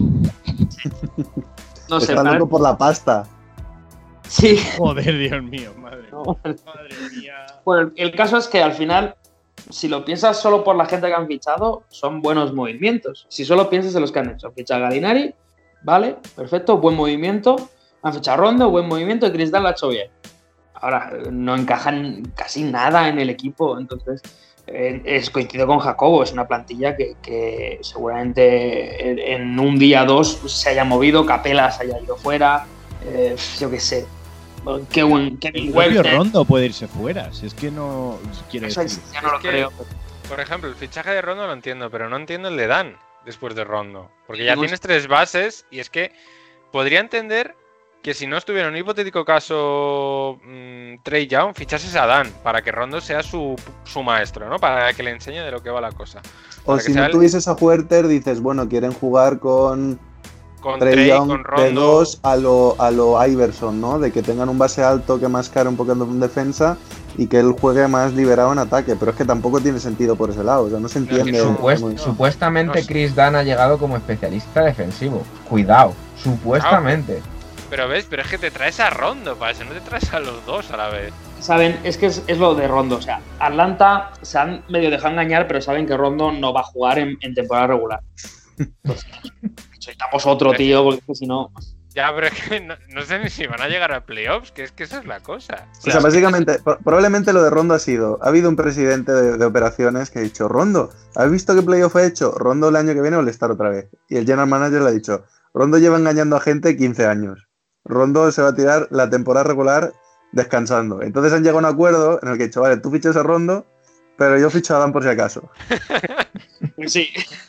No sé, Está para- loco por la pasta. Sí. Joder, Dios mío, madre, No. madre mía. Bueno, el caso es que al final, si lo piensas solo por la gente que han fichado, son buenos movimientos. Si solo piensas en los que han hecho. Ficha a Gallinari, vale, perfecto, buen movimiento. Han fichado a Rondo, buen movimiento, y Chris Dunn lo ha hecho bien. Ahora, eh, no encajan casi nada en el equipo, entonces eh, es, coincido con Jacobo, es una plantilla que, que seguramente en, en un día o dos se haya movido, Capela se haya ido fuera, eh, yo qué sé. Kevin, Kevin El propio Welter, Rondo puede irse fuera. Si es que no quiere eso decir. ya no lo Es que- creo. Por ejemplo, el fichaje de Rondo lo entiendo, pero no entiendo el de Dan después de Rondo. Porque ya No tienes tres bases y es que podría entender que si no estuviera en un hipotético caso mmm, Trae Young, fichases a Dan para que Rondo sea su, su maestro, ¿no? Para que le enseñe de lo que va la cosa. O Para que si sea no el- tuvieses a Huerter, dices, bueno, quieren jugar con Con Trae Trae, Young con de Rondo. dos a lo, a lo Iverson, ¿no? De que tengan un base alto que mascare un poco en defensa y que él juegue más liberado en ataque. Pero es que tampoco tiene sentido por ese lado, o sea, no se es que entiende. Supuest- cómo- supuestamente no sé. Chris Dunn ha llegado como especialista defensivo. Cuidado, supuestamente. Pero ves, pero es que te traes a Rondo para eso, no te traes a los dos a la vez. Saben, es que es, es lo de Rondo. O sea, Atlanta se han medio dejado engañar, pero saben que Rondo no va a jugar en, en temporada regular. Pues, necesitamos otro tío, porque es que si no. Ya, pero es que no, no sé ni si van a llegar a playoffs, que es que esa es la cosa. O sea, básicamente, pro- probablemente lo de Rondo ha sido, ha habido un presidente de, de operaciones que ha dicho, Rondo, ¿has visto qué playoff ha hecho? Rondo el año que viene All-Star otra vez. Y el general manager le ha dicho, Rondo lleva engañando a gente quince años. Rondo se va a tirar la temporada regular descansando. Entonces han llegado a un acuerdo en el que ha dicho, vale, tú fichas a Rondo, pero yo ficho a Dan por si acaso. Sí.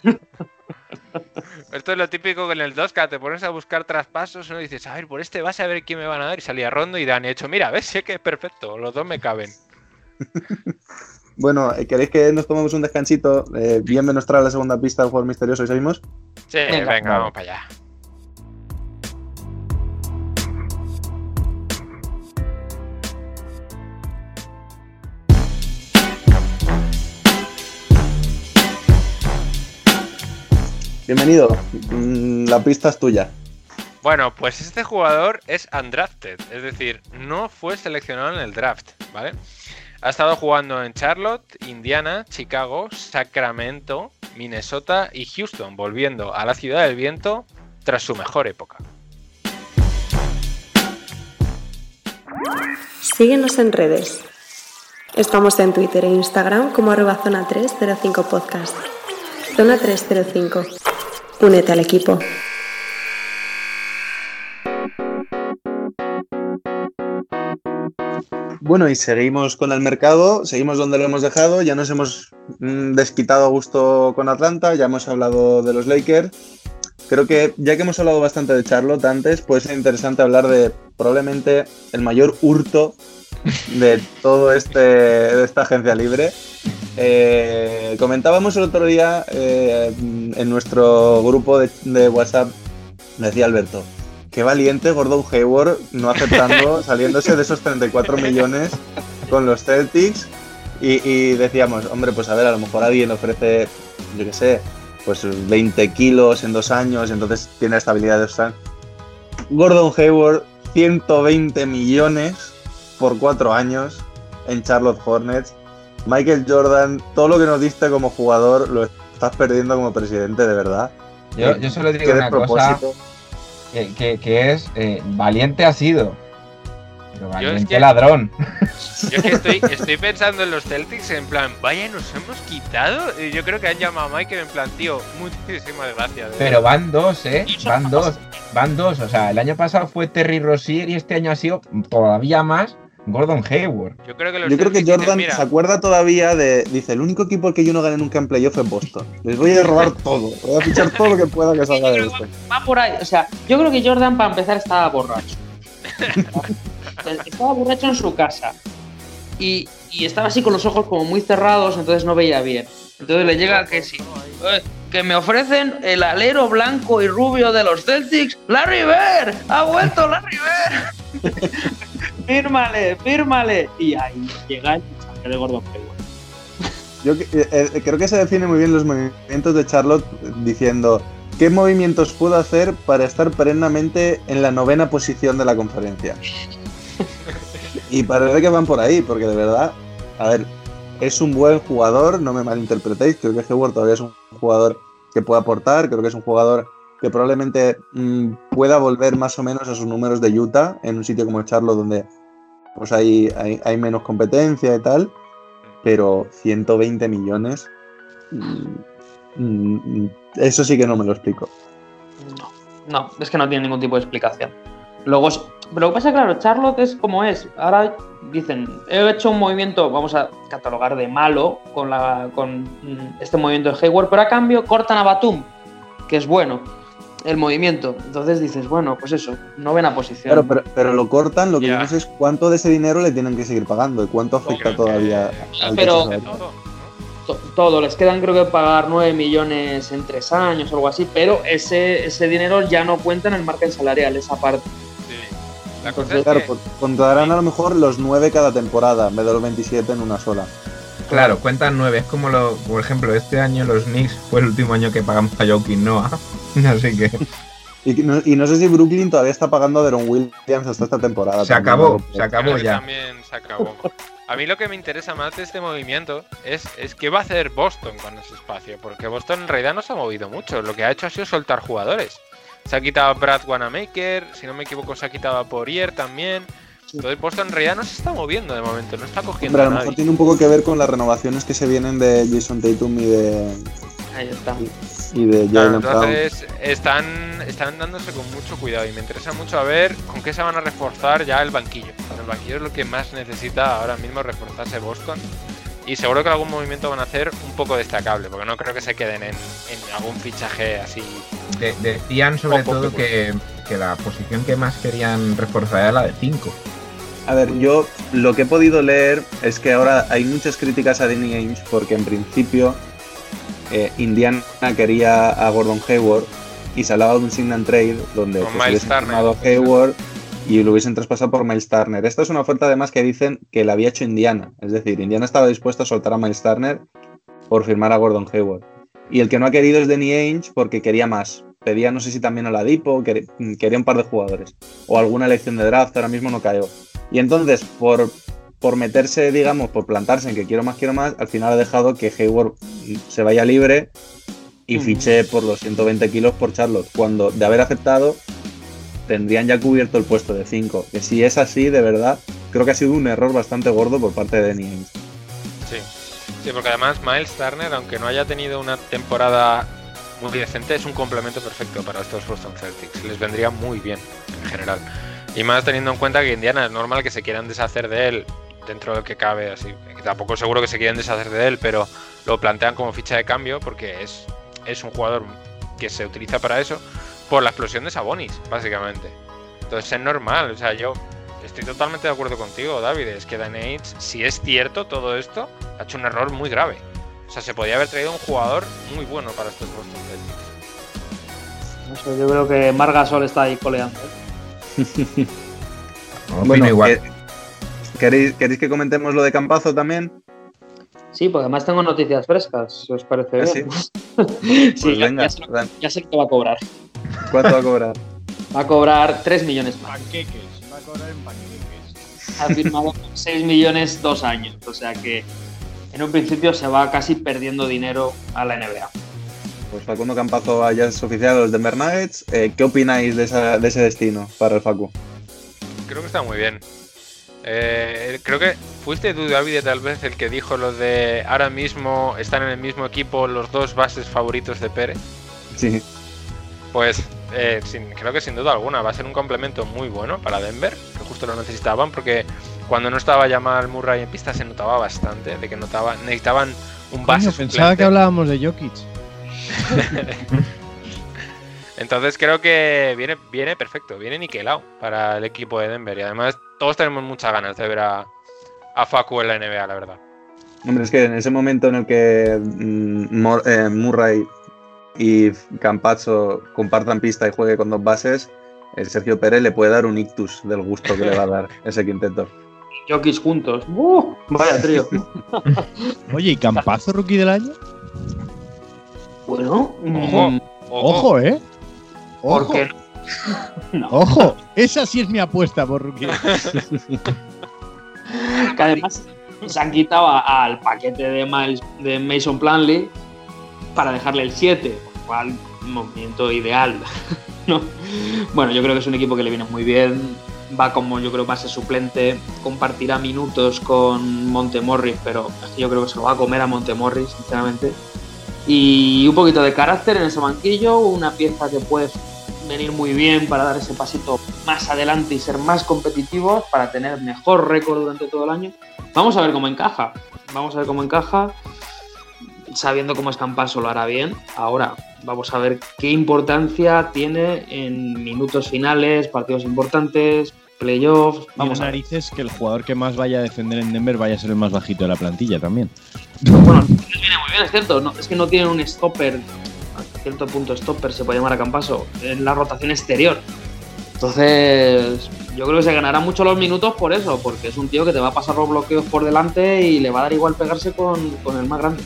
Esto es lo típico que en el dos K te pones a buscar traspasos, ¿no? Y dices, a ver, por este vas a ver quién me van a dar. Y salía Rondo y Dan. Y he hecho, mira, ves, sé que es perfecto, los dos me caben. Bueno, eh, ¿queréis que nos tomemos un descansito? Eh, bien me nos trae la segunda pista del juego misterioso y seguimos. Sí, venga, Venga, vamos para allá. Bienvenido. Mm, La pista es tuya. Bueno, pues este jugador es undrafted, es decir, no fue seleccionado en el draft, ¿vale? Ha estado jugando en Charlotte, Indiana, Chicago, Sacramento, Minnesota y Houston, volviendo a la Ciudad del Viento tras su mejor época. Síguenos en redes. Estamos en Twitter e Instagram como arroba zona tres cero cinco podcast. Zona tres cero cinco. Únete al equipo. Bueno, y seguimos con el mercado, seguimos donde lo hemos dejado, ya nos hemos mm, desquitado a gusto con Atlanta, ya hemos hablado de los Lakers. Creo que ya que hemos hablado bastante de Charlotte antes, puede ser interesante hablar de probablemente el mayor hurto de todo este de esta agencia libre. Eh, comentábamos el otro día eh, en nuestro grupo de, de WhatsApp, me decía Alberto, qué valiente Gordon Hayward no aceptando, saliéndose de esos treinta y cuatro millones con los Celtics. Y, y decíamos, hombre, pues a ver, a lo mejor alguien ofrece, yo qué sé, pues veinte kilos en dos años, entonces tiene estabilidad de dos años. Gordon Hayward, ciento veinte millones por cuatro años en Charlotte Hornets. Michael Jordan, todo lo que nos diste como jugador lo estás perdiendo como presidente, de verdad. Yo, yo solo digo una cosa, que, que, que es, eh, valiente ha sido, pero valiente es que, ladrón. Yo es que estoy, estoy pensando en los Celtics en plan, vaya, nos hemos quitado. Y yo creo que han llamado a Michael en plan, tío, muchísimas gracias. Pero van dos, ¿eh? Van dos, van dos. O sea, el año pasado fue Terry Rozier y este año ha sido todavía más Gordon Hayward. Yo creo que, los yo creo que Jordan dicen, se acuerda todavía de... Dice, el único equipo al que yo no gané nunca en playoff es Boston. Les voy a robar todo. Voy a fichar todo lo que pueda que salga de esto. Va por ahí. O sea, yo creo que Jordan, para empezar, estaba borracho. Estaba borracho en su casa. Y, y estaba así con los ojos como muy cerrados, entonces no veía bien. Entonces le llega que sí. Que me ofrecen el alero blanco y rubio de los Celtics. ¡Larry Bird! ¡Ha vuelto Larry Bird! ¡Fírmale, fírmale! Y ahí llega el fichaje de Gordon Hayward. Yo eh, eh, creo que se define muy bien los movimientos de Charlotte diciendo qué movimientos puedo hacer para estar perennemente en la novena posición de la conferencia. Y parece que van por ahí, porque de verdad, a ver, es un buen jugador, no me malinterpretéis, creo que Hayward todavía es un jugador que puede aportar, creo que es un jugador que probablemente mmm, pueda volver más o menos a sus números de Utah, en un sitio como Charlotte donde pues hay, hay, hay menos competencia y tal, pero ciento veinte millones, mmm, mmm, eso sí que no me lo explico. No, no, es que no tiene ningún tipo de explicación. Luego, pero lo que pasa, claro, Charlotte es como es. Ahora dicen, he hecho un movimiento, vamos a catalogar de malo con, la, con este movimiento de Hayward, pero a cambio cortan a Batum, que es bueno el movimiento. Entonces dices, bueno, pues eso, novena posición. Claro, pero, pero lo cortan, lo que yeah. no sé es cuánto de ese dinero le tienen que seguir pagando y cuánto afecta no, todavía que... al pero to, todo, les quedan creo que pagar nueve millones en tres años o algo así, pero ese, ese dinero ya no cuenta en el margen salarial, esa parte. La Entonces, claro, que... contarán a lo mejor los nueve cada temporada, en vez de los veintisiete en una sola. Claro, cuentan nueve. Es como, lo, por ejemplo, este año los Knicks fue el último año que pagamos a Joakim Noah. Así que... Y no, y no sé si Brooklyn todavía está pagando a Deron Williams hasta esta temporada. Se acabó, se acabó Creo ya. También se acabó. A mí lo que me interesa más de este movimiento es, es qué va a hacer Boston con ese espacio. Porque Boston en realidad no se ha movido mucho. Lo que ha hecho ha sido soltar jugadores. Se ha quitado a Brad Wanamaker, si no me equivoco se ha quitado a Poirier también. Entonces Boston en realidad no se está moviendo de momento, no está cogiendo. Pero a lo mejor nadie. Tiene un poco que ver con las renovaciones que se vienen de Jason Tatum y de... Ahí está. Y de Jaylen claro, entonces están, están dándose con mucho cuidado y me interesa mucho a ver con qué se van a reforzar ya el banquillo. El banquillo es lo que más necesita ahora mismo reforzarse Boston. Y seguro que algún movimiento van a hacer un poco destacable, porque no creo que se queden en, en algún fichaje así. De, decían sobre poco, todo poco. Que, que la posición que más querían reforzar era la de cinco. A ver, yo lo que he podido leer es que ahora hay muchas críticas a Danny Ainge porque en principio eh, Indiana quería a Gordon Hayward y se hablaba de un sign and trade donde pues, hubiesen firmado a Hayward y lo hubiesen traspasado por Miles Turner. Esta es una oferta además que dicen que la había hecho Indiana. Es decir, Indiana estaba dispuesto a soltar a Miles Turner por firmar a Gordon Hayward. Y el que no ha querido es Danny Ainge porque quería más. Pedía, no sé si también a la Dipo, quer- quería un par de jugadores. O alguna elección de draft, ahora mismo no cayó. Y entonces, por, por meterse, digamos, por plantarse en que quiero más, quiero más, al final ha dejado que Hayward se vaya libre y fiche por los ciento veinte kilos por Charlotte. Cuando, de haber aceptado, tendrían ya cubierto el puesto de cinco. Que si es así, de verdad, creo que ha sido un error bastante gordo por parte de Danny Ainge. Sí. Sí, porque además Miles Turner, aunque no haya tenido una temporada muy decente, es un complemento perfecto para estos Boston Celtics. Les vendría muy bien en general. Y más teniendo en cuenta que Indiana es normal que se quieran deshacer de él dentro de lo que cabe, así que tampoco seguro que se quieran deshacer de él, pero lo plantean como ficha de cambio porque es, es un jugador que se utiliza para eso por la explosión de Sabonis, básicamente. Entonces es normal, o sea, yo estoy totalmente de acuerdo contigo, David, es que Danny Ainge, si es cierto todo esto, ha hecho un error muy grave. O sea, se podía haber traído un jugador muy bueno para estos Boston Celtics. No sé, yo creo que Marc Gasol está ahí coleando. ¿eh? Opino Bueno, igual. ¿qué- ¿queréis, ¿queréis que comentemos lo de Campazo también? Sí, porque además tengo noticias frescas, si os parece ¿Ah, bien. sí? Sí, Pues ya, venga, ya sé, lo- dan. ya sé lo que va a cobrar. ¿Cuánto va a cobrar? Va a cobrar tres millones más. Panqueques, va a cobrar en panqueques. Ha firmado seis millones dos años. O sea que en un principio se va casi perdiendo dinero a la N B A. Pues Facundo Campazo ya es oficial de los Denver Nuggets. Eh, ¿Qué opináis de, esa, de ese destino para el Facu? Creo que está muy bien. Eh, creo que fuiste tú, David, tal vez el que dijo lo de ahora mismo están en el mismo equipo los dos bases favoritos de Pérez. Sí. Pues eh, sin, creo que sin duda alguna va a ser un complemento muy bueno para Denver, que justo lo necesitaban, porque cuando no estaba Jamal Murray en pista se notaba bastante, de que notaba, necesitaban un base Coño, pensaba suplente. que hablábamos de Jokic. Entonces creo que viene, viene perfecto, viene niquelado para el equipo de Denver y además todos tenemos muchas ganas de ver a, a Facu en la N B A, la verdad. Hombre, es que en ese momento en el que mm, Mor- eh, Murray y Campazzo compartan pista y juegue con dos bases, el Sergio Pérez le puede dar un ictus del gusto que le va a dar ese quinteto. Jokic juntos. ¡Uh! Vaya trío. Oye, ¿y Campazo rookie del año? Bueno, Ojo, mm, ojo. Ojo, ¿eh? ¿por Ojo, qué no? No. ojo. Esa sí es mi apuesta por rookie. Que además se han quitado a- al paquete de, Miles, de Mason Plumlee para dejarle el siete, por lo cual movimiento ideal. ¿no? Bueno, yo creo que es un equipo que le viene muy bien. Va como yo creo base suplente, compartirá minutos con Montemorris, pero yo creo que se lo va a comer a Montemorris, sinceramente. Y un poquito de carácter en ese banquillo, una pieza que puede venir muy bien para dar ese pasito más adelante y ser más competitivos, para tener mejor récord durante todo el año. Vamos a ver cómo encaja, vamos a ver cómo encaja, sabiendo cómo es Campazo lo hará bien. Ahora vamos a ver qué importancia tiene en minutos finales, partidos importantes, playoffs. Vamos Vamos a ver. narices que el jugador que más vaya a defender en Denver vaya a ser el más bajito de la plantilla también. Bueno, les viene muy bien, es cierto. No, es que no tienen un stopper, hasta cierto punto stopper se puede llamar a Campazo, en la rotación exterior. Entonces, yo creo que se ganará mucho los minutos por eso, porque es un tío que te va a pasar los bloqueos por delante y le va a dar igual pegarse con, con el más grande.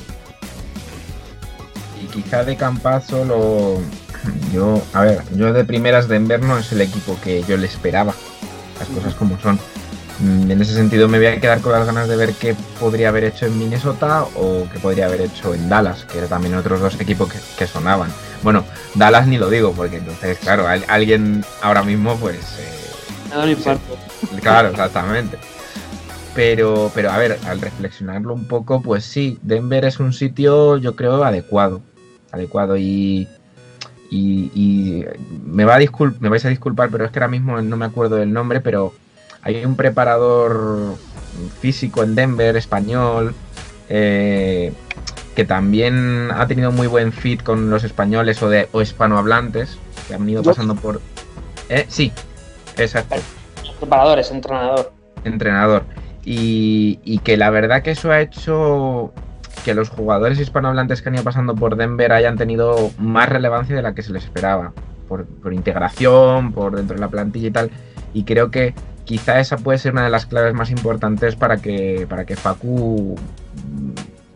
Y quizá de Campazo lo. Yo, a ver, yo de primeras Denver no es el equipo que yo le esperaba. Las cosas como son. Mm, En ese sentido me voy a quedar con las ganas de ver qué podría haber hecho en Minnesota o qué podría haber hecho en Dallas, que eran también otros dos equipos que, que sonaban. Bueno, Dallas ni lo digo, porque entonces, claro, al- alguien ahora mismo, pues. eh, Me da un infarto. Claro, exactamente. Pero, pero a ver, al reflexionarlo un poco, pues sí, Denver es un sitio, yo creo, adecuado. Adecuado y. Y, y me, va a discul- me vais a disculpar, pero es que ahora mismo no me acuerdo del nombre, pero hay un preparador físico en Denver, español, eh, que también ha tenido muy buen fit con los españoles o, de, o hispanohablantes, que han ido pasando por... Eh, sí, exacto. Preparadores, entrenador. Entrenador. Y, y que la verdad que eso ha hecho que los jugadores hispanohablantes que han ido pasando por Denver hayan tenido más relevancia de la que se les esperaba. Por, por integración, por dentro de la plantilla y tal. Y creo que quizá esa puede ser una de las claves más importantes para que, para que Facu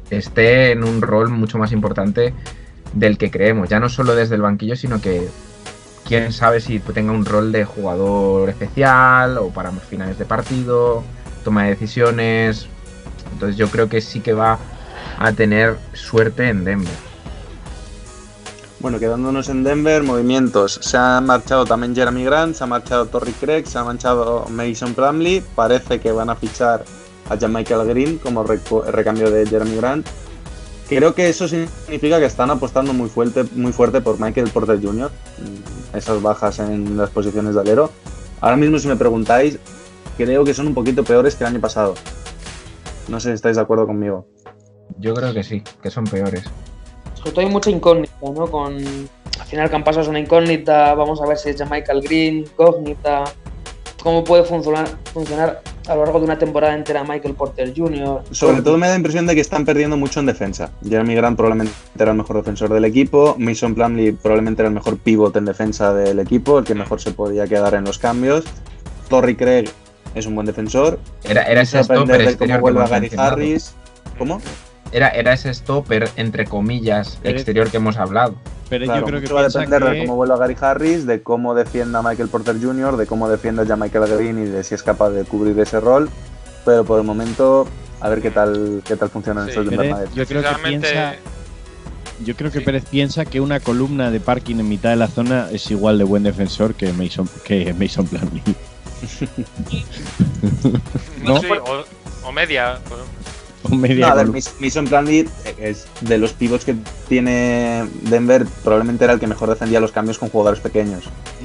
esté en un rol mucho más importante del que creemos, ya no solo desde el banquillo, sino que quién sabe si tenga un rol de jugador especial o para finales de partido, toma de decisiones. Entonces yo creo que sí que va a tener suerte en Denver. Bueno, quedándonos en Denver, movimientos. Se ha marchado también Jeremy Grant, se ha marchado Torrey Craig, se ha marchado Mason Plumlee. Parece que van a fichar a JaMychal Green como reco- recambio de Jeremy Grant. Creo que eso significa que están apostando muy fuerte, muy fuerte por Michael Porter junior Esas bajas en las posiciones de alero. Ahora mismo, si me preguntáis, creo que son un poquito peores que el año pasado. No sé si estáis de acuerdo conmigo. Yo creo que sí, que son peores. Sobre todo hay mucha incógnita, ¿no? Con... Al final Campazzo es una incógnita, vamos a ver si es JaMychal Green, incógnita. ¿Cómo puede funcionar, funcionar a lo largo de una temporada entera Michael Porter junior? Sobre todo me da la impresión de que están perdiendo mucho en defensa. Jeremy Grant probablemente era el mejor defensor del equipo, Mason Plumlee probablemente era el mejor pivot en defensa del equipo, el que mejor se podía quedar en los cambios. Torrey Craig es un buen defensor. Era, era ese Mucho depender stopper de exterior cómo vuelve que a hemos Gary mencionado. Harris. ¿Cómo? Era, era ese stopper, entre comillas, Pero- exterior que hemos hablado. Pero Claro, yo creo que mucho va a piensa depender de que... cómo vuelva Gary Harris, de cómo defienda Michael Porter junior, de cómo defienda JaMychal Green y de si es capaz de cubrir ese rol. Pero por el momento, a ver qué tal qué tal funcionan Sí, estos de Pérez, Nuggets. yo creo que Realmente- piensa... Yo creo que Sí. Pérez piensa que una columna de parking en mitad de la zona es igual de buen defensor que Mason, que Mason Plumlee. No, ¿No? sí, o, o media. pues, O media No, a ver, columna. Mas- Mason Plumlee es de los pivots que tiene Denver, probablemente era el que mejor defendía los cambios con jugadores pequeños.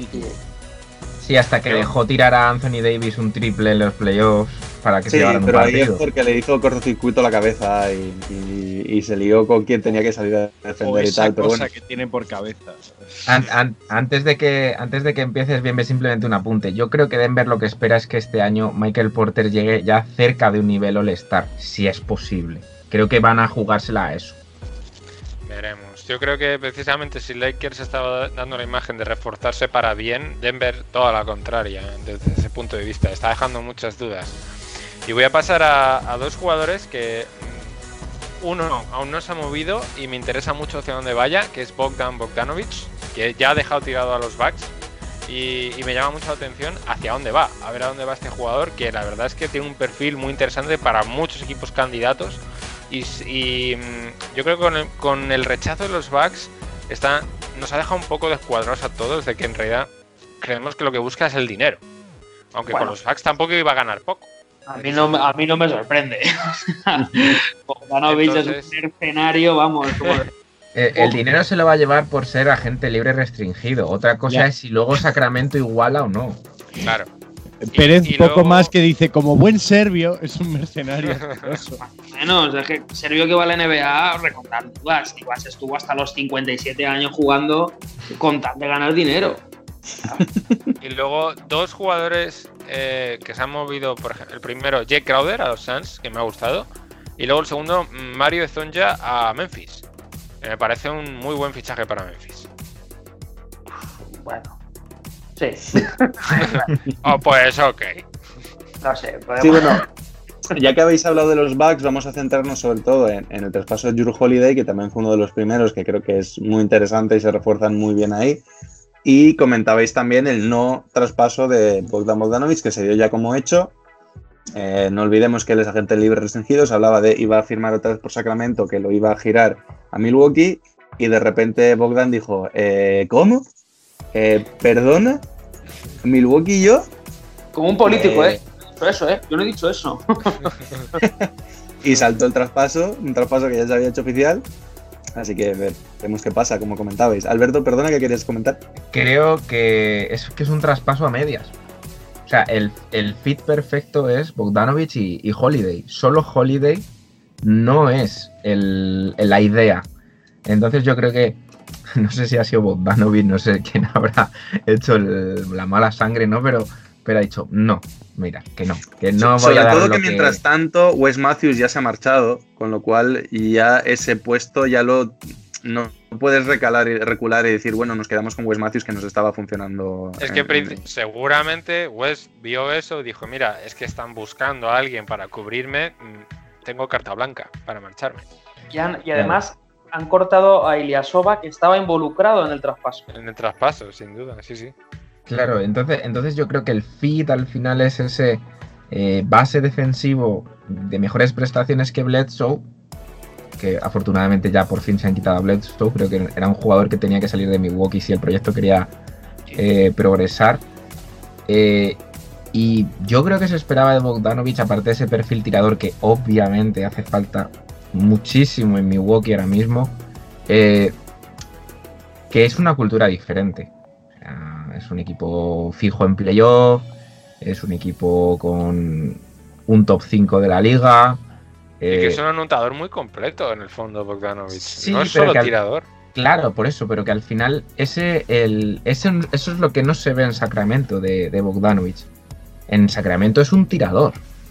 Sí, hasta que Pero- dejó tirar a Anthony Davis un triple en los playoffs para que Sí, se llevaran un pero ahí es partido. porque le hizo cortocircuito a la cabeza y, y- y se lió con quien tenía que salir a O defender y esa tal. Pero cosa bueno, que tiene por cabeza. An- an- antes, de que, antes de que empieces, bien, ve simplemente un apunte. Yo creo que Denver lo que espera es que este año Michael Porter llegue ya cerca de un nivel All-Star, si es posible. Creo que van a jugársela a eso. Veremos. Yo creo que precisamente si Lakers estaba dando la imagen de reforzarse para bien, Denver toda la contraria desde ese punto de vista. Está dejando muchas dudas. Y voy a pasar a, a dos jugadores que mm, uno aún no se ha movido y me interesa mucho hacia dónde vaya, que es Bogdan Bogdanović, que ya ha dejado tirado a los Bucks. Y, y me llama mucho la atención hacia dónde va, a ver a dónde va este jugador, que la verdad es que tiene un perfil muy interesante para muchos equipos candidatos. Y, y mm, yo creo que con el, con el rechazo de los Bucks está, nos ha dejado un poco descuadrados a todos de que en realidad creemos que lo que busca es el dinero. Aunque Bueno. con los Bucks tampoco iba a ganar poco. A mí no, me- a mí no me sorprende. Bogdanović Entonces- es un mercenario, vamos. Como... Eh, el dinero se lo va a llevar por ser agente libre restringido. Otra cosa Ya. es si luego Sacramento iguala o no. Claro. Pérez, y poco luego- más que dice, como buen serbio, es un mercenario asqueroso. Bueno, o sea, es que Servio que va a la N B A recontar dudas. Igual estuvo hasta los cincuenta y siete años jugando con tal de ganar dinero. Y luego dos jugadores eh, que se han movido, por ejemplo, el primero Jake Crowder a los Suns, que me ha gustado, y luego el segundo Mario Ezonja a Memphis. Que me parece un muy buen fichaje para Memphis. Bueno, sí. Oh, pues ok. No sé, podemos... sí, bueno, ya que habéis hablado de los Bucks, vamos a centrarnos sobre todo en, en el traspaso de Jrue Holiday, que también fue uno de los primeros, que creo que es muy interesante y se refuerzan muy bien ahí. Y comentabais también el no traspaso de Bogdan Bogdanović, que se dio ya como hecho. Eh, no olvidemos que él es agente libre restringido. Se hablaba de iba a firmar otra vez por Sacramento, que lo iba a girar a Milwaukee. Y de repente Bogdan dijo, eh, ¿cómo? Eh, ¿Perdona? ¿Milwaukee y yo? Como un político, Eh, ¿eh? He dicho eso, ¿eh? Yo no he dicho eso. Y saltó el traspaso, un traspaso que ya se había hecho oficial. Así que ver, veremos qué pasa, como comentabais. Alberto, perdona, ¿qué querías comentar? Creo que es, que es un traspaso a medias. O sea, el, el fit perfecto es Bogdanović y, y Holiday. Solo Holiday no es el, la idea. Entonces yo creo que, no sé si ha sido Bogdanović, no sé quién habrá hecho el- la mala sangre, ¿no? Pero, pero ha dicho, no, mira, que no, que no voy Sobre a dar todo lo que mientras tanto, Wes Matthews ya se ha marchado, con lo cual ya ese puesto ya lo no puedes recalar y recular y decir, bueno, nos quedamos con Wes Matthews que nos estaba funcionando. Es que en- prin- seguramente Wes vio eso y dijo, mira, es que están buscando a alguien para cubrirme, mm, tengo carta blanca para marcharme. Y, han, y además han cortado a Ilyasova, que estaba involucrado en el traspaso. En el traspaso, sin duda, sí, sí. Claro, entonces, entonces yo creo que el fit al final es ese eh, base defensivo de mejores prestaciones que Bledsoe, que afortunadamente ya por fin se han quitado a Bledsoe. Creo que era un jugador que tenía que salir de Milwaukee si el proyecto quería eh, progresar. Eh, y yo creo que se esperaba de Bogdanovic, aparte de ese perfil tirador que obviamente hace falta muchísimo en Milwaukee ahora mismo, eh, que es una cultura diferente. O sea, es un equipo fijo en playoff, es un equipo con un top cinco de la liga. Eh, y que es un eh, anotador muy completo en el fondo, Bogdanovic. Sí, no es pero solo que al- tirador. Claro, por eso, pero que al final ese, el, ese, eso es lo que no se ve en Sacramento de, de Bogdanovic. En Sacramento es un tirador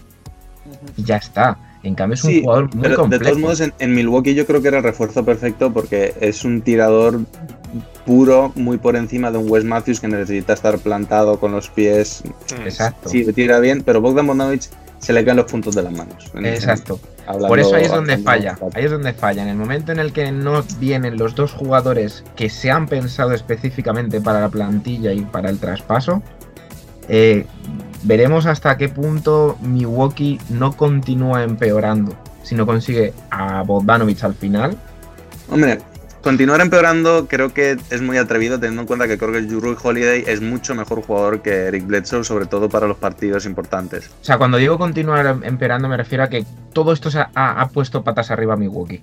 y ya está. En cambio es un Sí, jugador muy pero completo. de todos modos en, en Milwaukee yo creo que era el refuerzo perfecto porque es un tirador puro, muy por encima de un Wes Matthews que necesita estar plantado con los pies. Mm. Exacto. Sí, tira bien, pero Bogdan Bogdanovic se le caen los puntos de las manos. En- Exacto. hablando- Por eso ahí es donde hablando- falla. Ahí es donde falla. En el momento en el que no vienen los dos jugadores que se han pensado específicamente para la plantilla y para el traspaso, eh, veremos hasta qué punto Milwaukee no continúa empeorando. Si no consigue a Bogdanovic al final. Hombre, continuar empeorando creo que es muy atrevido teniendo en cuenta que creo que Jrue Holiday es mucho mejor jugador que Eric Bledsoe, sobre todo para los partidos importantes. O sea, cuando digo continuar empeorando me refiero a que todo esto se ha, ha puesto patas arriba a Milwaukee.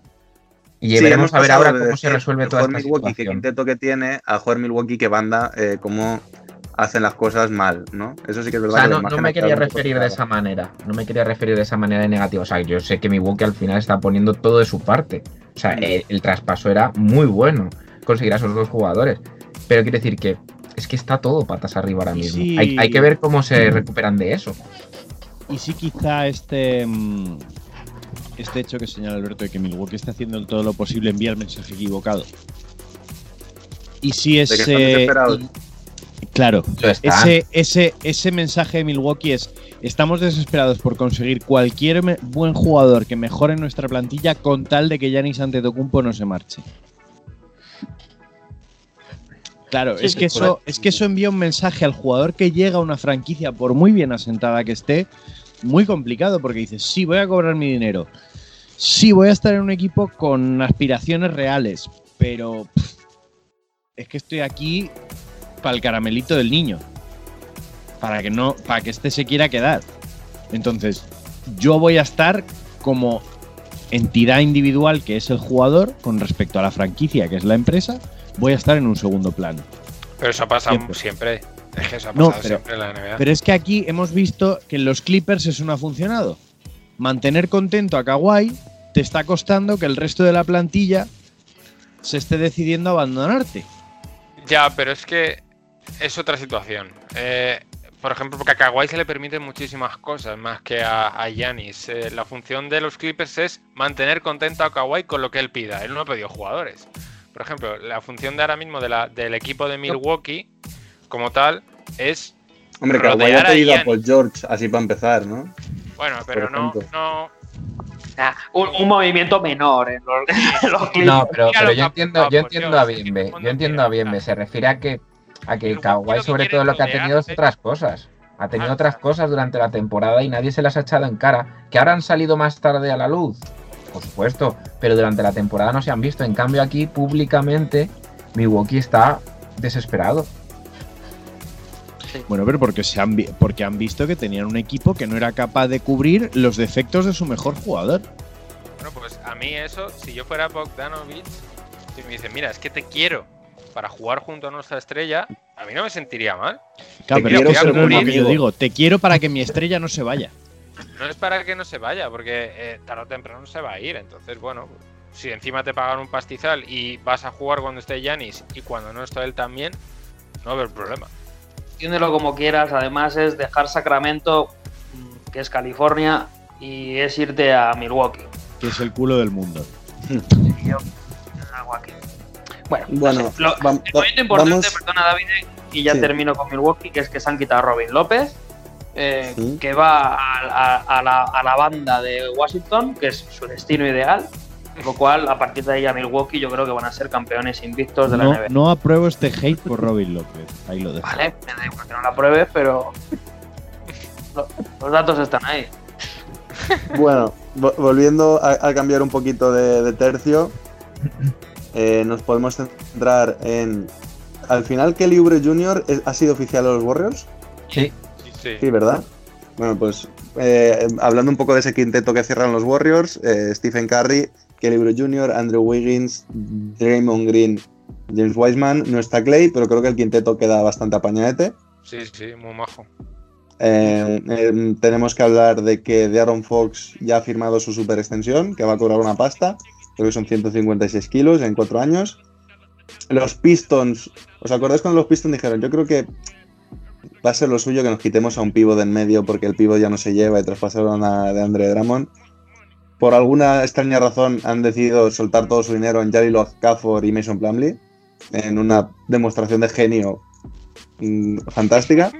Y Sí, veremos hemos a ver pasado ahora de cómo se decir resuelve de toda jugar esta Milwaukee, qué situación. quinteto que tiene, a jugar Milwaukee que banda, eh, cómo hacen las cosas mal, ¿no? Eso sí que es O verdad. sea, que no, los no me márgenes quería claro, referir de claro. esa manera. No me quería referir de esa manera de negativa. O sea, yo sé que Milwaukee al final está poniendo todo de su parte. O sea, Mm. el, el traspaso era muy bueno conseguir a esos dos jugadores. Pero quiere decir que es que está todo patas arriba ahora Y mismo. sí. Hay, hay que ver cómo se recuperan de eso. Y sí, quizá este, mm, este hecho que señala Alberto de que Milwaukee está haciendo todo lo posible envía el mensaje equivocado. Y si De que están ese. desesperados. Claro, Lo están. ese, ese, ese mensaje de Milwaukee es: estamos desesperados por conseguir cualquier me- buen jugador que mejore nuestra plantilla con tal de que Giannis Antetokounmpo no se marche. Claro, Sí, es, sí, que por eso, es que eso envía un mensaje al jugador que llega a una franquicia, por muy bien asentada que esté, muy complicado, porque dices, sí, voy a cobrar mi dinero, sí, voy a estar en un equipo con aspiraciones reales, pero pff, es que estoy aquí para el caramelito del niño, para que no, para que este se quiera quedar. Entonces, yo voy a estar como entidad individual que es el jugador con respecto a la franquicia que es la empresa, voy a estar en un segundo plano. Pero eso ha pasado Siempre. siempre. Es que eso ha No, pasado pero- siempre en la N B A. Pero es que aquí hemos visto que en los Clippers eso no ha funcionado. Mantener contento a Kawhi te está costando que el resto de la plantilla se esté decidiendo a abandonarte. Ya, pero es que es otra situación. Eh, por ejemplo, porque a Kawhi se le permiten muchísimas cosas más que a, a Giannis. Eh, la función de los Clippers es mantener contento a Kawhi con lo que él pida. Él no ha pedido jugadores. Por ejemplo, la función de ahora mismo de la, del equipo de Milwaukee, como tal, es Hombre, que Kawhi rodear ha a pedido a Giannis. Paul George, así para empezar, ¿no? Bueno, pero Por no, ejemplo. no. Ah, un, un movimiento menor en los, en los Clippers. No, pero, Mira pero lo yo que ha entiendo, apuntado yo por entiendo Dios, a es que Bienve. todo el Yo mundo entiendo quiere a Bienve. ganar. Se refiere a que, a que Milwaukee Kawhi lo que sobre quiere todo es lo que ha tenido es rodearse. otras cosas. Ha tenido Ah, otras claro. cosas durante la temporada y nadie se las ha echado en cara. Que ahora han salido más tarde a la luz. Por supuesto. Pero durante la temporada no se han visto. En cambio aquí, públicamente, Milwaukee está desesperado. Bueno, pero porque, se han, vi- porque han visto que tenían un equipo que no era capaz de cubrir los defectos de su mejor jugador. Bueno, pues a mí eso, si yo fuera Bogdanovic, si me dicen, mira, es que te quiero para jugar junto a nuestra estrella, a mí no me sentiría mal. Claro, Te pero quiero eso ser no es lo un que yo amigo. digo. Te quiero para que mi estrella no se vaya. No es para que no se vaya, porque eh, tarde o temprano se va a ir. Entonces, bueno, si encima te pagan un pastizal y vas a jugar cuando esté Giannis y cuando no esté él también, no va a haber problema. Entiéndelo como quieras, además es dejar Sacramento, mm, que es California, y es irte a Milwaukee. Que es el culo del mundo. Yo hago aquí. Bueno, no Bueno, sé, lo- vam- el momento importante, vamos- perdona David, y ya Sí. termino con Milwaukee, que es que se han quitado a Robin López, eh, Sí. que va a, a- a la, a la banda de Washington, que es su destino ideal. Por lo cual, a partir de ahí a Milwaukee yo creo que van a ser campeones invictos de la No, N B A. no apruebo este hate por Robin López. Ahí lo dejo. Vale, me da igual que no la pruebes, pero lo- los datos están ahí. Bueno, vo- volviendo a, a cambiar un poquito de, de tercio, eh, nos podemos centrar en... Al final, Kelly Oubre junior es- ha sido oficial de los Warriors. Sí, Sí, sí. Sí, ¿verdad? Bueno, pues eh, hablando un poco de ese quinteto que cierran los Warriors, eh, Stephen Curry, Kelly Oubre junior, Andrew Wiggins, Draymond Green, James Wiseman. No está Clay, pero creo que el quinteto queda bastante apañadete. Sí, sí, muy majo. Eh, eh, tenemos que hablar de que De'Aaron Fox ya ha firmado su super extensión, que va a cobrar una pasta. Creo que son ciento cincuenta y seis kilos en cuatro años. Los Pistons, ¿os acordáis cuando los Pistons dijeron? Yo creo que va a ser lo suyo que nos quitemos a un pívot de en medio porque el pívot ya no se lleva y traspasaron a de Andre Drummond. Por alguna extraña razón han decidido soltar todo su dinero en Jalil Okafor y Mason Plumlee en una demostración de genio mm, fantástica.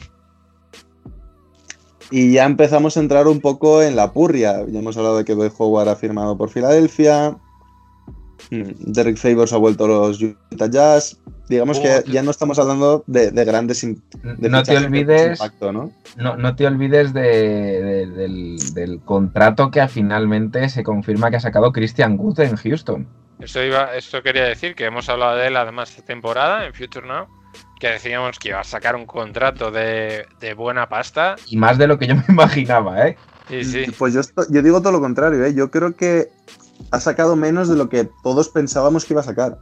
Y ya empezamos a entrar un poco en la purria. Ya hemos hablado de que Dwight Howard ha firmado por Filadelfia. Mm, Derek Favors ha vuelto a los Utah Jazz. Digamos Oh, que ya no estamos hablando de, de grandes in- de no te fichajes de olvides, impacto, ¿no? no, no te olvides de, de- del, del contrato que finalmente se confirma que ha sacado Christian Wood en Houston. Eso iba, eso quería decir, que hemos hablado de él además esta temporada en Future Now, que decíamos que iba a sacar un contrato de, de buena pasta. Y más de lo que yo me imaginaba, ¿eh? Y sí, Pues yo, esto- yo digo todo lo contrario, ¿eh? Yo creo que ha sacado menos de lo que todos pensábamos que iba a sacar.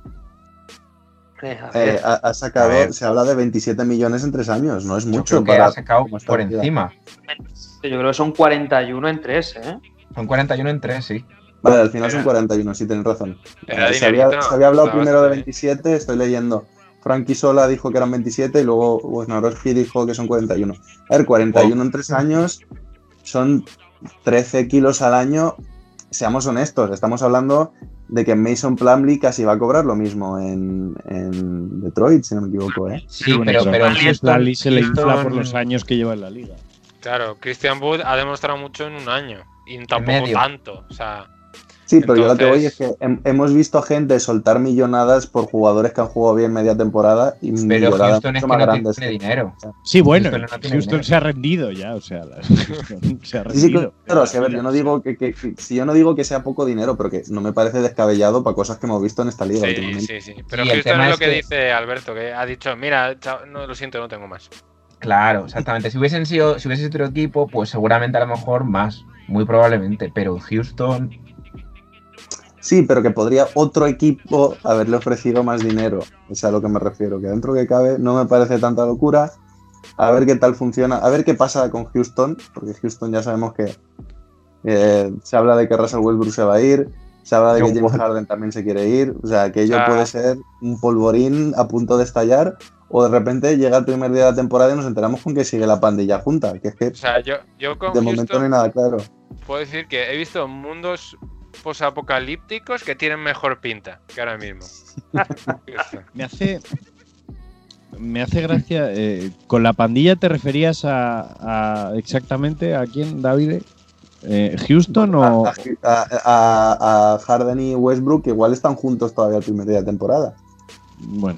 Eh, a Eh, ver, ha, ha sacado, A ver. se habla de veintisiete millones en tres años, no es Yo mucho creo que para ha sacado cómo está por la liga. encima. yo creo que son cuarenta y uno en tres, ¿eh? Son cuarenta y uno en tres, sí. Vale, al final son Era- cuarenta y uno, sí tienes razón. Era Eh, se, había, dinerito, se había hablado estaba primero de bastante bien. veintisiete, estoy leyendo. Frankie Sola dijo que eran veintisiete y luego Wojnarowski dijo que son cuarenta y uno. A ver, cuarenta y uno en tres años son trece kilos al año. Seamos honestos, estamos hablando de que Mason Plumlee casi va a cobrar lo mismo en, en Detroit, si no me equivoco, ¿eh? Sí, Bueno, pero, pero a Houston- Plumlee se le infla Houston- por los años que lleva en la liga. claro, Christian Wood ha demostrado mucho en un año. Y tampoco medio. tanto. O sea, Sí, pero yo lo que voy es Entonces- que hem- hemos visto a gente soltar millonadas por jugadores que han jugado bien media temporada y Pero millonadas Houston es mucho que más no grandes. tiene que- dinero. Sí, bueno, Houston no tiene Houston dinero. se ha rendido ya, o sea, la- Houston se ha Sí, sí, rendido. claro, sí, a ver, yo no digo que, que- que- si yo no digo que sea poco dinero, pero que no me parece descabellado para cosas que hemos visto en esta liga sí, últimamente. sí, sí. Pero Y el Houston tema es lo es que, que- dice Alberto, que ha dicho, mira, chao, no, lo siento, no tengo más. Claro, exactamente. Si hubiesen sido, si hubiese sido otro equipo, pues seguramente a lo mejor más, muy probablemente. Pero Houston, Sí, pero que podría otro equipo haberle ofrecido más dinero. Es a lo que me refiero, que dentro que cabe no me parece tanta locura. A ver qué tal funciona, a ver qué pasa con Houston, porque Houston ya sabemos que eh, se habla de que Russell Westbrook se va a ir, se habla de que John James Wall. Harden también se quiere ir, o sea, que ello Ah. puede ser un polvorín a punto de estallar, o de repente llega el primer día de la temporada y nos enteramos con que sigue la pandilla junta, que es que O sea, yo, yo con de momento no hay Houston nada claro. puedo decir que he visto mundos posapocalípticos que tienen mejor pinta que ahora mismo. Houston. Me hace. Me hace gracia. eh, ¿Con la pandilla te referías a, a exactamente a quién, David? Eh, ¿Houston o.? A, a- a- a Harden y Westbrook que igual están juntos todavía el primer día de temporada. Bueno,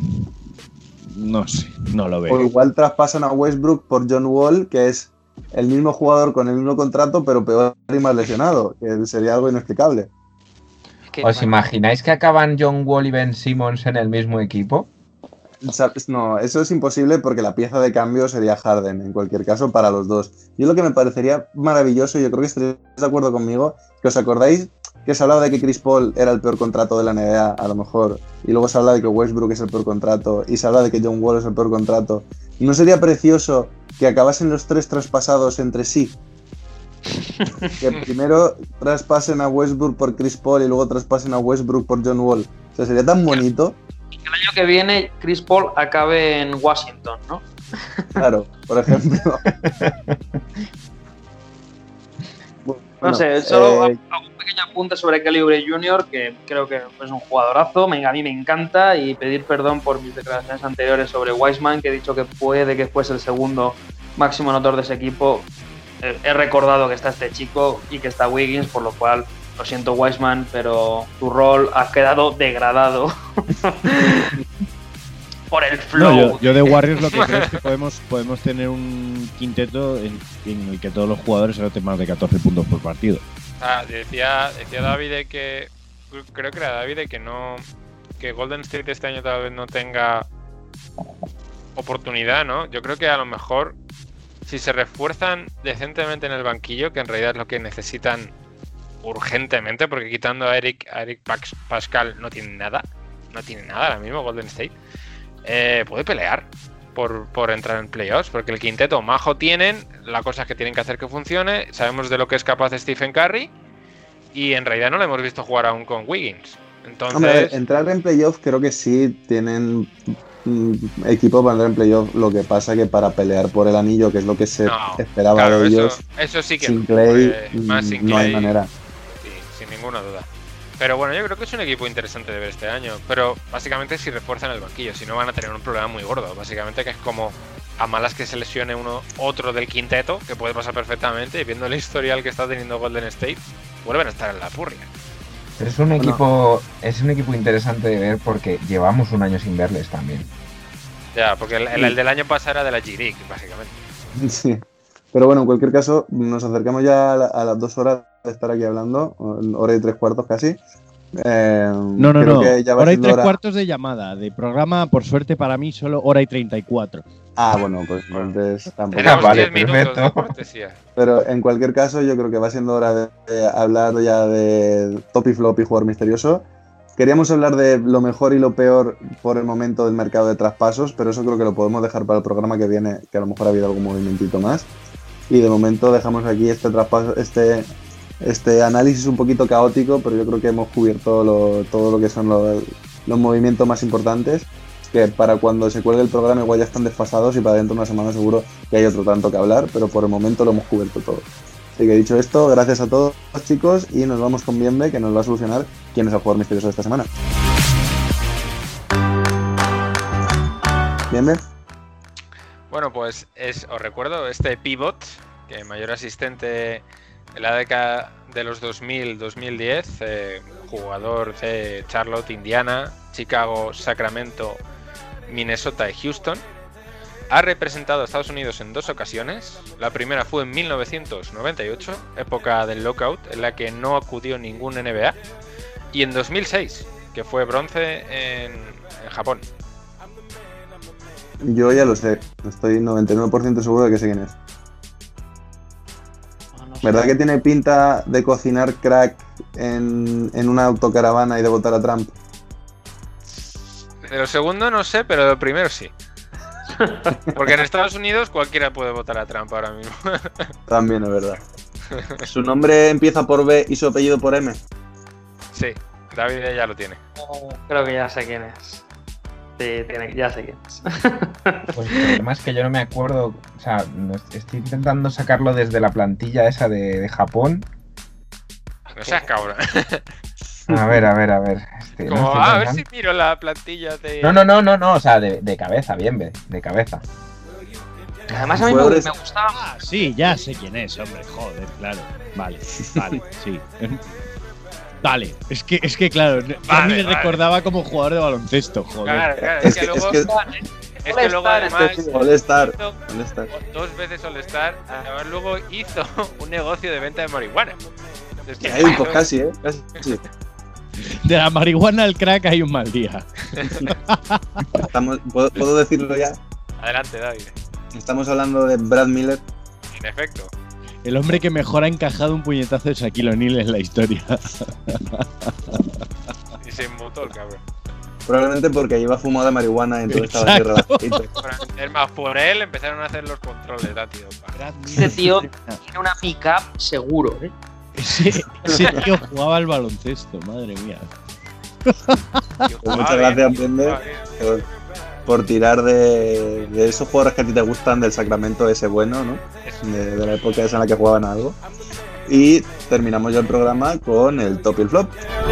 no sé, no lo O veo. igual traspasan a Westbrook por John Wall, que es el mismo jugador con el mismo contrato, pero peor y más lesionado, que sería algo inexplicable. Es que, ¿os bueno, imagináis que acaban John Wall y Ben Simmons en el mismo equipo? ¿Sabes? No, eso es imposible porque la pieza de cambio sería Harden, en cualquier caso, para los dos. Yo lo que me parecería maravilloso, y yo creo que estaréis de acuerdo conmigo, que os acordáis que se hablaba de que Chris Paul era el peor contrato de la N B A, a lo mejor, y luego se habla de que Westbrook es el peor contrato, y se habla de que John Wall es el peor contrato. ¿No sería precioso que acabasen los tres traspasados entre sí? Que primero traspasen a Westbrook por Chris Paul y luego traspasen a Westbrook por John Wall. O sea, sería tan bonito. el año que viene Chris Paul acabe en Washington, ¿no? Claro, por ejemplo. No Bueno, sé, solo eh, hago un pequeño apunte sobre Kelly Oubre junior, que creo que es un jugadorazo, me- a mí me encanta, y pedir perdón por mis declaraciones anteriores sobre Wiseman, que he dicho que puede que fuese el segundo máximo anotador de ese equipo. Eh, He recordado que está este chico y que está Wiggins, por lo cual lo siento Wiseman, pero tu rol ha quedado degradado por el flow. No, yo, yo de Warriors lo que creo es que podemos, podemos tener un quinteto en, en el que todos los jugadores anoten más de catorce puntos por partido. Ah, decía, decía David que creo que era David que no que Golden State este año tal vez no tenga oportunidad, ¿no? Yo creo que a lo mejor si se refuerzan decentemente en el banquillo, que en realidad es lo que necesitan urgentemente, porque quitando a Eric, a Eric Pascal no tiene nada, no tiene nada ahora mismo Golden State, eh, puede pelear por, por entrar en playoffs, porque el quinteto majo tienen, la cosa es que tienen que hacer que funcione, sabemos de lo que es capaz Stephen Curry, y en realidad no lo hemos visto jugar aún con Wiggins. Entonces, Hombre, a ver, entrar en playoffs creo que sí tienen mm, equipo para entrar en playoffs. Lo que pasa que para pelear por el anillo, que es lo que se no, esperaba claro, de eso, ellos, eso sí que sin no, Clay, más sin no Clay, hay manera. Sí, sin ninguna duda. Pero bueno, yo creo que es un equipo interesante de ver este año. Pero básicamente si refuerzan el banquillo, si no van a tener un problema muy gordo. Básicamente que es como a malas que se lesione uno otro del quinteto, que puede pasar perfectamente, y viendo el historial que está teniendo Golden State, vuelven a estar en la purria. Pero es un equipo, es un equipo interesante de ver porque llevamos un año sin verles también. Ya, porque el, el, el del año pasado era de la G-League, básicamente. Sí. Pero bueno, en cualquier caso, nos acercamos ya a, la, a las dos horas de estar aquí hablando, hora y tres cuartos casi. Eh, no, no, creo no. Que ya va hora y tres hora... cuartos de llamada. De programa, por suerte para mí, solo hora y treinta y cuatro. Ah, bueno, pues entonces tampoco. Tenemos vale, diez minutos de cortesía. Pero en cualquier caso, yo creo que va siendo hora de, de hablar ya de top y flop y jugador misterioso. Queríamos hablar de lo mejor y lo peor por el momento del mercado de traspasos, pero eso creo que lo podemos dejar para el programa que viene, que a lo mejor ha habido algún movimentito más. Y de momento dejamos aquí este traspaso, este, este análisis un poquito caótico, pero yo creo que hemos cubierto lo, todo lo que son los, los movimientos más importantes, que para cuando se cuelgue el programa igual ya están desfasados y para dentro de una semana seguro que hay otro tanto que hablar, pero por el momento lo hemos cubierto todo. Así que dicho esto, gracias a todos chicos y nos vamos con Bienve, que nos va a solucionar quién es el jugador misterioso de esta semana. Bienve. Bueno, pues es, os recuerdo este pivot, que mayor asistente en la década de los dos mil dos mil diez, eh, jugador de Charlotte, Indiana, Chicago, Sacramento, Minnesota y Houston. Ha representado a Estados Unidos en dos ocasiones. La primera fue en mil novecientos noventa y ocho, época del lockout, en la que no acudió ningún N B A. Y en dos mil seis, que fue bronce en, en Japón. Yo ya lo sé, estoy noventa y nueve por ciento seguro de que sé quién es. No sé. ¿Verdad que tiene pinta de cocinar crack en, en una autocaravana y de votar a Trump? De lo segundo no sé, pero de lo primero sí. Porque en Estados Unidos cualquiera puede votar a Trump ahora mismo. También es verdad. ¿Su nombre empieza por B y su apellido por M? Sí, David ya lo tiene. Creo que ya sé quién es. Sí, tiene, ya sé quién es. Pues el problema es que yo no me acuerdo, o sea, no- estoy intentando sacarlo desde la plantilla esa de, de Japón. No seas cabrón. A ver, a ver, a ver. este, no Como, estoy ah, a ver si pensando. miro la plantilla de... No, no, no, no, no, o sea, de, de cabeza, bien, ve, de cabeza. Además a mí me, Jugadores- me gustaba. Ah, sí, ya sé quién es, hombre, joder, claro. Vale, vale, sí. Vale, es que, es que claro, a mí Vale, me vale. recordaba como jugador de baloncesto, joder. Claro, claro, es, Es que, que- luego... es que- Es que luego además... All-Star. hizo All-Star. dos veces All-Star, además luego hizo un negocio de venta de marihuana. Es que- Ahí, pues casi, ¿eh? Casi. De la marihuana al crack hay un mal día. Estamos, ¿puedo, ¿Puedo decirlo ya? Adelante, David. Estamos hablando de Brad Miller. En efecto. El hombre que mejor ha encajado un puñetazo de Shaquille O'Neal en la historia. Y se inmutó el cabrón. Probablemente porque lleva fumado de marihuana y entonces estaba así Exacto. relajadito. Es más, por él empezaron a hacer los controles, da, tío. Este tío tiene una pick-up seguro, ¿eh? Ese, ese tío jugaba al baloncesto, madre mía. Tío, Pues jugaba muchas bien, gracias, Bienve, jugaba bien. por, por tirar de, de esos jugadores que a ti te gustan del Sacramento ese bueno, ¿no? De, de la época esa en la que jugaban a algo. Y terminamos ya el programa con el top y el flop.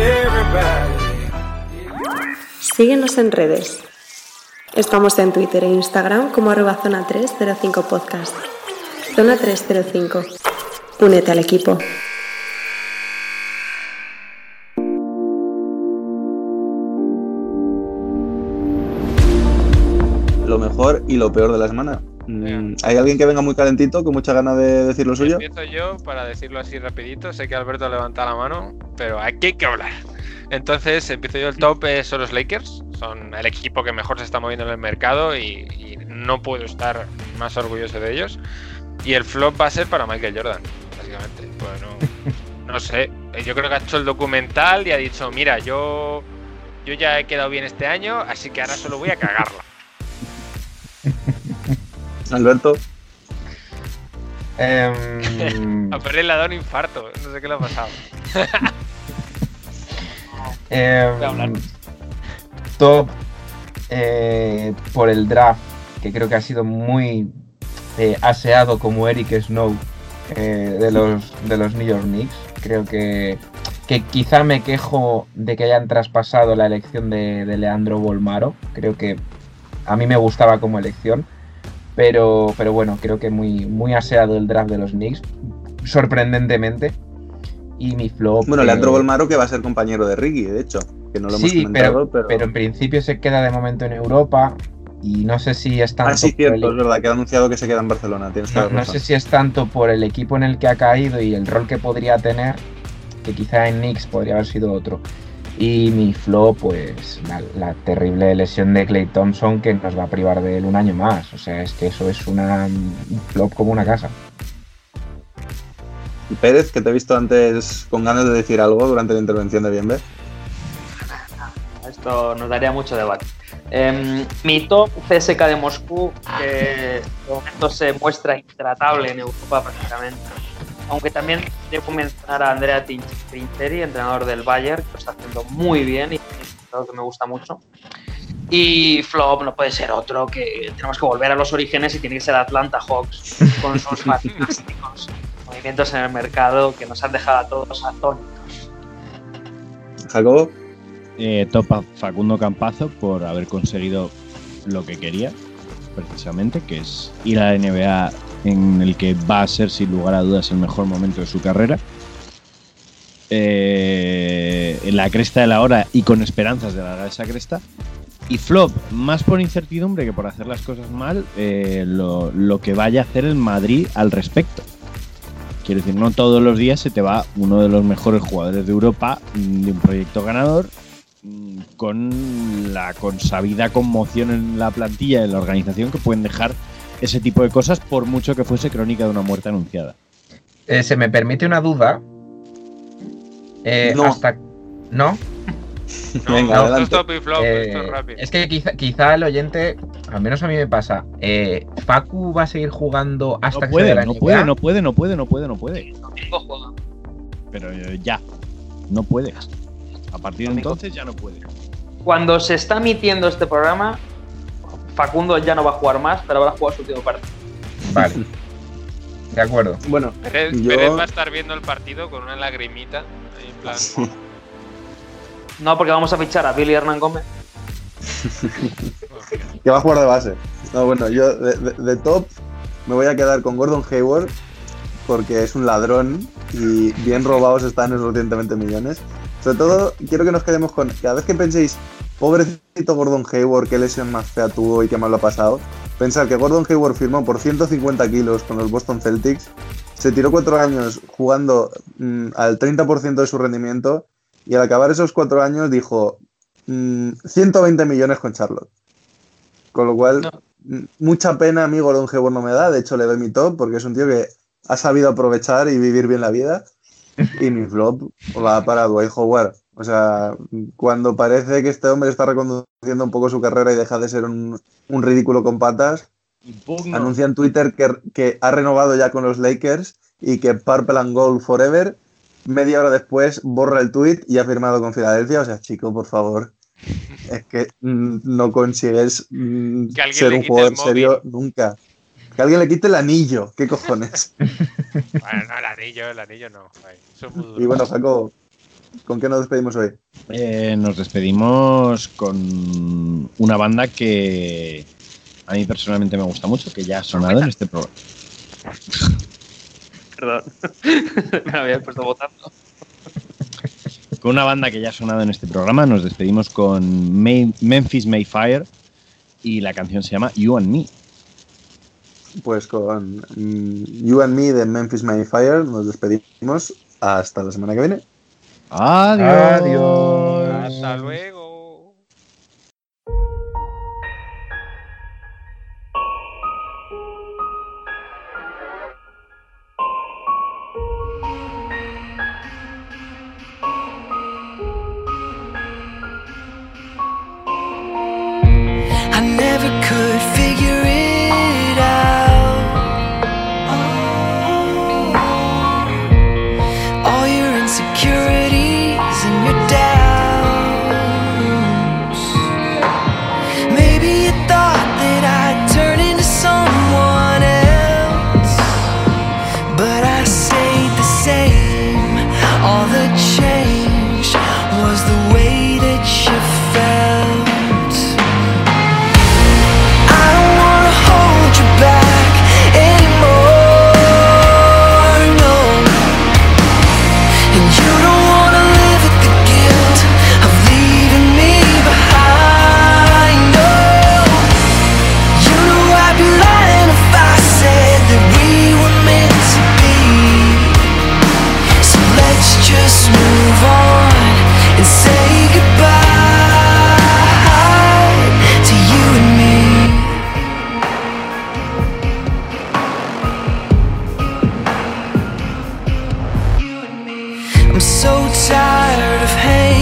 Síguenos en redes. Estamos en Twitter e Instagram como arroba zona tres cero cinco podcast. Zona tres cero cinco. Únete al equipo. lo mejor y lo peor de la semana. Mm, ¿Hay alguien que venga muy calentito, con muchas ganas de decir lo suyo? Empiezo yo para decirlo así rapidito. Sé que Alberto levanta la mano, pero aquí hay que hablar. Entonces, empiezo yo. El top eh, son los Lakers. Son el equipo que mejor se está moviendo en el mercado y, y no puedo estar más orgulloso de ellos. Y el flop va a ser para Michael Jordan, básicamente. Bueno, no sé. Yo creo que ha hecho el documental y ha dicho, mira, yo, yo ya he quedado bien este año, así que ahora solo voy a cagarla. Alberto. Em, A Perry le ha dado un infarto, no sé qué le ha pasado. em, top eh, por el draft, que creo que ha sido muy eh, aseado como Eric Snow eh, de los de los New York Knicks. Creo que, que quizá me quejo de que hayan traspasado la elección de, de Leandro Bolmaro. Creo que a mí me gustaba como elección. Pero, pero bueno, creo que muy, muy aseado el draft de los Knicks, sorprendentemente. Y mi flop... Bueno, eh... Leandro Bolmaro, que va a ser compañero de Ricky, de hecho, que no lo hemos sí, comentado, pero, pero... pero en principio se queda de momento en Europa y no sé si es tanto... Ah, sí, por cierto, el... es verdad, que ha anunciado que se queda en Barcelona, tienes toda no, la no razón. sé si es tanto por el equipo en el que ha caído y el rol que podría tener, que quizá en Knicks podría haber sido otro. Y mi flop, pues la, la terrible lesión de Klay Thompson, que nos va a privar de él un año más. O sea, es que eso es una, un flop como una casa. Y Pérez, que te he visto antes con ganas de decir algo durante la intervención de Bienve. Esto nos daría mucho debate. Eh, mi top C S K de Moscú, que de momento se muestra intratable en Europa prácticamente. Aunque también debo mencionar a Andrea Trinchieri, entrenador del Bayern, que lo está haciendo muy bien y es algo que me gusta mucho. Y flop no puede ser otro, que tenemos que volver a los orígenes y tiene que ser Atlanta Hawks, con sus fantásticos movimientos en el mercado que nos han dejado a todos atónitos. Jacobo. Eh, top a Facundo Campazo por haber conseguido lo que quería, precisamente, que es ir a la N B A, en el que va a ser sin lugar a dudas el mejor momento de su carrera. Eh, en la cresta de la hora y con esperanzas de alargar esa cresta. Y flop, más por incertidumbre que por hacer las cosas mal, eh, lo, lo que vaya a hacer el Madrid al respecto. Quiero decir, no todos los días se te va uno de los mejores jugadores de Europa, de un proyecto ganador, con la consabida conmoción en la plantilla, en la organización, que pueden dejar ese tipo de cosas por mucho que fuese crónica de una muerte anunciada. Eh, ¿Se me permite una duda? Eh, no. Hasta... ¿No? No, Venga, no, adelante. esto es top y flop, Eh, esto es rápido. es que quizá, quizá el oyente, al menos a mí me pasa, eh, ¿Facu va a seguir jugando hasta No que puede, se dé la no N B A? puede, no puede, no puede, no puede, no puede. Domingo juega. Pero eh, ya, no puede. A partir de Domingo. entonces ya no puede. Cuando se está emitiendo este programa, Facundo ya no va a jugar más, pero habrá jugado su último partido. Vale. De acuerdo. Bueno, Pérez, yo- Pérez va a estar viendo el partido con una lagrimita. Ahí en plan. No, porque vamos a fichar a Billy Hernán Gómez. que va a jugar de base. No, bueno, yo de, de- de top me voy a quedar con Gordon Hayward, porque es un ladrón y bien robados están esos ciento veinte millones. Sobre todo, quiero que nos quedemos con, cada vez que penséis, pobrecito Gordon Hayward, qué lesión más fea tuvo y qué mal lo ha pasado, pensar que Gordon Hayward firmó por ciento cincuenta kilos con los Boston Celtics, se tiró cuatro años jugando mm, al treinta por ciento de su rendimiento y al acabar esos cuatro años dijo mm, ciento veinte millones con Charlotte. Con lo cual, No. m- mucha pena a mí Gordon Hayward no me da, de hecho le doy mi top porque es un tío que ha sabido aprovechar y vivir bien la vida. Y mi flop va para Dwight Howard. O sea, cuando parece que este hombre está reconduciendo un poco su carrera y deja de ser un, un ridículo con patas, Impugno. anuncia en Twitter que, que ha renovado ya con los Lakers y que Purple and Gold Forever. Media hora después borra el tweet y ha firmado con Filadelfia. O sea, chico, por favor. Es que mm, no consigues mm, Que alguien ser le un quite jugador el móvil. serio nunca. Que alguien le quite el anillo. ¿Qué cojones? Bueno, no, el anillo, el anillo no. Ay, eso es muy duro. Y bueno, Jaco, ¿con qué nos despedimos hoy? Eh, nos despedimos con una banda que a mí personalmente me gusta mucho, que ya ha sonado en este programa. Perdón. Me había puesto votando. Con una banda que ya ha sonado en este programa, nos despedimos con May- Memphis Mayfire, y la canción se llama You and Me. Pues con mm, You and Me de Memphis May Fire nos despedimos. Hasta la semana que viene. Adiós. Adiós. Hasta luego. I never could figure it out. All your insecurities and your doubts. Maybe you thought that I'd turn into someone else, but I stayed the same. All that changed was the way that you felt. Back anymore, no. And you don't wanna live with the guilt of leaving me behind, no. You know I'd be lying if I said that we were meant to be. So let's just move on and say goodbye to you and me. I'm so tired of hanging